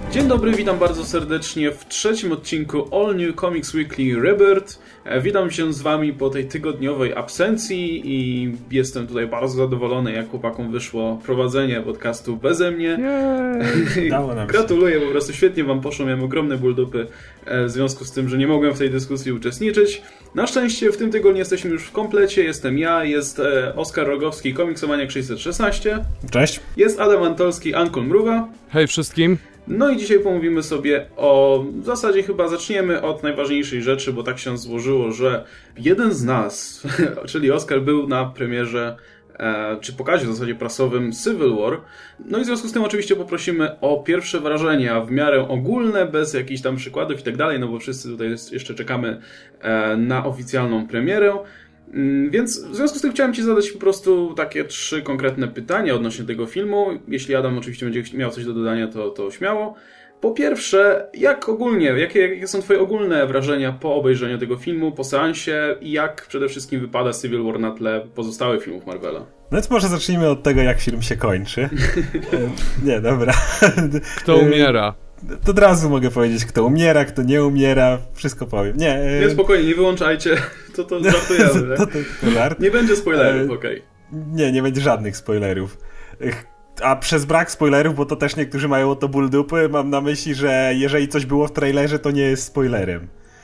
Dzień dobry, witam bardzo serdecznie w trzecim odcinku All New Comics Weekly Rebirth. Witam się z wami po tej tygodniowej absencji i jestem tutaj bardzo zadowolony, jak chłopakom wyszło prowadzenie podcastu beze mnie. Gratuluję, po prostu świetnie wam poszło, miałem ogromny ból dupy w związku z tym, że nie mogłem w tej dyskusji uczestniczyć. Na szczęście w tym tygodniu jesteśmy już w komplecie, jestem ja, jest Oskar Rogowski, Komiksomaniak 616. Cześć. Jest Adam Antolski, Ankol Mruwa. Hej wszystkim. No i dzisiaj pomówimy sobie w zasadzie chyba zaczniemy od najważniejszej rzeczy, bo tak się złożyło, że jeden z nas, czyli Oskar, był na premierze, czy pokazie w zasadzie prasowym Civil War. No i w związku z tym oczywiście poprosimy o pierwsze wrażenia w miarę ogólne, bez jakichś tam przykładów i tak dalej, no bo wszyscy tutaj jeszcze czekamy na oficjalną premierę. Więc w związku z tym chciałem ci zadać po prostu takie 3 konkretne pytania odnośnie tego filmu. Jeśli Adam oczywiście będzie miał coś do dodania, to śmiało. Po pierwsze, jak ogólnie, jakie są twoje ogólne wrażenia po obejrzeniu tego filmu, po seansie i jak przede wszystkim wypada Civil War na tle pozostałych filmów Marvela? No więc może zacznijmy od tego, jak film się kończy. Nie, dobra. Kto umiera? To od razu mogę powiedzieć, kto umiera, kto nie umiera, wszystko powiem. Nie, spokojnie, nie wyłączajcie, to żartujemy. To żart. Nie będzie spoilerów, okej. Nie będzie żadnych spoilerów. A przez brak spoilerów, bo to też niektórzy mają o to ból dupy, mam na myśli, że jeżeli coś było w trailerze, to nie jest spoilerem.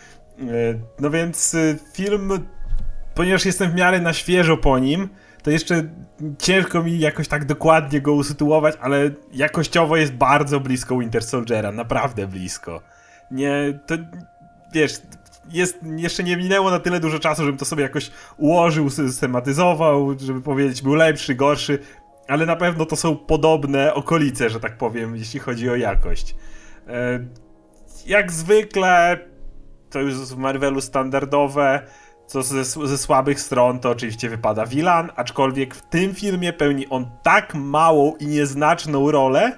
No więc film, ponieważ jestem w miarę na świeżo po nim, to jeszcze ciężko mi jakoś tak dokładnie go usytuować, ale jakościowo jest bardzo blisko Winter Soldiera, naprawdę blisko. Nie, to wiesz, jeszcze nie minęło na tyle dużo czasu, żebym to sobie jakoś ułożył, systematyzował, żeby powiedzieć, był lepszy, gorszy, ale na pewno to są podobne okolice, że tak powiem, jeśli chodzi o jakość. Jak zwykle, to już w Marvelu standardowe, co ze słabych stron to oczywiście wypada Wilan, aczkolwiek w tym filmie pełni on tak małą i nieznaczną rolę,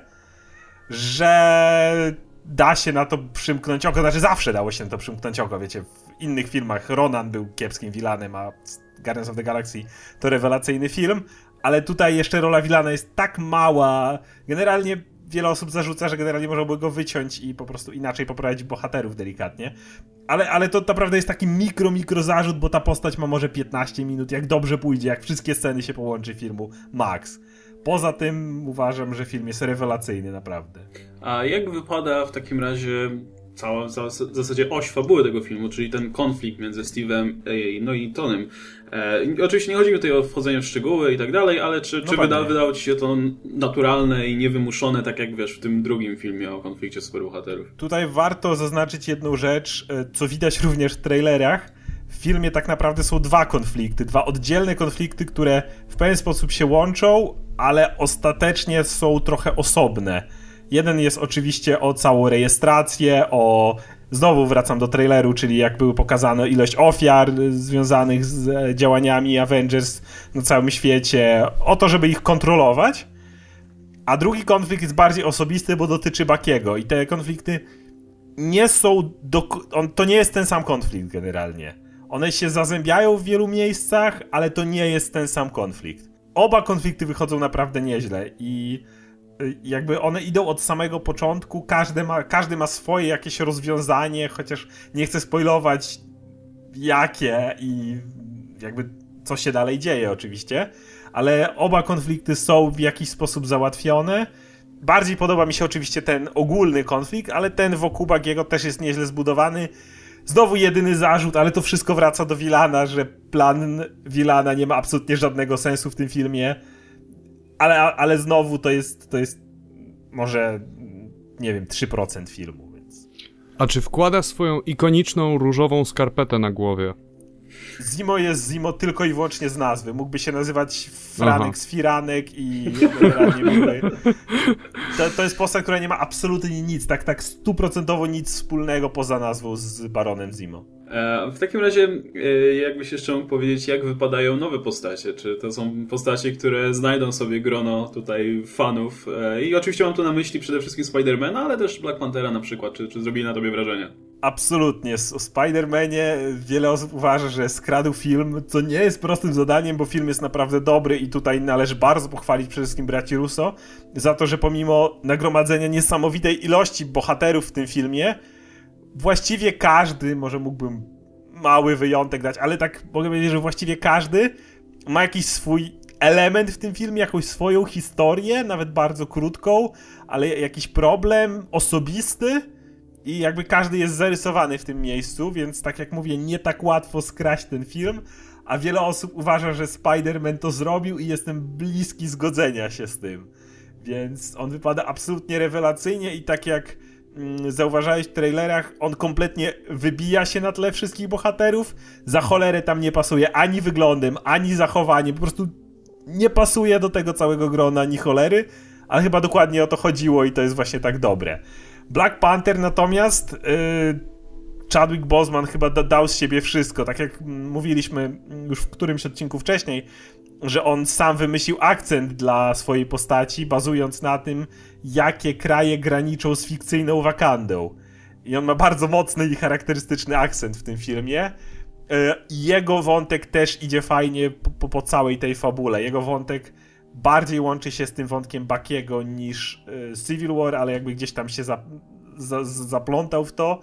że da się na to przymknąć oko, znaczy zawsze dało się na to przymknąć oko, wiecie, w innych filmach Ronan był kiepskim Wilanem, a Guardians of the Galaxy to rewelacyjny film, ale tutaj jeszcze rola Wilana jest tak mała, generalnie wiele osób zarzuca, że generalnie można było go wyciąć i po prostu inaczej poprowadzić bohaterów delikatnie. Ale to naprawdę jest taki mikro zarzut, bo ta postać ma może 15 minut, jak dobrze pójdzie, jak wszystkie sceny się połączy filmu, max. Poza tym uważam, że film jest rewelacyjny, naprawdę. A jak wypada w takim razie cała w zasadzie oś fabuły tego filmu, czyli ten konflikt między Steve'em i Tonym? Oczywiście nie chodzi mi tutaj o wchodzenie w szczegóły i tak dalej, ale czy wydało ci się to naturalne i niewymuszone, tak jak wiesz w tym drugim filmie o konflikcie superbohaterów? Tutaj warto zaznaczyć jedną rzecz, co widać również w trailerach. W filmie tak naprawdę są 2 konflikty, 2 oddzielne konflikty, które w pewien sposób się łączą, ale ostatecznie są trochę osobne. Jeden jest oczywiście o całą rejestrację, znowu wracam do traileru, czyli jak były pokazano ilość ofiar związanych z działaniami Avengers na całym świecie, o to, żeby ich kontrolować. A drugi konflikt jest bardziej osobisty, bo dotyczy Bucky'ego i te konflikty nie są... to nie jest ten sam konflikt generalnie. One się zazębiają w wielu miejscach, ale to nie jest ten sam konflikt. Oba konflikty wychodzą naprawdę nieźle i jakby one idą od samego początku, każdy ma swoje jakieś rozwiązanie, chociaż nie chcę spoilować jakie i jakby co się dalej dzieje oczywiście, ale oba konflikty są w jakiś sposób załatwione. Bardziej podoba mi się oczywiście ten ogólny konflikt, ale ten wokół Bucky'ego też jest nieźle zbudowany. Znowu jedyny zarzut, ale to wszystko wraca do Wilana, że plan Wilana nie ma absolutnie żadnego sensu w tym filmie. Ale znowu to jest może, nie wiem, 3% filmu, więc... A czy wkłada swoją ikoniczną różową skarpetę na głowie? Zimo jest Zimo tylko i wyłącznie z nazwy. Mógłby się nazywać Franek z Firanek i generalnie to jest postać, która nie ma absolutnie nic, tak 100% nic wspólnego poza nazwą z Baronem Zimo. W takim razie, jakbyś jeszcze mógł powiedzieć, jak wypadają nowe postacie? Czy to są postacie, które znajdą sobie grono tutaj fanów? I oczywiście mam tu na myśli przede wszystkim Spidermana, ale też Black Panthera na przykład. Czy zrobili na tobie wrażenie? Absolutnie. O Spider-Manie wiele osób uważa, że skradł film, co nie jest prostym zadaniem, bo film jest naprawdę dobry i tutaj należy bardzo pochwalić przede wszystkim braci Russo za to, że pomimo nagromadzenia niesamowitej ilości bohaterów w tym filmie, właściwie każdy, może mógłbym mały wyjątek dać, ale tak mogę powiedzieć, że właściwie każdy ma jakiś swój element w tym filmie, jakąś swoją historię, nawet bardzo krótką, ale jakiś problem osobisty i jakby każdy jest zarysowany w tym miejscu, więc tak jak mówię, nie tak łatwo skraść ten film, a wiele osób uważa, że Spider-Man to zrobił i jestem bliski zgodzenia się z tym. Więc on wypada absolutnie rewelacyjnie i tak jak zauważałeś w trailerach, on kompletnie wybija się na tle wszystkich bohaterów. Za cholerę tam nie pasuje ani wyglądem, ani zachowaniem. Po prostu nie pasuje do tego całego grona ni cholery, ale chyba dokładnie o to chodziło i to jest właśnie tak dobre. Black Panther natomiast Chadwick Boseman chyba dał z siebie wszystko. Tak jak mówiliśmy już w którymś odcinku wcześniej, że on sam wymyślił akcent dla swojej postaci, bazując na tym, jakie kraje graniczą z fikcyjną Wakandą. I on ma bardzo mocny i charakterystyczny akcent w tym filmie. Jego wątek też idzie fajnie po całej tej fabule. Jego wątek bardziej łączy się z tym wątkiem Buckiego niż Civil War, ale jakby gdzieś tam się zaplątał w to.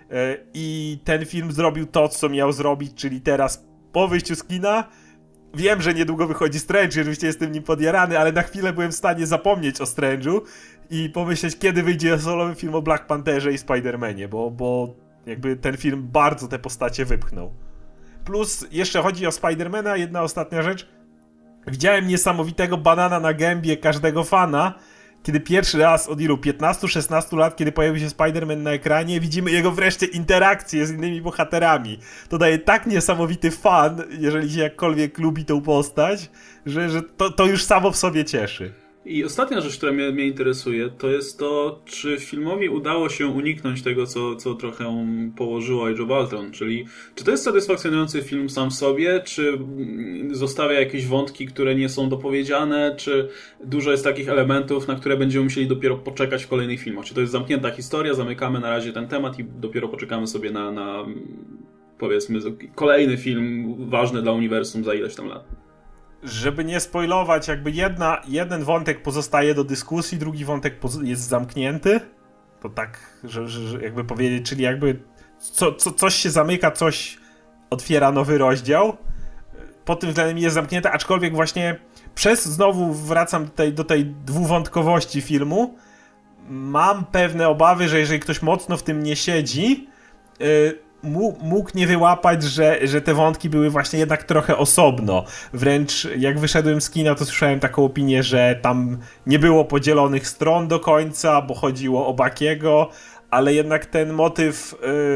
I ten film zrobił to, co miał zrobić, czyli teraz po wyjściu z kina. Wiem, że niedługo wychodzi Strange, oczywiście jestem nim podjarany, ale na chwilę byłem w stanie zapomnieć o Strange'u i pomyśleć, kiedy wyjdzie solowy film o Black Pantherze i Spider-Manie, bo jakby ten film bardzo te postacie wypchnął. Plus jeszcze chodzi o Spider-Mana, jedna ostatnia rzecz. Widziałem niesamowitego banana na gębie każdego fana, kiedy pierwszy raz od 15-16 lat, kiedy pojawił się Spider-Man na ekranie, widzimy jego wreszcie interakcję z innymi bohaterami. To daje tak niesamowity fan, jeżeli się jakkolwiek lubi tą postać, że to już samo w sobie cieszy. I ostatnia rzecz, która mnie interesuje, to jest to, czy filmowi udało się uniknąć tego, co trochę położyło Age of Ultron, czyli czy to jest satysfakcjonujący film sam w sobie, czy zostawia jakieś wątki, które nie są dopowiedziane, czy dużo jest takich elementów, na które będziemy musieli dopiero poczekać w kolejnych filmach. Czy to jest zamknięta historia, zamykamy na razie ten temat i dopiero poczekamy sobie na powiedzmy kolejny film ważny dla uniwersum za ileś tam lat. Żeby nie spoilować, jakby jeden wątek pozostaje do dyskusji, drugi wątek jest zamknięty. To tak, że jakby powiedzieć, czyli jakby coś się zamyka, coś otwiera nowy rozdział. Pod tym względem jest zamknięte, aczkolwiek właśnie znowu wracam do tej dwuwątkowości filmu. Mam pewne obawy, że jeżeli ktoś mocno w tym nie siedzi, mógł nie wyłapać, że te wątki były właśnie jednak trochę osobno. Wręcz jak wyszedłem z kina, to słyszałem taką opinię, że tam nie było podzielonych stron do końca, bo chodziło o Buckiego, ale jednak ten motyw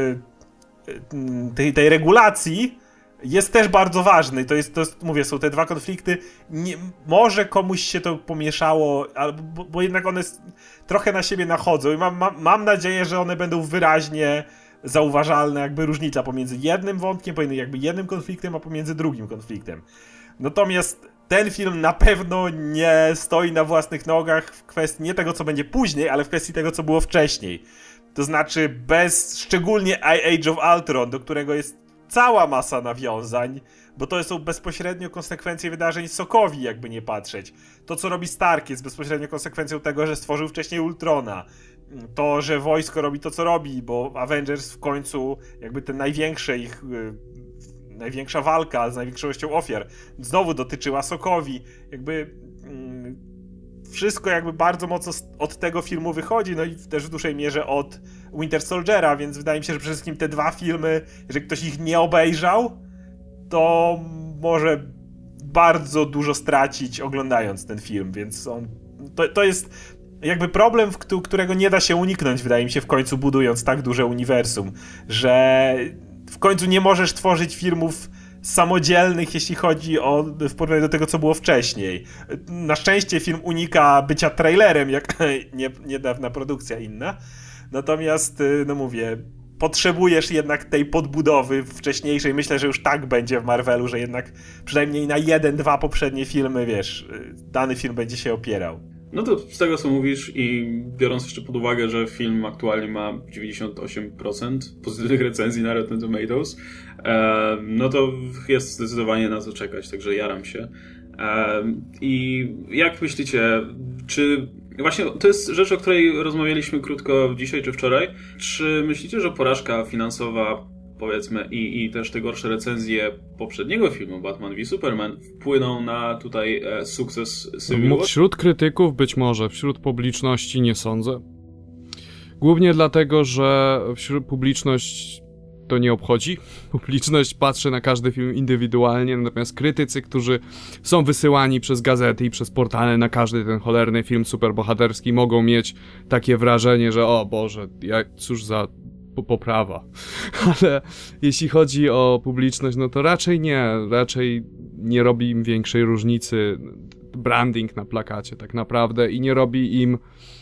tej regulacji jest też bardzo ważny. To jest, mówię, są te dwa konflikty. Może komuś się to pomieszało, bo jednak one trochę na siebie nachodzą i mam nadzieję, że one będą wyraźnie zauważalna jakby różnica pomiędzy jednym wątkiem, pomiędzy jakby jednym konfliktem, a pomiędzy drugim konfliktem. Natomiast ten film na pewno nie stoi na własnych nogach w kwestii nie tego, co będzie później, ale w kwestii tego, co było wcześniej. To znaczy bez szczególnie Age of Ultron, do którego jest cała masa nawiązań, bo to są bezpośrednio konsekwencje wydarzeń Sokowi, jakby nie patrzeć. To, co robi Stark, jest bezpośrednio konsekwencją tego, że stworzył wcześniej Ultrona. To, że wojsko robi to, co robi, bo Avengers w końcu jakby ten największa walka z największą ilością ofiar znowu dotyczyła Sokowi. Jakby wszystko jakby bardzo mocno od tego filmu wychodzi, no i też w dużej mierze od Winter Soldiera, więc wydaje mi się, że przede wszystkim te dwa filmy, jeżeli ktoś ich nie obejrzał, to może bardzo dużo stracić oglądając ten film, więc to jest jakby problem, którego nie da się uniknąć, wydaje mi się, w końcu budując tak duże uniwersum, że w końcu nie możesz tworzyć filmów samodzielnych, jeśli chodzi w porównaniu do tego, co było wcześniej. Na szczęście film unika bycia trailerem, jak niedawna produkcja inna. Natomiast, no mówię, potrzebujesz jednak tej podbudowy wcześniejszej. Myślę, że już tak będzie w Marvelu, że jednak przynajmniej na 1-2 poprzednie filmy, wiesz, dany film będzie się opierał. No to z tego, co mówisz i biorąc jeszcze pod uwagę, że film aktualnie ma 98% pozytywnych recenzji na Rotten Tomatoes, no to jest zdecydowanie na co czekać, także jaram się. I jak myślicie, czy... Właśnie to jest rzecz, o której rozmawialiśmy krótko dzisiaj czy wczoraj. Czy myślicie, że porażka finansowa, powiedzmy, i też te gorsze recenzje poprzedniego filmu Batman v Superman wpłyną na tutaj sukces Civil War? Wśród krytyków być może, wśród publiczności nie sądzę. Głównie dlatego, że wśród publiczność to nie obchodzi. Publiczność patrzy na każdy film indywidualnie, natomiast krytycy, którzy są wysyłani przez gazety i przez portale na każdy ten cholerny film superbohaterski, mogą mieć takie wrażenie, że o Boże, cóż za poprawa. Ale jeśli chodzi o publiczność, no to raczej nie robi im większej różnicy branding na plakacie tak naprawdę i nie robi im...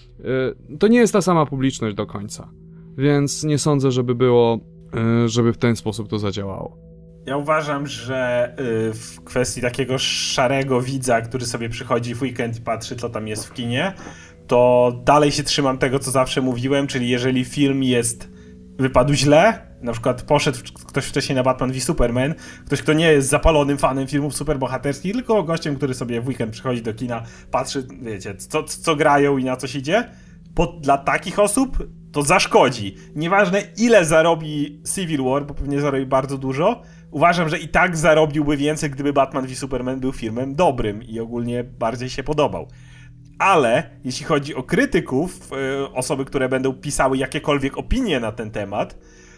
To nie jest ta sama publiczność do końca, więc nie sądzę, żeby w ten sposób to zadziałało. Ja uważam, że w kwestii takiego szarego widza, który sobie przychodzi w weekend i patrzy, co tam jest w kinie, to dalej się trzymam tego, co zawsze mówiłem, czyli jeżeli film wypadł źle, na przykład poszedł ktoś wcześniej na Batman v Superman, ktoś, kto nie jest zapalonym fanem filmów superbohaterskich, tylko gościem, który sobie w weekend przychodzi do kina, patrzy, wiecie, co grają i na coś idzie, dla takich osób to zaszkodzi. Nieważne ile zarobi Civil War, bo pewnie zarobi bardzo dużo, uważam, że i tak zarobiłby więcej, gdyby Batman v Superman był filmem dobrym i ogólnie bardziej się podobał. Ale jeśli chodzi o krytyków, osoby, które będą pisały jakiekolwiek opinie na ten temat,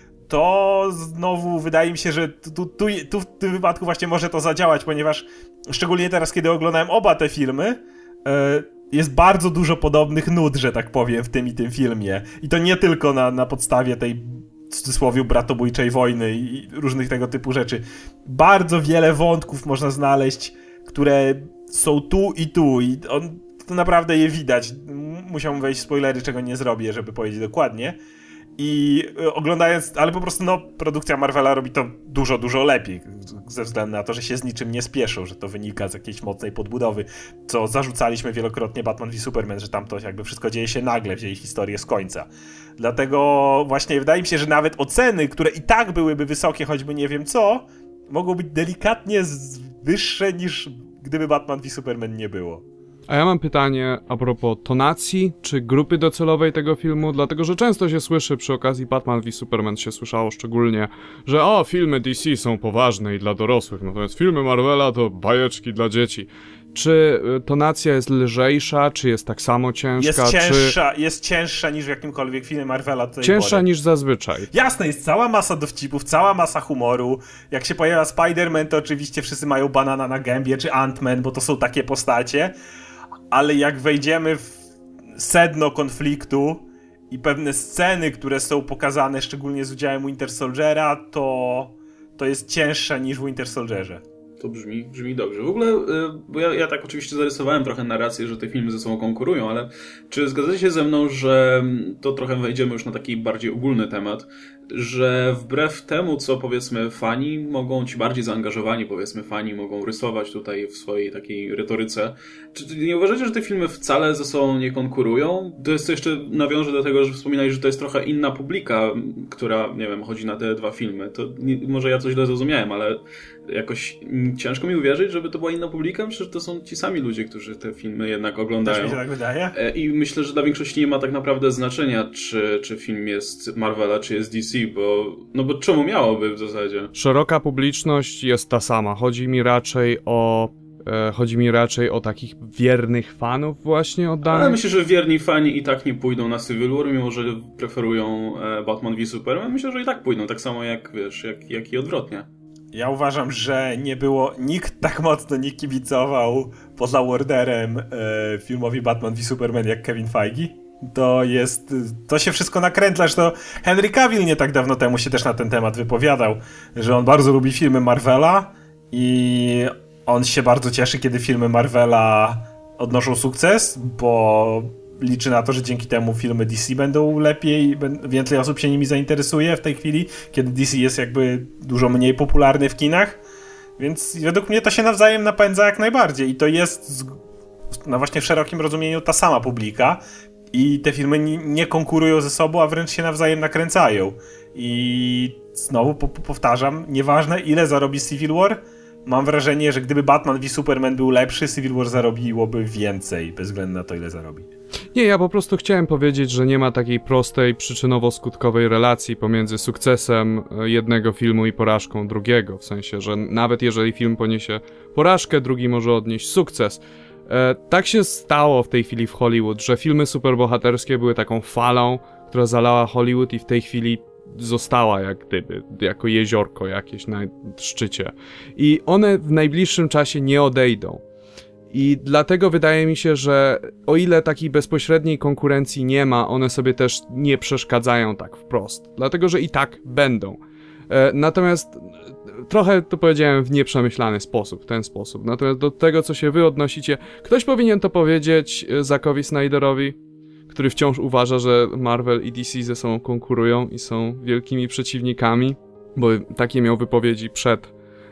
to znowu wydaje mi się, że tu w tym wypadku właśnie może to zadziałać, ponieważ szczególnie teraz, kiedy oglądałem oba te filmy, jest bardzo dużo podobnych nut, że tak powiem, w tym i tym filmie. I to nie tylko na podstawie tej, w cudzysłowie, bratobójczej wojny i różnych tego typu rzeczy. Bardzo wiele wątków można znaleźć, które są tu i to naprawdę je widać. Musiałbym wejść w spoilery, czego nie zrobię, żeby powiedzieć dokładnie. I oglądając, ale po prostu produkcja Marvela robi to dużo, dużo lepiej, ze względu na to, że się z niczym nie spieszą, że to wynika z jakiejś mocnej podbudowy, co zarzucaliśmy wielokrotnie Batman v Superman, że tam to jakby wszystko dzieje się nagle, wzięli historię z końca. Dlatego właśnie wydaje mi się, że nawet oceny, które i tak byłyby wysokie, choćby nie wiem co, mogą być delikatnie wyższe niż gdyby Batman v Superman nie było. A ja mam pytanie a propos tonacji, czy grupy docelowej tego filmu, dlatego że często się słyszy przy okazji Batman v Superman się słyszało szczególnie, że filmy DC są poważne i dla dorosłych, natomiast filmy Marvela to bajeczki dla dzieci. Czy tonacja jest lżejsza, czy jest tak samo ciężka? Jest cięższa niż w jakimkolwiek filmie Marvela. Cięższa niż zazwyczaj. Jasne, jest cała masa dowcipów, cała masa humoru. Jak się pojawia Spider-Man, to oczywiście wszyscy mają banana na gębie, czy Ant-Man, bo to są takie postacie. Ale jak wejdziemy w sedno konfliktu i pewne sceny, które są pokazane szczególnie z udziałem Winter Soldiera, to jest cięższe niż w Winter Soldierze. To brzmi dobrze. W ogóle, bo ja tak oczywiście zarysowałem trochę narrację, że te filmy ze sobą konkurują, ale czy zgadzacie się ze mną, że to trochę wejdziemy już na taki bardziej ogólny temat, że wbrew temu, co powiedzmy fani mogą, ci bardziej zaangażowani powiedzmy fani mogą rysować tutaj w swojej takiej retoryce, czy nie uważacie, że te filmy wcale ze sobą nie konkurują? To jest, co jeszcze nawiążę do tego, że wspominałeś, że to jest trochę inna publika, która, nie wiem, chodzi na te dwa filmy. To może ja coś źle zrozumiałem, ale jakoś ciężko mi uwierzyć, żeby to była inna publika, przecież to są ci sami ludzie, którzy te filmy jednak oglądają. Też mi się tak wydaje. I myślę, że dla większości nie ma tak naprawdę znaczenia, czy film jest Marvela, czy jest DC, bo czemu miałoby w zasadzie? Szeroka publiczność jest ta sama. Chodzi mi raczej o takich wiernych fanów właśnie oddanych. Ale myślę, że wierni fani i tak nie pójdą na Civil War, mimo że preferują Batman v Superman. Myślę, że i tak pójdą, tak samo jak, wiesz, jak i odwrotnie. Ja uważam, że nikt tak mocno nie kibicował poza Warnerem filmowi Batman v Superman jak Kevin Feige. To się wszystko nakrętla, że to Henry Cavill nie tak dawno temu się też na ten temat wypowiadał, że on bardzo lubi filmy Marvela i on się bardzo cieszy, kiedy filmy Marvela odnoszą sukces, bo liczy na to, że dzięki temu filmy DC będą lepiej, więcej osób się nimi zainteresuje w tej chwili, kiedy DC jest jakby dużo mniej popularny w kinach, więc według mnie to się nawzajem napędza jak najbardziej i to jest właśnie w szerokim rozumieniu ta sama publika i te filmy nie konkurują ze sobą, a wręcz się nawzajem nakręcają. I znowu powtarzam, nieważne ile zarobi Civil War, mam wrażenie, że gdyby Batman v Superman był lepszy, Civil War zarobiłoby więcej, bez względu na to, ile zarobi. Nie, ja po prostu chciałem powiedzieć, że nie ma takiej prostej, przyczynowo-skutkowej relacji pomiędzy sukcesem jednego filmu i porażką drugiego. W sensie, że nawet jeżeli film poniesie porażkę, drugi może odnieść sukces. Tak się stało w tej chwili w Hollywood, że filmy superbohaterskie były taką falą, która zalała Hollywood i w tej chwili została jak gdyby, jako jeziorko jakieś na szczycie. I one w najbliższym czasie nie odejdą. I dlatego wydaje mi się, że o ile takiej bezpośredniej konkurencji nie ma, one sobie też nie przeszkadzają tak wprost. Dlatego, że i tak będą. Natomiast trochę to powiedziałem w nieprzemyślany sposób, w ten sposób. Natomiast do tego, co się wy odnosicie, ktoś powinien to powiedzieć Zackowi Snyderowi, który wciąż uważa, że Marvel i DC ze sobą konkurują i są wielkimi przeciwnikami, bo takie miał wypowiedzi przed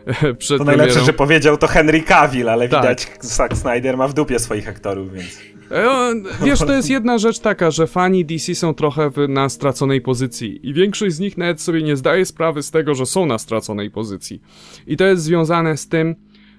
to najlepsze, że powiedział to Henry Cavill, ale tak. Widać, Zack Snyder ma w dupie swoich aktorów, więc... Wiesz, to jest jedna rzecz taka, że fani DC są trochę na straconej pozycji i większość z nich nawet sobie nie zdaje sprawy z tego, że są na straconej pozycji. I to jest związane z tym,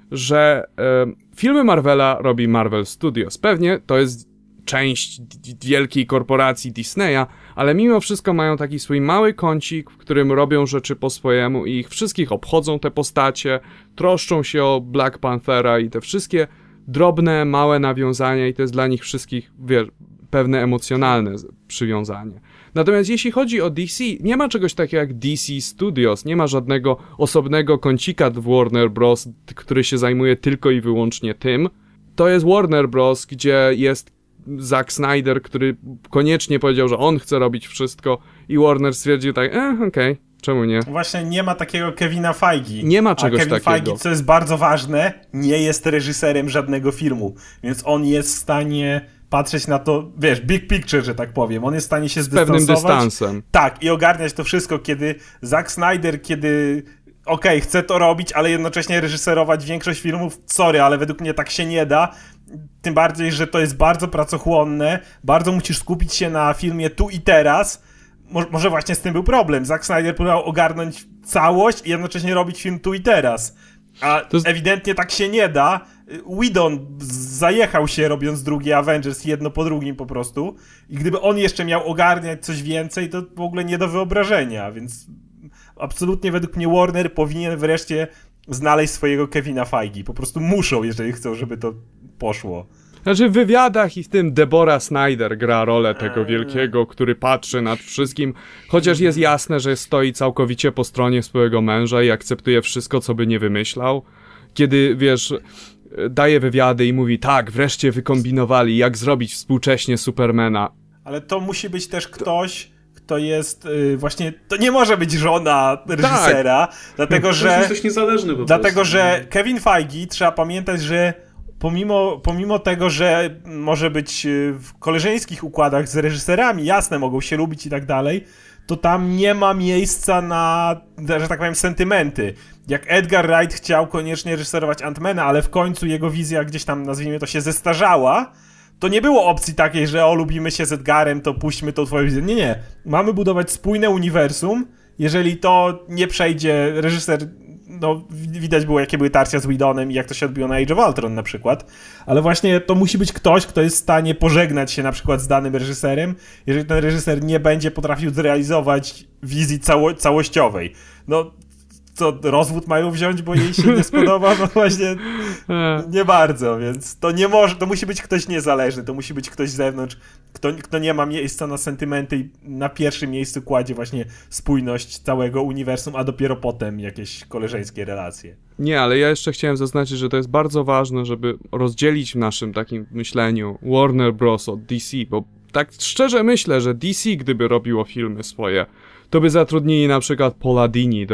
że filmy Marvela robi Marvel Studios. Pewnie to jest część wielkiej korporacji Disneya, ale mimo wszystko mają taki swój mały kącik, w którym robią rzeczy po swojemu i ich wszystkich obchodzą te postacie, troszczą się o Black Panthera i te wszystkie drobne, małe nawiązania i to jest dla nich wszystkich, wiesz, pewne emocjonalne przywiązanie. Natomiast jeśli chodzi o DC, nie ma czegoś takiego jak DC Studios, nie ma żadnego osobnego kącika w Warner Bros., który się zajmuje tylko i wyłącznie tym. To jest Warner Bros., gdzie jest Zack Snyder, który koniecznie powiedział, że on chce robić wszystko i Warner stwierdził tak, okej, czemu nie? Właśnie nie ma takiego Kevina Feige. Nie ma czegoś takiego. A Kevin Feige, co jest bardzo ważne, nie jest reżyserem żadnego filmu, więc on jest w stanie patrzeć na to, wiesz, big picture, że tak powiem. On jest w stanie się zdystansować. Z pewnym dystansem. Tak, i ogarniać to wszystko, kiedy Zack Snyder, chce to robić, ale jednocześnie reżyserować większość filmów, sorry, ale według mnie tak się nie da. Tym bardziej, że to jest bardzo pracochłonne, bardzo musisz skupić się na filmie tu i teraz. Może właśnie z tym był problem. Zack Snyder próbował ogarnąć całość i jednocześnie robić film tu i teraz. A ewidentnie tak się nie da. Whedon zajechał się robiąc drugi Avengers jedno po drugim po prostu. I gdyby on jeszcze miał ogarniać coś więcej, to w ogóle nie do wyobrażenia, więc absolutnie według mnie Warner powinien wreszcie znaleźć swojego Kevina Feige. Po prostu muszą, jeżeli chcą, żeby to poszło. Znaczy w wywiadach i w tym Deborah Snyder gra rolę tego wielkiego, który patrzy nad wszystkim, chociaż jest jasne, że stoi całkowicie po stronie swojego męża i akceptuje wszystko, co by nie wymyślał. Kiedy, wiesz, daje wywiady i mówi, tak, wreszcie wykombinowali, jak zrobić współcześnie Supermana. Ale to musi być też ktoś, kto jest właśnie, to nie może być żona reżysera, tak. Dlatego że ktoś niezależny że Kevin Feige, trzeba pamiętać, że pomimo tego, że może być w koleżeńskich układach z reżyserami, jasne, mogą się lubić i tak dalej, to tam nie ma miejsca na, że tak powiem, sentymenty. Jak Edgar Wright chciał koniecznie reżyserować Ant-Mana, ale w końcu jego wizja gdzieś tam, nazwijmy to, się zestarzała, to nie było opcji takiej, że lubimy się z Edgarem, to puśćmy tą twoją wizję. Nie. Mamy budować spójne uniwersum. Jeżeli to nie przejdzie, reżyser, no widać było, jakie były tarcia z Whedonem i jak to się odbiło na Age of Ultron na przykład, ale właśnie to musi być ktoś, kto jest w stanie pożegnać się na przykład z danym reżyserem, jeżeli ten reżyser nie będzie potrafił zrealizować wizji całościowej. No, co, rozwód mają wziąć, bo jej się nie spodoba? No właśnie nie bardzo, więc to nie może, to musi być ktoś niezależny, to musi być ktoś z zewnątrz, kto nie ma miejsca na sentymenty i na pierwszym miejscu kładzie właśnie spójność całego uniwersum, a dopiero potem jakieś koleżeńskie relacje. Nie, ale ja jeszcze chciałem zaznaczyć, że to jest bardzo ważne, żeby rozdzielić w naszym takim myśleniu Warner Bros. Od DC, bo tak szczerze myślę, że DC, gdyby robiło filmy swoje, to by zatrudnili na przykład Paula Dini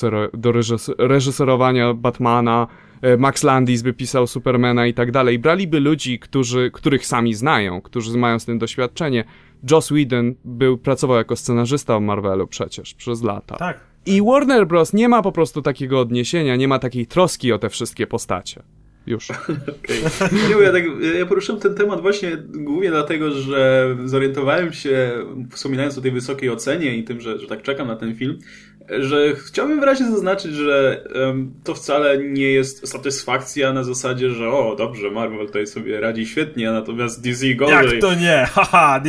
do reżyserowania Batmana, Max Landis by pisał Supermana i tak dalej. Braliby ludzi, których sami znają, którzy mają z tym doświadczenie. Joss Whedon pracował jako scenarzysta w Marvelu przecież przez lata. Tak. I Warner Bros. Nie ma po prostu takiego odniesienia, nie ma takiej troski o te wszystkie postacie. Już. Okay. Ja poruszyłem ten temat właśnie głównie dlatego, że zorientowałem się, wspominając o tej wysokiej ocenie i tym, że tak czekam na ten film, że chciałbym wyraźnie zaznaczyć, że to wcale nie jest satysfakcja na zasadzie, że o, dobrze, Marvel tutaj sobie radzi świetnie, a natomiast DC gorzej. Jak to nie? Haha,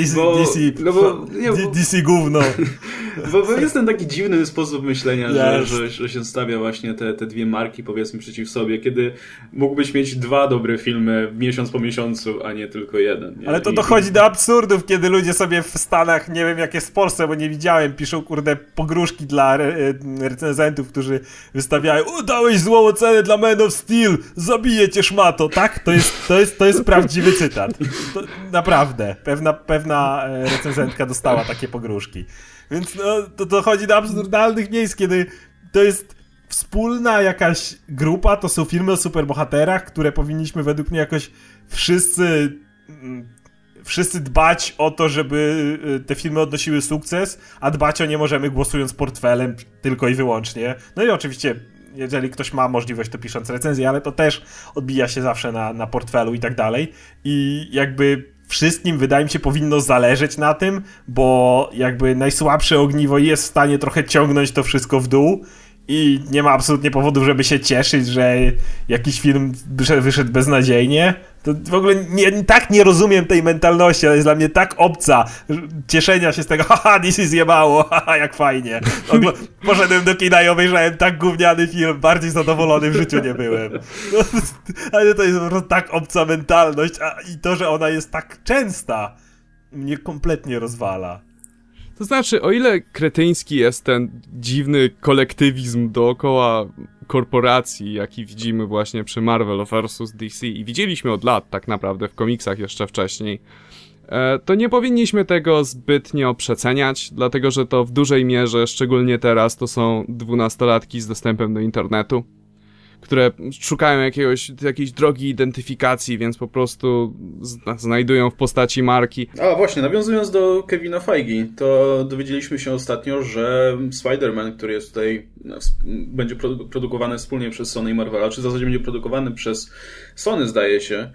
DC gówno. Bo jest ten taki dziwny sposób myślenia, że się stawia właśnie te dwie marki, powiedzmy, przeciw sobie, kiedy mógłbyś mieć dwa dobre filmy miesiąc po miesiącu, a nie tylko jeden. Nie? Ale to dochodzi do absurdów, kiedy ludzie sobie w Stanach, nie wiem jak jest w Polsce, bo nie widziałem, piszą kurde pogróżki dla recenzentów, którzy wystawiają: dałeś złą ocenę dla Man of Steel, zabiję cię szmato, tak? To jest prawdziwy cytat. To, naprawdę. Pewna recenzentka dostała takie pogróżki. Więc no, to dochodzi do absurdalnych miejsc, kiedy to jest wspólna jakaś grupa, to są filmy o superbohaterach, które powinniśmy według mnie jakoś wszyscy dbać o to, żeby te filmy odnosiły sukces, a dbać o nie możemy głosując portfelem tylko i wyłącznie. No i oczywiście, jeżeli ktoś ma możliwość, to pisząc recenzję, ale to też odbija się zawsze na portfelu i tak dalej. I jakby wszystkim, wydaje mi się, powinno zależeć na tym, bo jakby najsłabsze ogniwo jest w stanie trochę ciągnąć to wszystko w dół i nie ma absolutnie powodów, żeby się cieszyć, że jakiś film wyszedł beznadziejnie. To w ogóle nie rozumiem tej mentalności, ale jest dla mnie tak obca cieszenia się z tego, haha, DC zjebało, haha, jak fajnie. Poszedłem do kina i obejrzałem tak gówniany film, bardziej zadowolony w życiu nie byłem. No, ale to jest po prostu tak obca mentalność i to, że ona jest tak częsta, mnie kompletnie rozwala. To znaczy, o ile kretyński jest ten dziwny kolektywizm dookoła korporacji, jaki widzimy właśnie przy Marvel vs. DC i widzieliśmy od lat tak naprawdę w komiksach jeszcze wcześniej, to nie powinniśmy tego zbytnio przeceniać, dlatego że to w dużej mierze, szczególnie teraz, to są 12-latki z dostępem do internetu, które szukają jakiejś drogi identyfikacji, więc po prostu znajdują w postaci marki. A właśnie, nawiązując do Kevina Feige, to dowiedzieliśmy się ostatnio, że Spider-Man, który jest tutaj, będzie produkowany wspólnie przez Sony i Marvela, czy w zasadzie będzie produkowany przez Sony, zdaje się,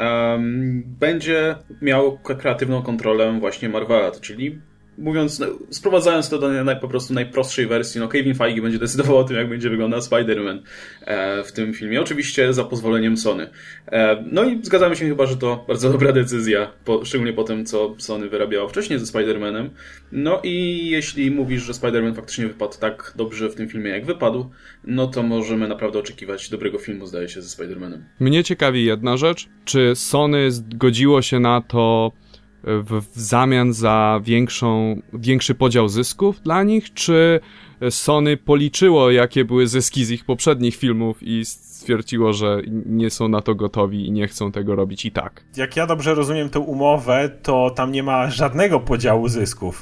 będzie miał kreatywną kontrolę właśnie Marvela, czyli mówiąc, sprowadzając to do po prostu najprostszej wersji, no Kevin Feige będzie decydował o tym, jak będzie wyglądał Spider-Man w tym filmie. Oczywiście za pozwoleniem Sony. No i zgadzamy się chyba, że to bardzo dobra decyzja, szczególnie po tym, co Sony wyrabiało wcześniej ze Spider-Manem. No i jeśli mówisz, że Spider-Man faktycznie wypadł tak dobrze w tym filmie, jak wypadł, no to możemy naprawdę oczekiwać dobrego filmu, zdaje się, ze Spider-Manem. Mnie ciekawi jedna rzecz. Czy Sony zgodziło się na to w zamian za większy podział zysków dla nich, czy Sony policzyło, jakie były zyski z ich poprzednich filmów i stwierdziło, że nie są na to gotowi i nie chcą tego robić i tak? Jak ja dobrze rozumiem tę umowę, to tam nie ma żadnego podziału zysków.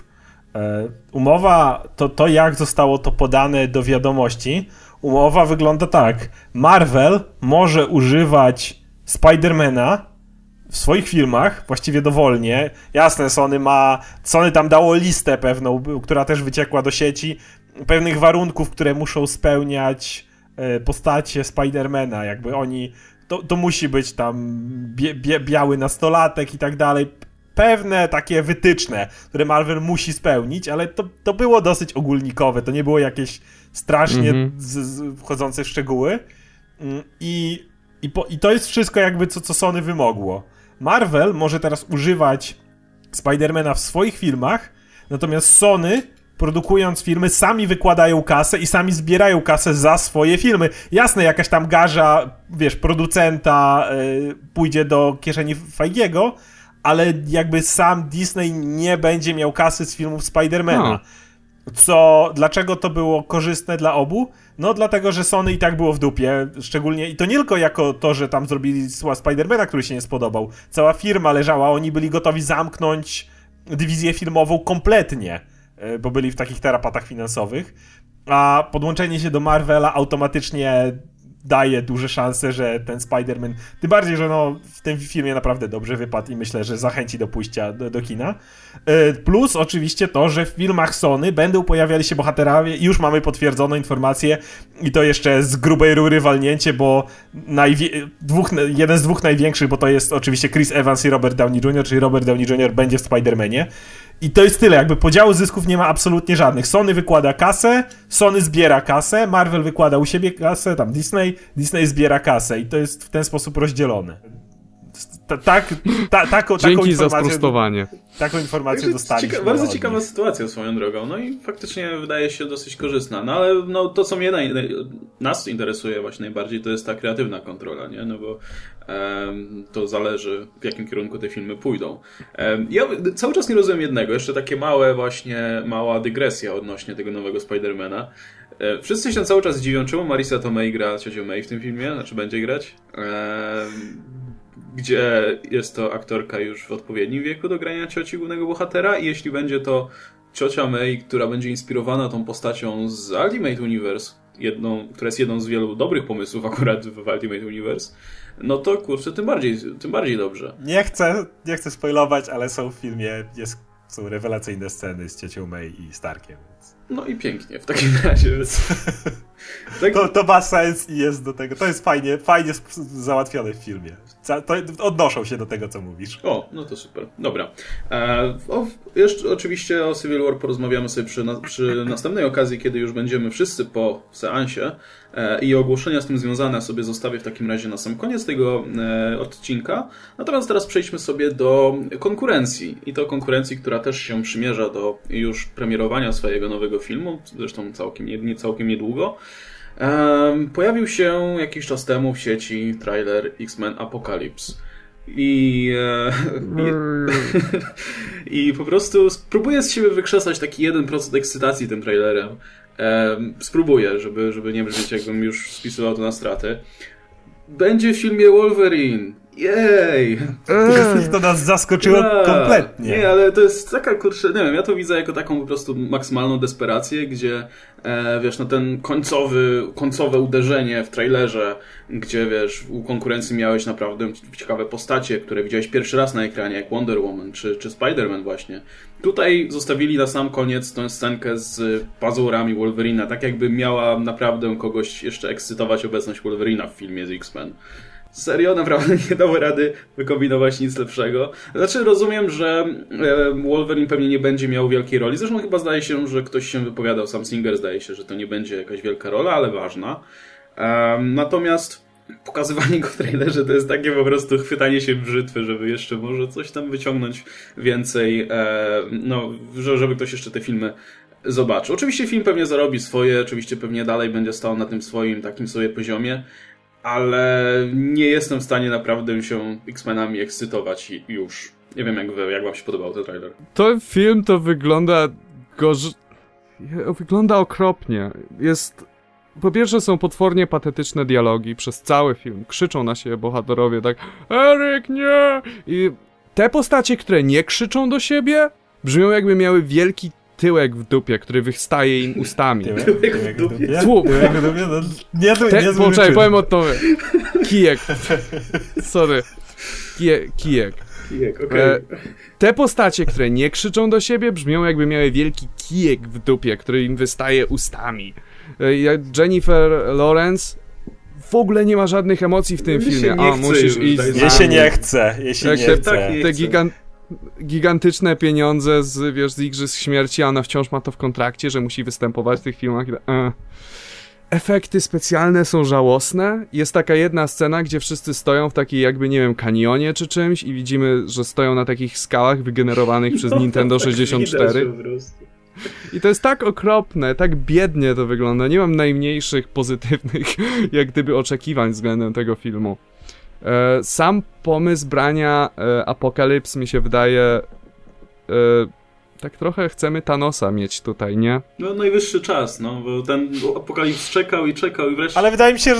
Umowa, to jak zostało to podane do wiadomości, umowa wygląda tak. Marvel może używać Spidermana w swoich filmach, właściwie dowolnie. Jasne, Sony tam dało listę pewną, która też wyciekła do sieci, pewnych warunków, które muszą spełniać postacie Spidermana, jakby oni, to musi być tam biały nastolatek i tak dalej. Pewne takie wytyczne, które Marvel musi spełnić, ale to było dosyć ogólnikowe, to nie było jakieś strasznie wchodzące w szczegóły. I to jest wszystko jakby co Sony wymogło. Marvel może teraz używać Spidermana w swoich filmach, natomiast Sony, produkując filmy, sami wykładają kasę i sami zbierają kasę za swoje filmy. Jasne, jakaś tam garza, producenta pójdzie do kieszeni Feigiego, ale jakby sam Disney nie będzie miał kasy z filmów Spidermana. Dlaczego to było korzystne dla obu? No dlatego, że Sony i tak było w dupie, szczególnie, i to nie tylko jako to, że tam zrobili Spidermana, który się nie spodobał. Cała firma leżała, oni byli gotowi zamknąć dywizję filmową kompletnie, bo byli w takich tarapatach finansowych, a podłączenie się do Marvela automatycznie daje duże szanse, że ten Spider-Man, tym bardziej, że no w tym filmie naprawdę dobrze wypadł i myślę, że zachęci do pójścia do kina. Plus oczywiście to, że w filmach Sony będą pojawiali się bohaterowie i już mamy potwierdzoną informację i to jeszcze z grubej rury walnięcie, bo jeden z dwóch największych, bo to jest oczywiście Chris Evans i Robert Downey Jr., czyli Robert Downey Jr. będzie w Spider-Manie. I to jest tyle, jakby podziału zysków nie ma absolutnie żadnych. Sony wykłada kasę, Sony zbiera kasę, Marvel wykłada u siebie kasę, tam Disney zbiera kasę i to jest w ten sposób rozdzielone. Dzięki za sprostowanie. Taką informację dostaliśmy. Bardzo ciekawa sytuacja swoją drogą, no i faktycznie wydaje się dosyć korzystna, no ale no, to co nas interesuje właśnie najbardziej, to jest ta kreatywna kontrola, nie? No bo to zależy, w jakim kierunku te filmy pójdą. Ja cały czas nie rozumiem jednego, jeszcze takie mała dygresja odnośnie tego nowego Spidermana. Wszyscy się cały czas dziwią, czemu Marisa Tomei gra ciocią May w tym filmie, znaczy będzie grać. Gdzie jest to aktorka już w odpowiednim wieku do grania cioci głównego bohatera i jeśli będzie to ciocia May, która będzie inspirowana tą postacią z Ultimate Universe, która jest jedną z wielu dobrych pomysłów akurat w Ultimate Universe, no to kurczę, tym bardziej dobrze. Nie chcę spoilować, ale są w filmie, są rewelacyjne sceny z ciocią May i Starkiem. Więc... No i pięknie w takim razie. Tak... To ma sens i jest do tego. To jest fajnie załatwione w filmie. Odnoszą się do tego, co mówisz. O, no to super. Dobra. Jeszcze oczywiście o Civil War porozmawiamy sobie przy następnej okazji, kiedy już będziemy wszyscy po seansie i ogłoszenia z tym związane sobie zostawię w takim razie na sam koniec tego odcinka. Natomiast teraz przejdźmy sobie do konkurencji. I to konkurencji, która też się przymierza do już premierowania swojego nowego filmu, zresztą całkiem niedługo. Pojawił się jakiś czas temu w sieci trailer X-Men Apocalypse. I po prostu spróbuję z siebie wykrzesać taki 1% ekscytacji tym trailerem. Spróbuję, żeby nie brzmieć, jakbym już spisywał to na straty. Będzie w filmie Wolverine. Jej! To nas zaskoczyło kompletnie. Nie, ale to jest taka, kurczę, nie wiem, ja to widzę jako taką po prostu maksymalną desperację, gdzie wiesz, no ten końcowe uderzenie w trailerze, gdzie wiesz, u konkurencji miałeś naprawdę ciekawe postacie, które widziałeś pierwszy raz na ekranie, jak Wonder Woman czy Spider-Man właśnie. Tutaj zostawili na sam koniec tę scenkę z pazurami Wolverina, tak jakby miała naprawdę kogoś jeszcze ekscytować obecność Wolverina w filmie z X-Men. Serio, naprawdę nie dało rady wykombinować nic lepszego. Znaczy rozumiem, że Wolverine pewnie nie będzie miał wielkiej roli. Zresztą chyba zdaje się, że ktoś się wypowiadał, sam Singer zdaje się, że to nie będzie jakaś wielka rola, ale ważna. Natomiast pokazywanie go w trailerze to jest takie po prostu chwytanie się brzytwy, żeby jeszcze może coś tam wyciągnąć więcej, żeby ktoś jeszcze te filmy zobaczył. Oczywiście film pewnie zarobi swoje, oczywiście pewnie dalej będzie stał na tym swoim takim sobie poziomie, ale nie jestem w stanie naprawdę się X-Menami ekscytować już. Nie wiem jak wam się podobał ten trailer. To film to wygląda wygląda okropnie. Po pierwsze są potwornie patetyczne dialogi przez cały film. Krzyczą na siebie bohaterowie tak Eryk, nie! I te postacie, które nie krzyczą do siebie, brzmią jakby miały wielki tyłek w dupie, który wystaje im ustami. Tyłek w dupie? Słup. Poczekaj, powiem od nowa. Kijek. Sorry. Kijek. Okay. Te postacie, które nie krzyczą do siebie, brzmią jakby miały wielki kijek w dupie, który im wystaje ustami. Jennifer Lawrence w ogóle nie ma żadnych emocji w tym filmie. Musisz iść. Jej się nie chce. Te gigantyczne pieniądze z Igrzysk Śmierci, a ona wciąż ma to w kontrakcie, że musi występować w tych filmach. Efekty specjalne są żałosne. Jest taka jedna scena, gdzie wszyscy stoją w takiej jakby, nie wiem, kanionie czy czymś i widzimy, że stoją na takich skałach wygenerowanych przez Nintendo 64. I to jest tak okropne, tak biednie to wygląda. Nie mam najmniejszych pozytywnych, jak gdyby, oczekiwań względem tego filmu. Sam pomysł brania Apocalypse mi się wydaje... tak trochę chcemy Thanosa mieć tutaj, nie? No najwyższy czas, bo ten Apokalips czekał i wreszcie... Ale wydaje mi się, że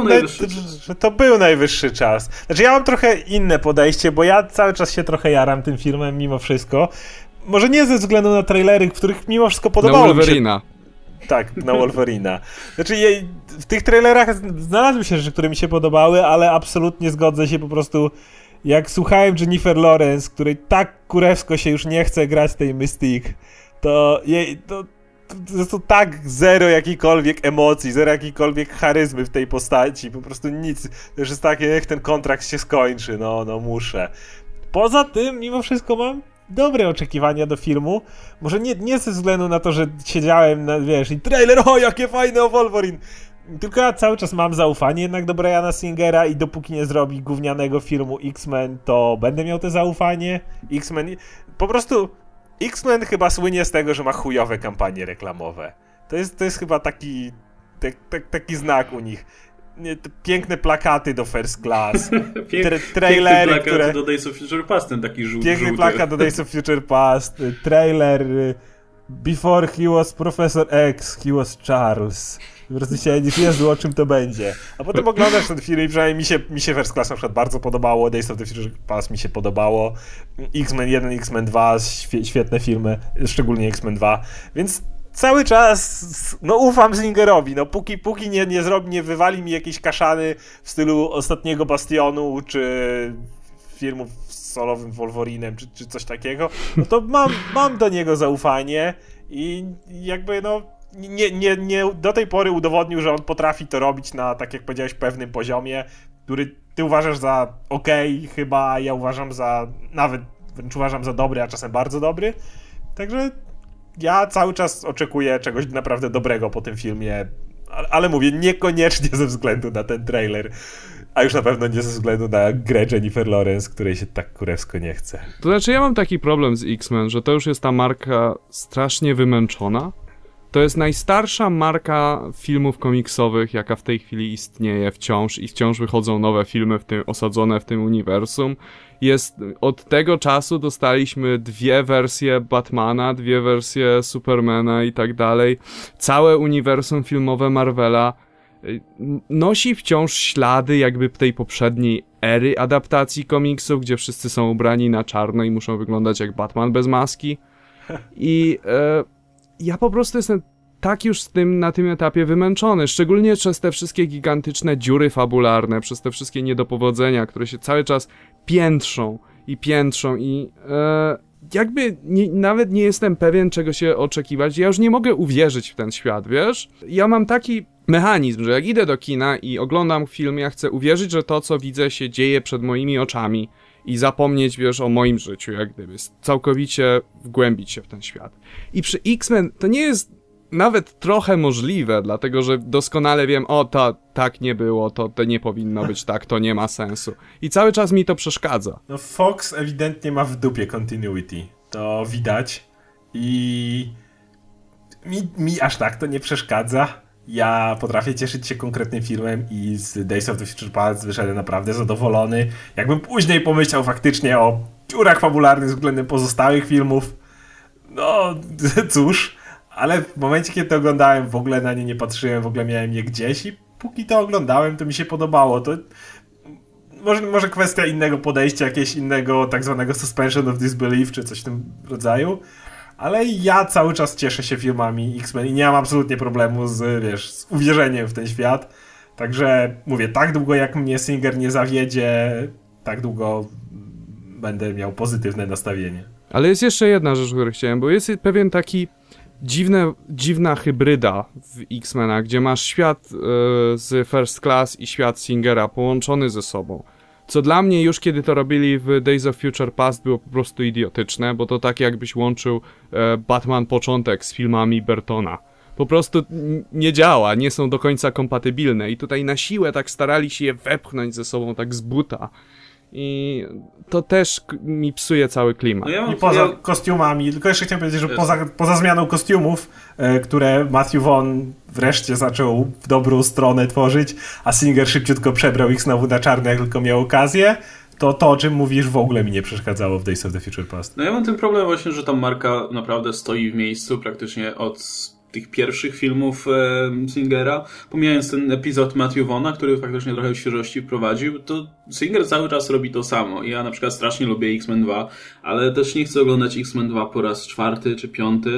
to był najwyższy czas. Znaczy ja mam trochę inne podejście, bo ja cały czas się trochę jaram tym filmem mimo wszystko. Może nie ze względu na trailery, w których mimo wszystko podobało mi się... Tak, na Wolverina. Znaczy, w tych trailerach znalazły się rzeczy, które mi się podobały, ale absolutnie zgodzę się po prostu, jak słuchałem Jennifer Lawrence, której tak kurewsko się już nie chce grać tej Mystique, to jest to tak zero jakiejkolwiek emocji, zero jakiejkolwiek charyzmy w tej postaci, po prostu nic. To już jest takie, jak ten kontrakt się skończy, no muszę. Poza tym, mimo wszystko mam dobre oczekiwania do filmu. Może nie ze względu na to, że siedziałem i trailer, jakie fajne o Wolverine. Tylko ja cały czas mam zaufanie jednak do Briana Singera i dopóki nie zrobi gównianego filmu X-Men, to będę miał to zaufanie. Po prostu X-Men chyba słynie z tego, że ma chujowe kampanie reklamowe. To jest chyba taki znak u nich. Te piękne plakaty do First Class, trailery, plakat które... do Days of Future Past, ten taki żółty. Piękny plakat do Days of Future Past, trailer Before he was Professor X, he was Charles. Po prostu się Jezu, o czym to będzie. A potem oglądasz ten film i przynajmniej mi się First Class na przykład bardzo podobało, Days of the Future Past mi się podobało, X-Men 1, X-Men 2, świetne filmy, szczególnie X-Men 2, więc cały czas ufam Singerowi, póki nie wywali mi jakiejś kaszany w stylu Ostatniego Bastionu, czy filmów z solowym Wolverinem, czy coś takiego, no to mam do niego zaufanie i jakby nie do tej pory udowodnił, że on potrafi to robić na, tak jak powiedziałeś, pewnym poziomie, który ty uważasz za okej, chyba ja uważam za, nawet wręcz uważam za dobry, a czasem bardzo dobry, także ja cały czas oczekuję czegoś naprawdę dobrego po tym filmie, ale mówię, niekoniecznie ze względu na ten trailer, a już na pewno nie ze względu na grę Jennifer Lawrence, której się tak kurewsko nie chce. To znaczy, ja mam taki problem z X-Men, że to już jest ta marka strasznie wymęczona. To jest najstarsza marka filmów komiksowych, jaka w tej chwili istnieje wciąż i wciąż wychodzą nowe filmy osadzone w tym uniwersum. Od tego czasu dostaliśmy 2 wersje Batmana, 2 wersje Supermana i tak dalej. Całe uniwersum filmowe Marvela nosi wciąż ślady jakby tej poprzedniej ery adaptacji komiksów, gdzie wszyscy są ubrani na czarno i muszą wyglądać jak Batman bez maski. I ja po prostu jestem tak już na tym etapie wymęczony, szczególnie przez te wszystkie gigantyczne dziury fabularne, przez te wszystkie niedopowodzenia, które się cały czas piętrzą i jakby nawet nie jestem pewien, czego się oczekiwać. Ja już nie mogę uwierzyć w ten świat, wiesz? Ja mam taki mechanizm, że jak idę do kina i oglądam film, ja chcę uwierzyć, że to, co widzę, się dzieje przed moimi oczami i zapomnieć, wiesz, o moim życiu, jak gdyby całkowicie wgłębić się w ten świat. I przy X-Men to nie jest nawet trochę możliwe, dlatego że doskonale wiem, to tak nie było, to nie powinno być tak, to nie ma sensu. I cały czas mi to przeszkadza. No Fox ewidentnie ma w dupie continuity. To widać. I mi aż tak to nie przeszkadza. Ja potrafię cieszyć się konkretnym filmem i z Days of the Future Past wyszedłem naprawdę zadowolony. Jakbym później pomyślał faktycznie o dziurach fabularnych względem pozostałych filmów, no cóż, ale w momencie, kiedy to oglądałem, w ogóle na nie nie patrzyłem, w ogóle miałem je gdzieś i póki to oglądałem, to mi się podobało. To może kwestia innego podejścia, jakiegoś innego tak zwanego suspension of disbelief, czy coś w tym rodzaju. Ale ja cały czas cieszę się filmami X-Men i nie mam absolutnie problemu z uwierzeniem w ten świat. Także mówię, tak długo jak mnie Singer nie zawiedzie, tak długo będę miał pozytywne nastawienie. Ale jest jeszcze jedna rzecz, o której chciałem, bo jest pewien taki dziwna hybryda w X-Menach, gdzie masz świat z First Class i świat Singera połączony ze sobą. Co dla mnie już kiedy to robili w Days of Future Past było po prostu idiotyczne, bo to tak jakbyś łączył Batman początek z filmami Burtona. Po prostu nie działa, nie są do końca kompatybilne i tutaj na siłę tak starali się je wepchnąć ze sobą tak z buta. I to też mi psuje cały klimat. No I poza kostiumami, tylko jeszcze chciałem powiedzieć, że poza zmianą kostiumów, które Matthew Vaughn wreszcie zaczął w dobrą stronę tworzyć, a Singer szybciutko przebrał ich znowu na czarne, jak tylko miał okazję, to o czym mówisz, w ogóle mi nie przeszkadzało w Days of the Future Past. No ja mam ten problem właśnie, że ta marka naprawdę stoi w miejscu praktycznie od tych pierwszych filmów Singera, pomijając ten epizod Matthew Vaughna, który faktycznie trochę świeżości wprowadził, to Singer cały czas robi to samo. Ja na przykład strasznie lubię X-Men 2, ale też nie chcę oglądać X-Men 2 po raz 4. czy 5.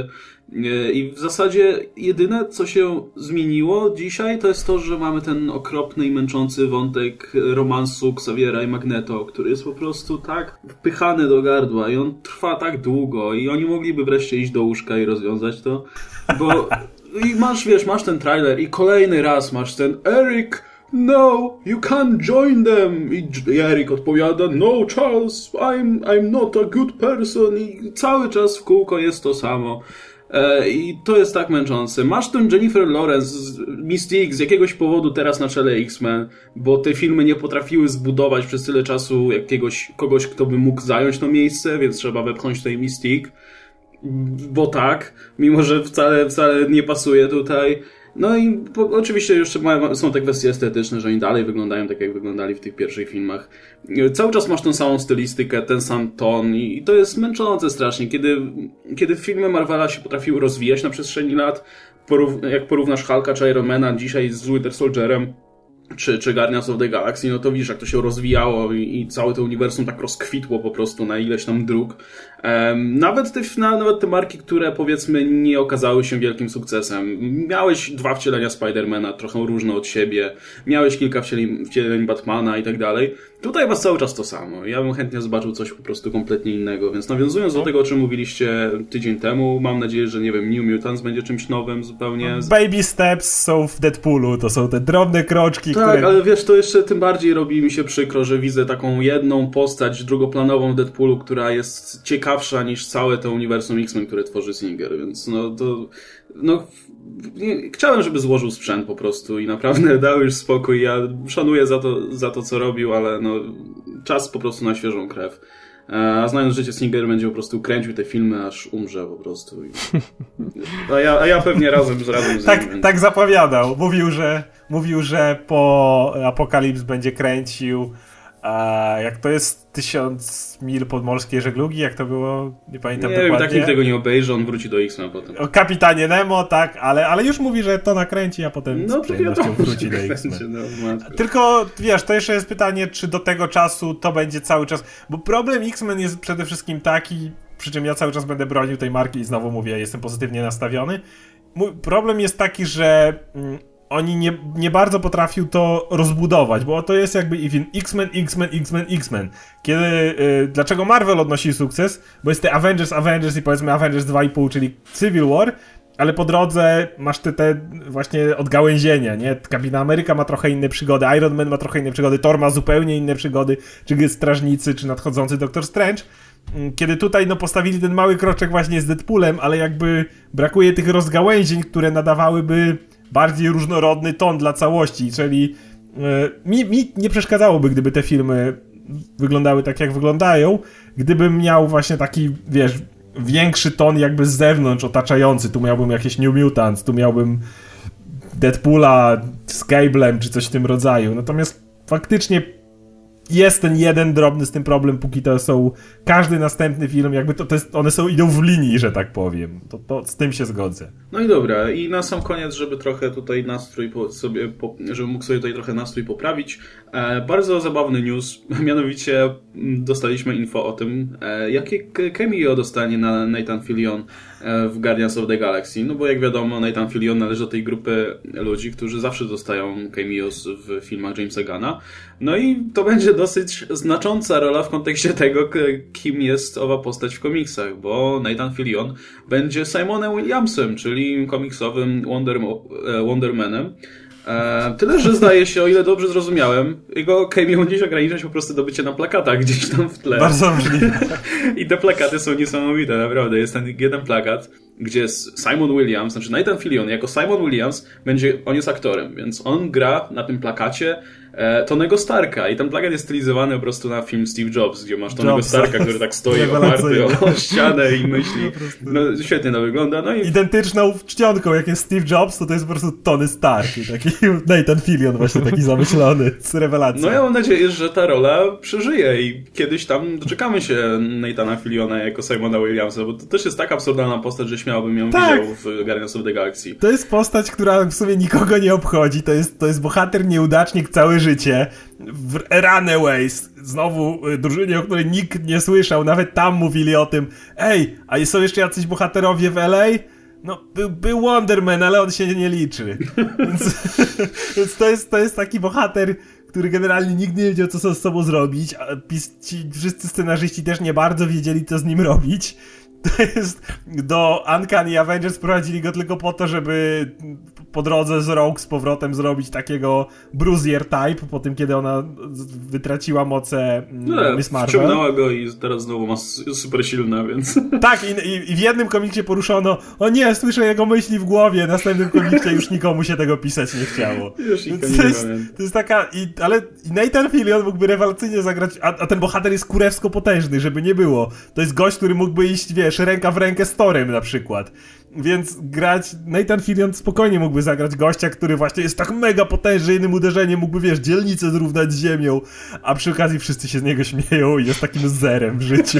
I w zasadzie jedyne, co się zmieniło dzisiaj, to jest to, że mamy ten okropny i męczący wątek romansu Xaviera i Magneto, który jest po prostu tak wpychany do gardła i on trwa tak długo i oni mogliby wreszcie iść do łóżka i rozwiązać to, bo i masz ten trailer i kolejny raz masz ten Eric, no, you can't join them. I Eric odpowiada, no Charles, I'm not a good person. I cały czas w kółko jest to samo. I to jest tak męczące. Masz tę Jennifer Lawrence, Mystique, z jakiegoś powodu teraz na czele X-Men, bo te filmy nie potrafiły zbudować przez tyle czasu kogoś, kto by mógł zająć to miejsce, więc trzeba wepchnąć tej Mystique. Bo tak, mimo że wcale nie pasuje tutaj. No i oczywiście jeszcze są te kwestie estetyczne, że oni dalej wyglądają tak, jak wyglądali w tych pierwszych filmach. Cały czas masz tą samą stylistykę, ten sam ton i to jest męczące strasznie. Kiedy filmy Marvela się potrafiły rozwijać na przestrzeni lat, jak porównasz Hulka czy Ironmana dzisiaj z Winter Soldierem, czy Guardians of the Galaxy, no to widzisz, jak to się rozwijało i całe to uniwersum tak rozkwitło po prostu na ileś tam dróg. Nawet te marki, które powiedzmy nie okazały się wielkim sukcesem. Miałeś 2 wcielenia Spidermana, trochę różne od siebie. Miałeś kilka wcieleń Batmana i tak dalej. Tutaj masz cały czas to samo. Ja bym chętnie zobaczył coś po prostu kompletnie innego. Więc nawiązując do tego, o czym mówiliście tydzień temu, mam nadzieję, że nie wiem, New Mutants będzie czymś nowym zupełnie. Baby steps są w Deadpoolu. To są te drobne kroczki, tak, które... ale wiesz, to jeszcze tym bardziej robi mi się przykro, że widzę taką jedną postać drugoplanową w Deadpoolu, która jest ciekawsza niż całe to uniwersum X-Men, które tworzy Singer, więc chciałem, żeby złożył sprzęt po prostu i naprawdę dał już spokój. Ja szanuję za to, co robił, ale czas po prostu na świeżą krew. A znając życie, Singer będzie po prostu kręcił te filmy, aż umrze po prostu. A ja pewnie razem z nim. Tak zapowiadał. Mówił, że po Apokalips będzie kręcił jak to jest 1000 mil podmorskiej żeglugi, jak to było? Nie pamiętam dokładnie. Nie wiem, tak nikt tego nie obejrzy, on wróci do X-Men potem. O Kapitanie Nemo, tak, ale już mówi, że to nakręci, a potem z przyjemnością wróci do X-Men. Tylko, wiesz, to jeszcze jest pytanie, czy do tego czasu to będzie cały czas, bo problem X-Men jest przede wszystkim taki, przy czym ja cały czas będę bronił tej marki i znowu mówię, jestem pozytywnie nastawiony. Mój problem jest taki, że oni nie bardzo potrafią to rozbudować, bo to jest jakby X-Men. Dlaczego Marvel odnosi sukces? Bo jest te Avengers i powiedzmy Avengers 2,5, czyli Civil War, ale po drodze masz te właśnie odgałęzienia, nie? Kapitan Ameryka ma trochę inne przygody, Iron Man ma trochę inne przygody, Thor ma zupełnie inne przygody, czy Strażnicy, czy nadchodzący Doctor Strange. Kiedy tutaj postawili ten mały kroczek właśnie z Deadpoolem, ale jakby brakuje tych rozgałęzień, które nadawałyby bardziej różnorodny ton dla całości, czyli mi nie przeszkadzałoby, gdyby te filmy wyglądały tak, jak wyglądają, gdybym miał właśnie taki, wiesz, większy ton jakby z zewnątrz otaczający, tu miałbym jakieś New Mutants, tu miałbym Deadpoola z Cablem, czy coś w tym rodzaju, natomiast faktycznie jest ten jeden drobny z tym problem, póki to są każdy następny film, jakby one idą w linii, że tak powiem. To z tym się zgodzę. No i dobra, i na sam koniec, żeby trochę tutaj nastrój żeby mógł sobie tutaj trochę nastrój poprawić. Bardzo zabawny news, mianowicie dostaliśmy info o tym, jakie cameo dostanie Nathan Fillion w Guardians of the Galaxy. No bo jak wiadomo, Nathan Fillion należy do tej grupy ludzi, którzy zawsze dostają cameos w filmach Jamesa Gunna. No i to będzie dosyć znacząca rola w kontekście tego, kim jest owa postać w komiksach, bo Nathan Fillion będzie Simonem Williamsem, czyli komiksowym Wondermanem. Tyle, że zdaje się, o ile dobrze zrozumiałem, jego cameo gdzieś ogranicza się po prostu do bycia na plakatach gdzieś tam w tle. Bardzo możliwe. I te plakaty są niesamowite, naprawdę. Jest ten jeden plakat, gdzie jest Simon Williams, znaczy Nathan Fillion jako Simon Williams, on jest aktorem, więc on gra na tym plakacie Tonego Starka i ten plakat jest stylizowany po prostu na film Steve Jobs, gdzie masz Tonego Starka, który tak stoi oparty o ścianę i myśli. No, świetnie to wygląda. No i... Identyczną czcionką, jak jest Steve Jobs, to jest po prostu Tony Stark i taki Nathan Fillion właśnie taki zamyślony z rewelacją. No ja mam nadzieję, że ta rola przeżyje i kiedyś tam doczekamy się Nathana Filliona jako Simona Williamsa, bo to też jest tak absurdalna postać, że śmiałbym ją widział w Guardians of the Galaxy. To jest postać, która w sumie nikogo nie obchodzi. To jest bohater nieudacznik całe życie. W Runaways, znowu drużynie, o której nikt nie słyszał, nawet tam mówili o tym. Ej, a są jeszcze jacyś bohaterowie w LA? No, był Wonder Man, ale on się nie liczy. Więc to jest taki bohater, który generalnie nigdy nie wiedział, co z sobą zrobić, a ci wszyscy scenarzyści też nie bardzo wiedzieli, co z nim robić. To jest... Do Uncanny Avengers prowadzili go tylko po to, żeby po drodze z Rogue z powrotem zrobić takiego Bruiser type, po tym, kiedy ona wytraciła moce Miss Marvel. Wciągnęła go i teraz znowu ma super silna, więc... Tak, i w jednym komiksie poruszono, o nie, słyszę jego myśli w głowie, w następnym komiksie już nikomu się tego pisać nie chciało. Już nikomu nie to jest taka... Ale Nathan Fillion mógłby rewelacyjnie zagrać, a ten bohater jest kurewsko potężny, żeby nie było. To jest gość, który mógłby iść, wiesz, ręka w rękę z Thorem na przykład. Więc Nathan Fillion spokojnie mógłby zagrać gościa, który właśnie jest tak mega potężny, jednym uderzeniem mógłby, wiesz, dzielnicę zrównać z ziemią, a przy okazji wszyscy się z niego śmieją i jest takim zerem w życiu.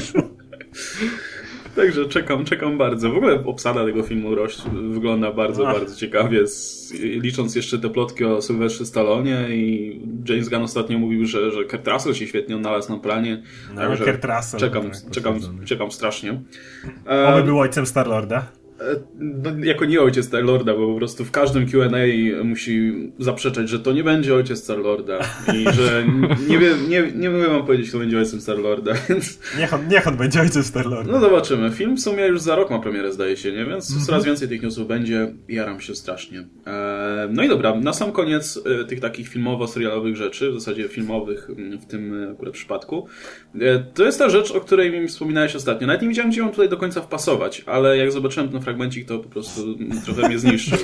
Także czekam bardzo. W ogóle obsada tego filmu wygląda bardzo ciekawie, licząc jeszcze te plotki o Sylwestrze Stallonie i James Gunn ostatnio mówił, że Kurt Russell się świetnie odnalazł na planie. No, Kurt Russell. Czekam strasznie. Oby był ojcem Star-Lorda. No, jako nie ojciec Star-Lorda, bo po prostu w każdym Q&A musi zaprzeczać, że to nie będzie ojciec Star-Lorda i że nie mogę wam powiedzieć, kto będzie ojcem Star-Lorda, więc... Niech on będzie ojcem Star-Lorda. No zobaczymy. Film w sumie już za rok ma premierę, zdaje się, nie? Więc coraz więcej tych newsów będzie. Jaram się strasznie. No i dobra, na sam koniec tych takich filmowo-serialowych rzeczy, w zasadzie filmowych w tym akurat przypadku, to jest ta rzecz, o której mi wspominałeś ostatnio. Nawet nie wiedziałem, gdzie mam tutaj do końca wpasować, ale jak zobaczyłem ten fragmencik, to po prostu trochę mnie zniszczył.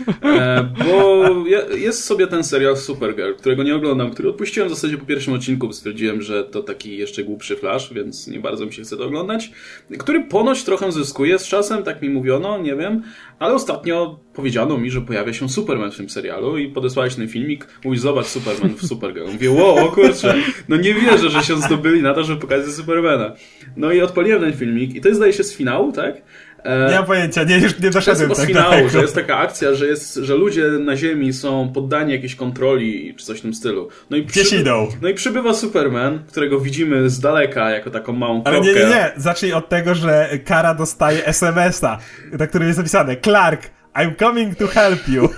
Bo jest sobie ten serial Supergirl, którego nie oglądam, który odpuściłem w zasadzie po pierwszym odcinku, bo stwierdziłem, że to taki jeszcze głupszy Flash, więc nie bardzo mi się chce to oglądać, który ponoć trochę zyskuje z czasem, tak mi mówiono, nie wiem, ale ostatnio powiedziano mi, że pojawia się Superman w tym serialu i podesłałeś ten filmik, mówisz, zobacz Superman w Supergirl. Mówię, o kurczę, no nie wierzę, że się zdobyli na to, żeby pokazać Supermana. No i odpaliłem ten filmik i to jest, zdaje się, z finału, tak? Nie mam pojęcia, już nie doszedłem tak finału, że jest taka akcja, że ludzie na Ziemi są poddani jakiejś kontroli czy coś w tym stylu. No i przybywa Superman, którego widzimy z daleka jako taką małą kropkę. Ale nie, zacznij od tego, że Kara dostaje SMS-a, na którym jest napisane: Clark, I'm coming to help you.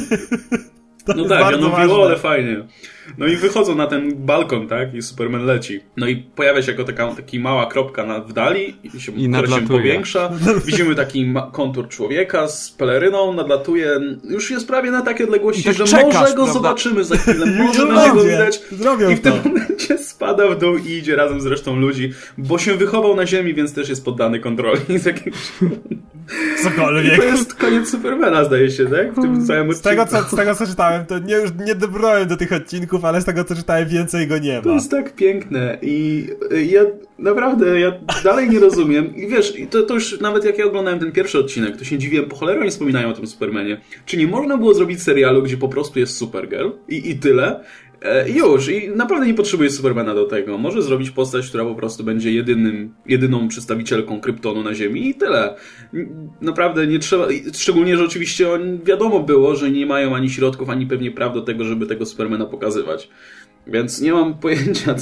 No tak, ja mówię, ale fajnie. No i wychodzą na ten balkon, tak? I Superman leci. No i pojawia się jako taka mała kropka w dali, która się powiększa. Widzimy taki kontur człowieka z peleryną, nadlatuje. Już jest prawie na takiej odległości, tak że czekasz, może go zobaczymy za chwilę, może będzie go widać. I w tym momencie spada w dół i idzie razem z resztą ludzi, bo się wychował na ziemi, więc też jest poddany kontroli. Cokolwiek. I to jest koniec Supermana, zdaje się, tak? W tym całym odcinku. Z tego co czytałem, to już nie dobrałem do tych odcinków, ale z tego co czytałem, więcej go nie ma. To jest tak piękne i ja dalej nie rozumiem. I wiesz, to już nawet jak ja oglądałem ten pierwszy odcinek, to się dziwiłem, po cholerę nie wspominają o tym Supermanie. Czy nie można było zrobić serialu, gdzie po prostu jest Supergirl i tyle? I naprawdę nie potrzebuje Supermana do tego. Może zrobić postać, która po prostu będzie jedyną przedstawicielką Kryptonu na Ziemi i tyle. Naprawdę nie trzeba, szczególnie, że oczywiście wiadomo było, że nie mają ani środków, ani pewnie praw do tego, żeby tego Supermana pokazywać. Więc nie mam pojęcia,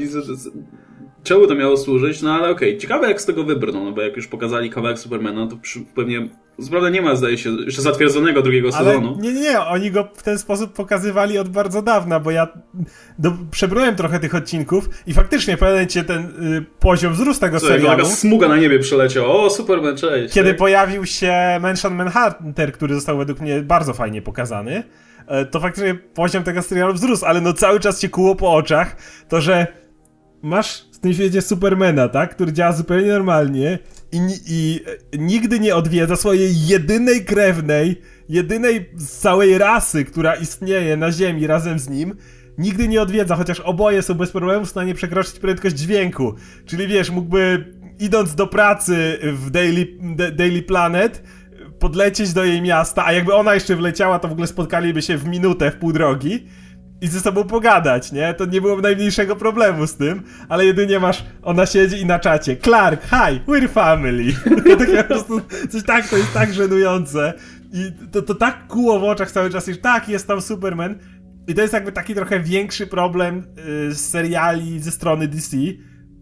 czemu to miało służyć, no ale okej. Ciekawe jak z tego wybrną, no bo jak już pokazali kawałek Supermana, to pewnie... Prawda nie ma, zdaje się, jeszcze zatwierdzonego drugiego sezonu. Nie, oni go w ten sposób pokazywali od bardzo dawna, bo ja przebrnąłem trochę tych odcinków i faktycznie pamiętajcie ten poziom wzrósł tego serialu. Taka smuga na niebie przeleciał, o Superman, cześć. Kiedy pojawił się Mansion Manhunter, który został według mnie bardzo fajnie pokazany, to faktycznie poziom tego serialu wzrósł, ale no cały czas cię kuło po oczach, to że masz w tym świecie Supermana, tak, który działa zupełnie normalnie i nigdy nie odwiedza swojej jedynej krewnej, jedynej z całej rasy, która istnieje na Ziemi razem z nim, nigdy nie odwiedza, chociaż oboje są bez problemu w stanie przekroczyć prędkość dźwięku. Czyli wiesz, mógłby idąc do pracy w Daily Planet podlecieć do jej miasta, a jakby ona jeszcze wleciała, to w ogóle spotkaliby się w minutę, w pół drogi i ze sobą pogadać, nie? To nie byłoby najmniejszego problemu z tym, ale jedynie ona siedzi i na czacie: Clark, hi, we're family. Tak po prostu to jest tak żenujące i to tak kuło w oczach cały czas, że tak, jest tam Superman i to jest jakby taki trochę większy problem z seriali ze strony DC,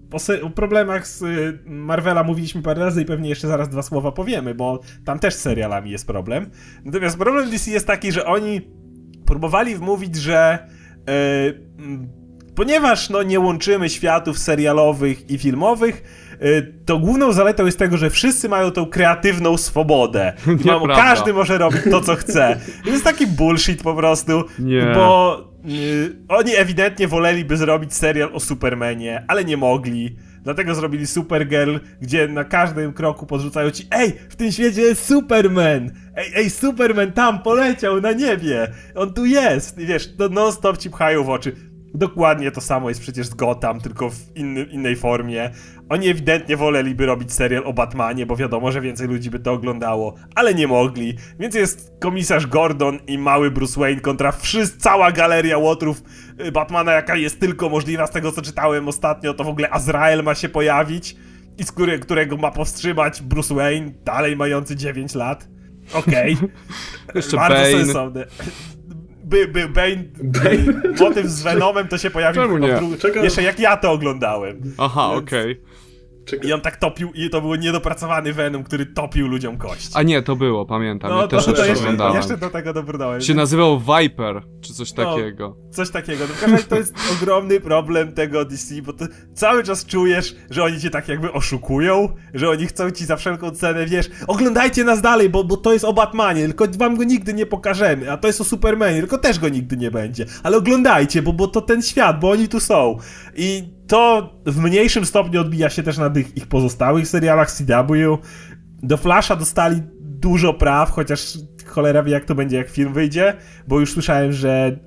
o problemach z Marvela mówiliśmy parę razy i pewnie jeszcze zaraz 2 słowa powiemy, bo tam też z serialami jest problem. Natomiast problem DC jest taki, że oni próbowali wmówić, że ponieważ nie łączymy światów serialowych i filmowych, to główną zaletą jest tego, że wszyscy mają tą kreatywną swobodę. Każdy może robić to, co chce. To jest taki bullshit po prostu, bo oni ewidentnie woleliby zrobić serial o Supermanie, ale nie mogli. Dlatego zrobili Supergirl, gdzie na każdym kroku podrzucają ci: ej, w tym świecie jest Superman! Ej, Superman tam poleciał na niebie! On tu jest! I wiesz, non-stop ci pchają w oczy. Dokładnie to samo jest przecież z Gotham, tylko w innej formie. Oni ewidentnie woleliby robić serial o Batmanie, bo wiadomo, że więcej ludzi by to oglądało, ale nie mogli. Więc jest komisarz Gordon i mały Bruce Wayne kontra cała galeria łotrów Batmana, jaka jest tylko możliwa. Z tego, co czytałem ostatnio, to w ogóle Azrael ma się pojawić i którego ma powstrzymać Bruce Wayne, dalej mający 9 lat. Okej. Jeszcze bardzo Bane. sensowne. Bane. Motyw z Venomem to się pojawił jeszcze jak ja to oglądałem. Aha, okej. I on tak topił, i to był niedopracowany Venom, który topił ludziom kość. A nie, to było, pamiętam. No ja też to oglądałem. jeszcze do tego dobrnąłem. Się nazywał Viper, czy coś takiego. Coś takiego. W każdym razie to jest ogromny problem tego DC, bo to cały czas czujesz, że oni cię tak jakby oszukują, że oni chcą ci za wszelką cenę, wiesz, oglądajcie nas dalej, bo to jest o Batmanie, tylko wam go nigdy nie pokażemy, a to jest o Supermanie, tylko też go nigdy nie będzie. Ale oglądajcie, bo to ten świat, bo oni tu są. I to w mniejszym stopniu odbija się też na tych ich pozostałych serialach CW. Do Flasha dostali dużo praw, chociaż cholera wie jak to będzie, jak film wyjdzie, bo już słyszałem, że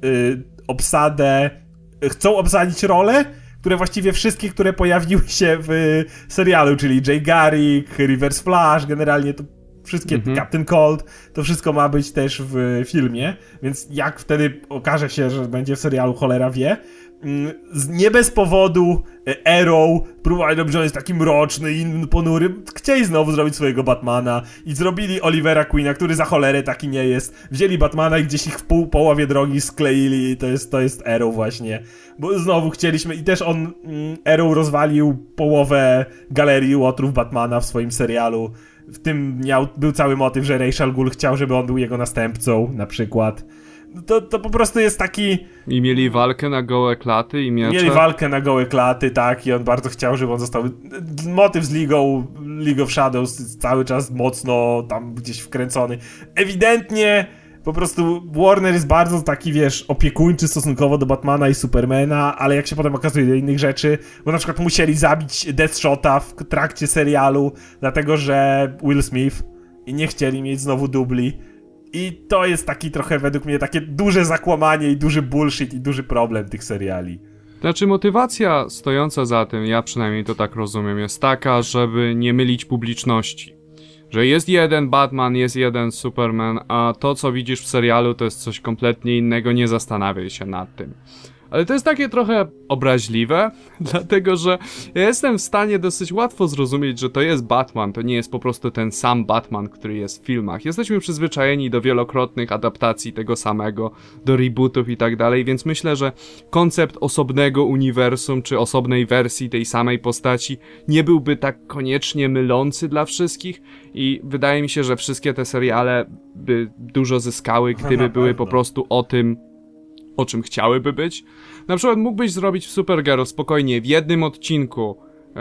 chcą obsadzić role, które właściwie wszystkie, które pojawiły się w serialu, czyli Jay Garrick, Reverse Flash, generalnie to wszystkie, Captain Cold, to wszystko ma być też w filmie, więc jak wtedy okaże się, że będzie w serialu, cholera wie. Nie bez powodu Arrow próbowali robić, że on jest taki mroczny i ponury. Chcieli znowu zrobić swojego Batmana i zrobili Olivera Queena, który za cholerę taki nie jest. Wzięli Batmana i gdzieś ich w połowie drogi skleili i to jest Arrow właśnie. Bo znowu chcieliśmy i też Arrow rozwalił połowę galerii łotrów Batmana w swoim serialu. W tym był cały motyw, że Ra's al Ghul chciał, żeby on był jego następcą na przykład. To po prostu jest taki... I mieli walkę na gołe klaty i miecze. Mieli walkę na gołe klaty, tak, i on bardzo chciał, żeby on został... Motyw z League of Shadows jest cały czas mocno tam gdzieś wkręcony. Ewidentnie po prostu Warner jest bardzo taki, wiesz, opiekuńczy stosunkowo do Batmana i Supermana, ale jak się potem okazuje do innych rzeczy, bo na przykład musieli zabić Deathshota w trakcie serialu, dlatego że Will Smith i nie chcieli mieć znowu dubli. I to jest taki trochę według mnie takie duże zakłamanie i duży bullshit i duży problem tych seriali. Znaczy motywacja stojąca za tym, ja przynajmniej to tak rozumiem, jest taka, żeby nie mylić publiczności. Że jest jeden Batman, jest jeden Superman, a to co widzisz w serialu to jest coś kompletnie innego, nie zastanawiaj się nad tym. Ale to jest takie trochę obraźliwe, dlatego że ja jestem w stanie dosyć łatwo zrozumieć, że to jest Batman, to nie jest po prostu ten sam Batman, który jest w filmach. Jesteśmy przyzwyczajeni do wielokrotnych adaptacji tego samego, do rebootów i tak dalej, więc myślę, że koncept osobnego uniwersum, czy osobnej wersji tej samej postaci nie byłby tak koniecznie mylący dla wszystkich i wydaje mi się, że wszystkie te seriale by dużo zyskały, gdyby były po prostu o tym, o czym chciałyby być. Na przykład mógłbyś zrobić w Supergirl spokojnie w jednym odcinku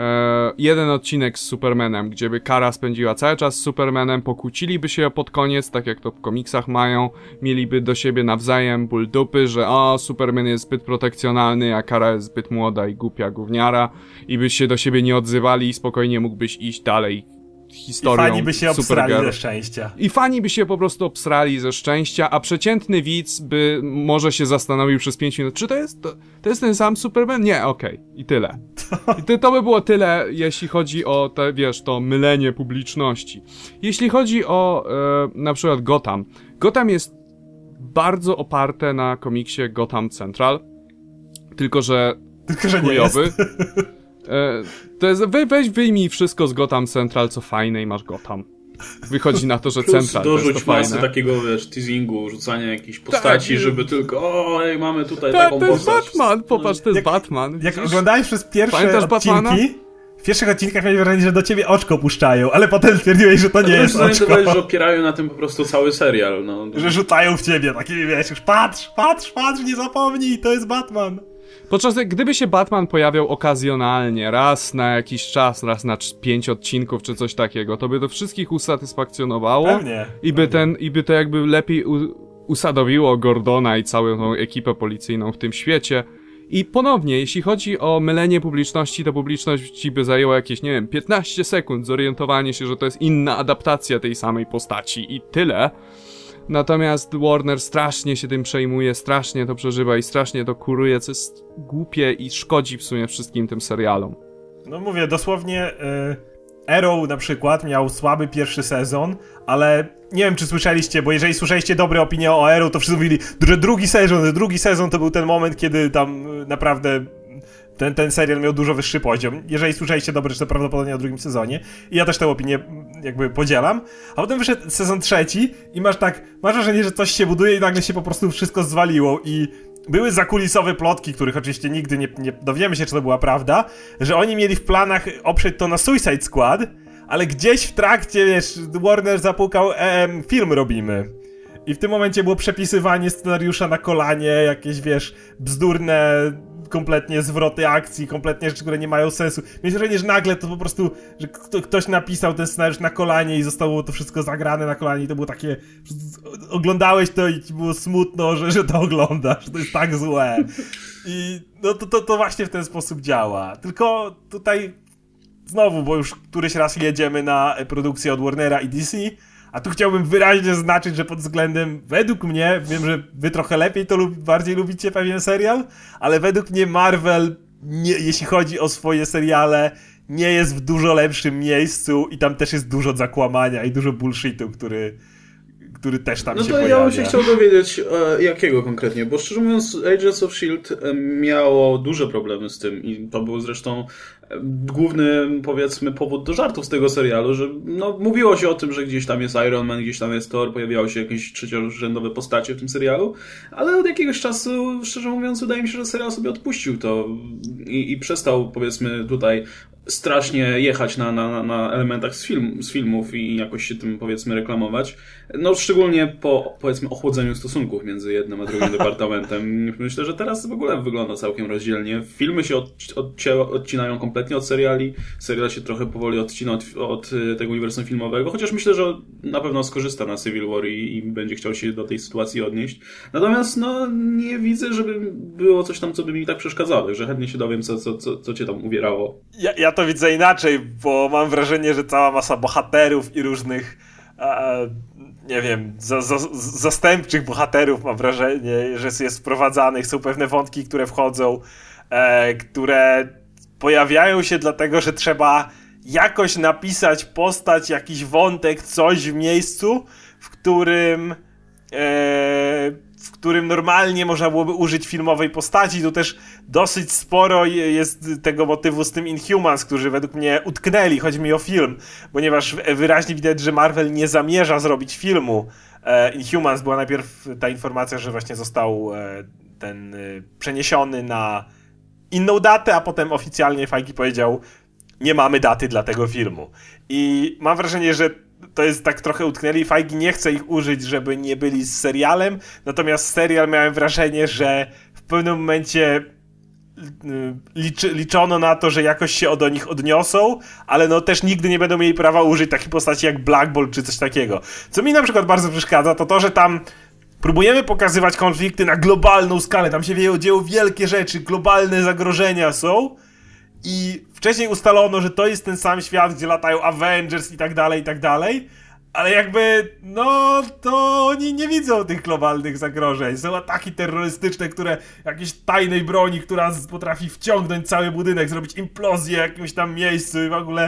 jeden odcinek z Supermanem, gdzie by Kara spędziła cały czas z Supermanem, pokłóciliby się pod koniec, tak jak to w komiksach mają, mieliby do siebie nawzajem ból dupy, że Superman jest zbyt protekcjonalny, a Kara jest zbyt młoda i głupia gówniara i by się do siebie nie odzywali i spokojnie mógłbyś iść dalej historią. I fani by się obsrali ze szczęścia. I fani by się po prostu obsrali ze szczęścia, a przeciętny widz by może się zastanowił przez 5 minut, czy to jest ten sam Superman? Nie, okej. I tyle. I to by było tyle, jeśli chodzi o te, wiesz, to mylenie publiczności. Jeśli chodzi o na przykład Gotham. Gotham jest bardzo oparte na komiksie Gotham Central. Tylko, że nie jest. To jest, wyjmij wszystko z Gotham Central, co fajne i masz Gotham. wychodzi na to, że Plus Central to jest dorzuć to masę fajne. takiego, wiesz, teasingu, rzucania jakichś postaci, żeby tylko mamy tutaj taką to jest postać. Batman, popatrz, to jest Batman. Jak oglądałeś przez pierwsze Pamiętasz odcinki, Batmana? w pierwszych odcinkach miałeś wrażenie, że do ciebie oczko puszczają, ale potem stwierdziłeś, że to nie jest oczko. Że opierają na tym po prostu cały serial. No. Że rzucają w ciebie takimi, wiesz, już patrz, nie zapomnij, to jest Batman. Podczas gdyby się Batman pojawiał okazjonalnie, raz na jakiś czas, raz na 5 odcinków czy coś takiego, to by to wszystkich usatysfakcjonowało. Pewnie. I by to jakby lepiej usadowiło Gordona i całą tą ekipę policyjną w tym świecie. I ponownie, jeśli chodzi o mylenie publiczności, to publiczność by zajęła jakieś, nie wiem, 15 sekund zorientowanie się, że to jest inna adaptacja tej samej postaci i tyle. Natomiast Warner strasznie się tym przejmuje, strasznie to przeżywa i strasznie to kuruje, co jest głupie i szkodzi w sumie wszystkim tym serialom. No mówię, dosłownie Arrow na przykład miał słaby pierwszy sezon, ale nie wiem, czy słyszeliście, bo jeżeli słyszeliście dobre opinie o Arrow, to wszyscy mówili, że drugi sezon to był ten moment, kiedy tam naprawdę ten serial miał dużo wyższy poziom. Jeżeli słyszeliście dobre, to prawdopodobnie o drugim sezonie. I ja też tę opinię jakby podzielam. A potem wyszedł sezon trzeci i masz wrażenie, że coś się buduje i nagle się po prostu wszystko zwaliło i były zakulisowe plotki, których oczywiście nigdy nie dowiemy się, czy to była prawda, że oni mieli w planach oprzeć to na Suicide Squad, ale gdzieś w trakcie, wiesz, Warner zapukał, film robimy. I w tym momencie było przepisywanie scenariusza na kolanie, jakieś, wiesz, bzdurne kompletnie zwroty akcji, kompletnie rzeczy, które nie mają sensu. Mieć wrażenie, że nagle to po prostu, że ktoś napisał ten scenariusz na kolanie i zostało to wszystko zagrane na kolanie i to było takie, oglądałeś to i ci było smutno, że to oglądasz, że to jest tak złe. I no to właśnie w ten sposób działa. Tylko tutaj znowu, bo już któryś raz jedziemy na produkcję od Warnera i DC, a tu chciałbym wyraźnie zaznaczyć, że pod względem, według mnie, wiem, że wy trochę lepiej to bardziej lubicie pewien serial, ale według mnie Marvel, jeśli chodzi o swoje seriale, nie jest w dużo lepszym miejscu i tam też jest dużo zakłamania i dużo bullshitu, który też tam się pojawia. No to ja bym się chciał dowiedzieć, jakiego konkretnie, bo szczerze mówiąc Agents of S.H.I.E.L.D. miało duże problemy z tym i to był zresztą główny, powiedzmy, powód do żartów z tego serialu, że no, mówiło się o tym, że gdzieś tam jest Iron Man, gdzieś tam jest Thor, pojawiały się jakieś trzeciorzędowe postacie w tym serialu, ale od jakiegoś czasu, szczerze mówiąc, wydaje mi się, że serial sobie odpuścił to i przestał, powiedzmy, tutaj strasznie jechać na elementach z filmów i jakoś się tym, powiedzmy, reklamować. No szczególnie po, powiedzmy, ochłodzeniu stosunków między jednym a drugim departamentem. Myślę, że teraz w ogóle wygląda całkiem rozdzielnie. Filmy się odcinają kompletnie od seriali. Serial się trochę powoli odcina od tego uniwersum filmowego, chociaż myślę, że na pewno skorzysta na Civil War i będzie chciał się do tej sytuacji odnieść. Natomiast no nie widzę, żeby było coś tam, co by mi tak przeszkadzało, że chętnie się dowiem, co cię tam uwierało. Ja to widzę inaczej, bo mam wrażenie, że cała masa bohaterów i różnych nie wiem, zastępczych bohaterów, mam wrażenie, że jest wprowadzanych, są pewne wątki, które wchodzą, które pojawiają się dlatego, że trzeba jakoś napisać postać, jakiś wątek, coś w miejscu, w którym normalnie można byłoby użyć filmowej postaci. Tu też dosyć sporo jest tego motywu z tym Inhumans, którzy według mnie utknęli, chodzi mi o film, ponieważ wyraźnie widać, że Marvel nie zamierza zrobić filmu. Inhumans była najpierw ta informacja, że właśnie został ten przeniesiony na inną datę, a potem oficjalnie Feige powiedział, nie mamy daty dla tego filmu. I mam wrażenie, że to jest tak trochę utknęli. Feige nie chce ich użyć, żeby nie byli z serialem, natomiast serial, miałem wrażenie, że w pewnym momencie liczono na to, że jakoś się do nich odniosą, ale no też nigdy nie będą mieli prawa użyć takiej postaci jak Black Bolt czy coś takiego. Co mi na przykład bardzo przeszkadza, to że tam próbujemy pokazywać konflikty na globalną skalę, tam się dzieją wielkie rzeczy, globalne zagrożenia są i wcześniej ustalono, że to jest ten sam świat, gdzie latają Avengers i tak dalej, ale jakby, no, to oni nie widzą tych globalnych zagrożeń. Są ataki terrorystyczne, jakiejś tajnej broni, która potrafi wciągnąć cały budynek, zrobić implozję w jakimś tam miejscu i w ogóle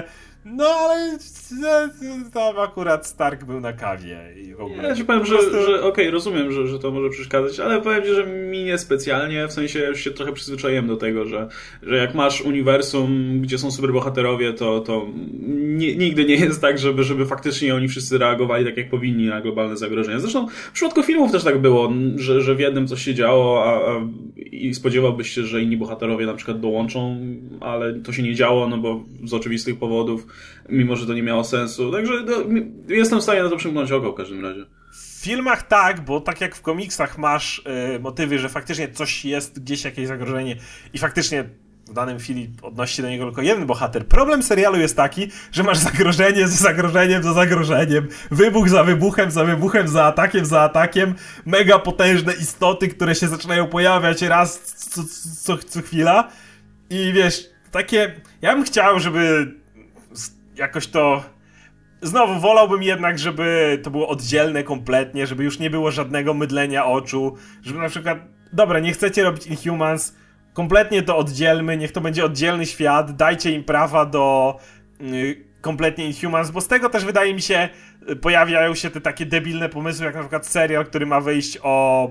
No ale tam akurat Stark był na kawie i w ogóle. Ja ci powiem, że okej, rozumiem, że to może przeszkadzać, ale powiem ci, że mi nie specjalnie, w sensie już się trochę przyzwyczaiłem do tego, że jak masz uniwersum, gdzie są superbohaterowie, to nigdy nie jest tak, żeby faktycznie oni wszyscy reagowali tak, jak powinni na globalne zagrożenia. Zresztą w przypadku filmów też tak było, że w jednym coś się działo i spodziewałbyś się, że inni bohaterowie na przykład dołączą, ale to się nie działo, no bo z oczywistych powodów, mimo że to nie miało sensu. Także jestem w stanie na to przymknąć oko w każdym razie. W filmach tak, bo tak jak w komiksach masz motywy, że faktycznie coś jest, gdzieś jakieś zagrożenie i faktycznie w danym chwili odnosi się do niego tylko jeden bohater. Problem serialu jest taki, że masz zagrożenie za zagrożeniem za zagrożeniem, wybuch za wybuchem, za atakiem, mega potężne istoty, które się zaczynają pojawiać raz co chwila i wiesz, takie... Ja bym chciał, żeby jakoś to... Znowu, wolałbym jednak, żeby to było oddzielne kompletnie, żeby już nie było żadnego mydlenia oczu, żeby na przykład, dobra, nie chcecie robić Inhumans, kompletnie to oddzielmy, niech to będzie oddzielny świat, dajcie im prawa do kompletnie Inhumans, bo z tego też wydaje mi się, pojawiają się te takie debilne pomysły, jak na przykład serial, który ma wyjść o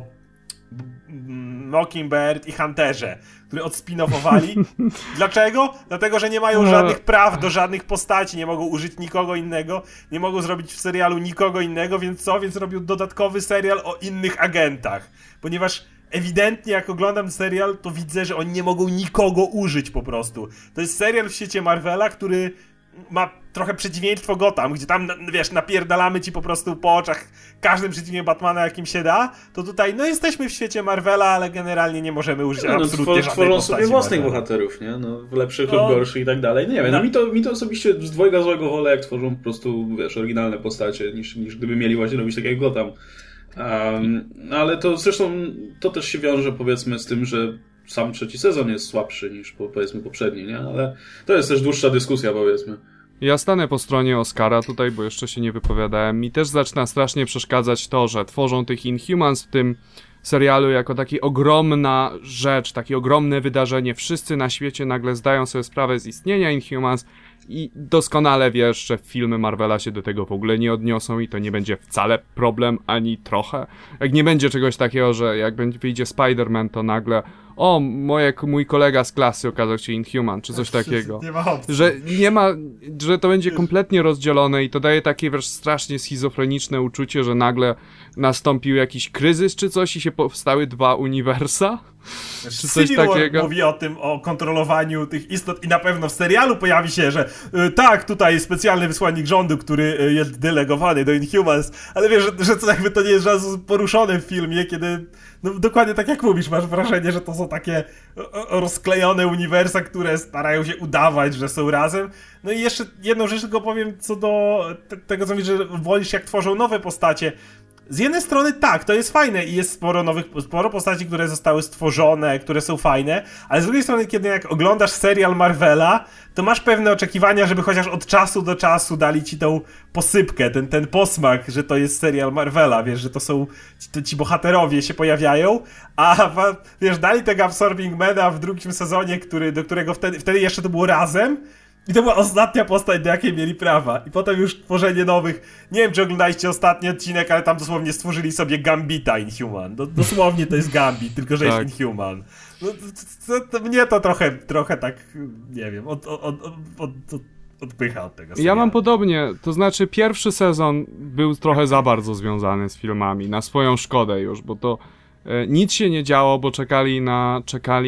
Mockingbird i Hunterze, który odspin-offowali. Dlaczego? Dlatego, że nie mają żadnych praw do żadnych postaci, nie mogą użyć nikogo innego, nie mogą zrobić w serialu nikogo innego, więc co? Więc robią dodatkowy serial o innych agentach. Ponieważ ewidentnie jak oglądam serial, to widzę, że oni nie mogą nikogo użyć po prostu. To jest serial w świecie Marvela, który ma trochę przeciwieństwo Gotham, gdzie tam, wiesz, napierdalamy ci po prostu po oczach każdym przeciwnikiem Batmana, jakim się da, to tutaj, no jesteśmy w świecie Marvela, ale generalnie nie możemy użyć absolutnie żadnej tworzą postaci sobie własnych Marvela. bohaterów, nie? No, w lepszych lub gorszych i tak dalej. No nie wiem, mi to osobiście z dwojga złego wolę, jak tworzą po prostu, wiesz, oryginalne postacie, niż gdyby mieli właśnie robić tak jak Gotham. Ale to zresztą, to też się wiąże, powiedzmy, z tym, że sam trzeci sezon jest słabszy niż, powiedzmy, poprzedni, nie? Ale to jest też dłuższa dyskusja, powiedzmy. Ja stanę po stronie Oscara tutaj, bo jeszcze się nie wypowiadałem. Mi też zaczyna strasznie przeszkadzać to, że tworzą tych Inhumans w tym serialu jako taka ogromna rzecz, takie ogromne wydarzenie. Wszyscy na świecie nagle zdają sobie sprawę z istnienia Inhumans i doskonale wiesz, że filmy Marvela się do tego w ogóle nie odniosą i to nie będzie wcale problem, ani trochę. Jak nie będzie czegoś takiego, że jak wyjdzie Spider-Man, to nagle mój kolega z klasy okazał się Inhuman, czy coś takiego. Nie ma opcji. Że to będzie kompletnie rozdzielone i to daje takie wiesz, strasznie schizofreniczne uczucie, że nagle nastąpił jakiś kryzys czy coś i się powstały dwa uniwersa. Czy coś Civil War takiego. mówi o tym, o kontrolowaniu tych istot i na pewno w serialu pojawi się, że tak, tutaj specjalny wysłannik rządu, który jest delegowany do Inhumans, ale wiesz, że to jakby to nie jest razu poruszone w filmie, kiedy no dokładnie tak jak mówisz, masz wrażenie, że to są takie rozklejone uniwersa, które starają się udawać, że są razem. No i jeszcze jedną rzecz tylko powiem co do tego, co mówisz, że wolisz jak tworzą nowe postacie. Z jednej strony tak, to jest fajne i jest sporo postaci, które zostały stworzone, które są fajne, ale z drugiej strony, kiedy jak oglądasz serial Marvela, to masz pewne oczekiwania, żeby chociaż od czasu do czasu dali ci tą posypkę, ten posmak, że to jest serial Marvela, wiesz, że to są ci bohaterowie się pojawiają, a wiesz, dali tego Absorbing Mana w drugim sezonie, do którego wtedy jeszcze to było razem. I to była ostatnia postać, do jakiej mieli prawa. I potem już tworzenie nowych... Nie wiem, czy oglądaliście ostatni odcinek, ale tam dosłownie stworzyli sobie Gambita Inhuman. Dosłownie to jest Gambit, tylko że tak. jest Inhuman. No, to mnie to trochę tak, nie wiem, odpycha od tego serialu. Ja mam podobnie, to znaczy pierwszy sezon był trochę za bardzo związany z filmami, na swoją szkodę już, bo to nic się nie działo, bo czekali na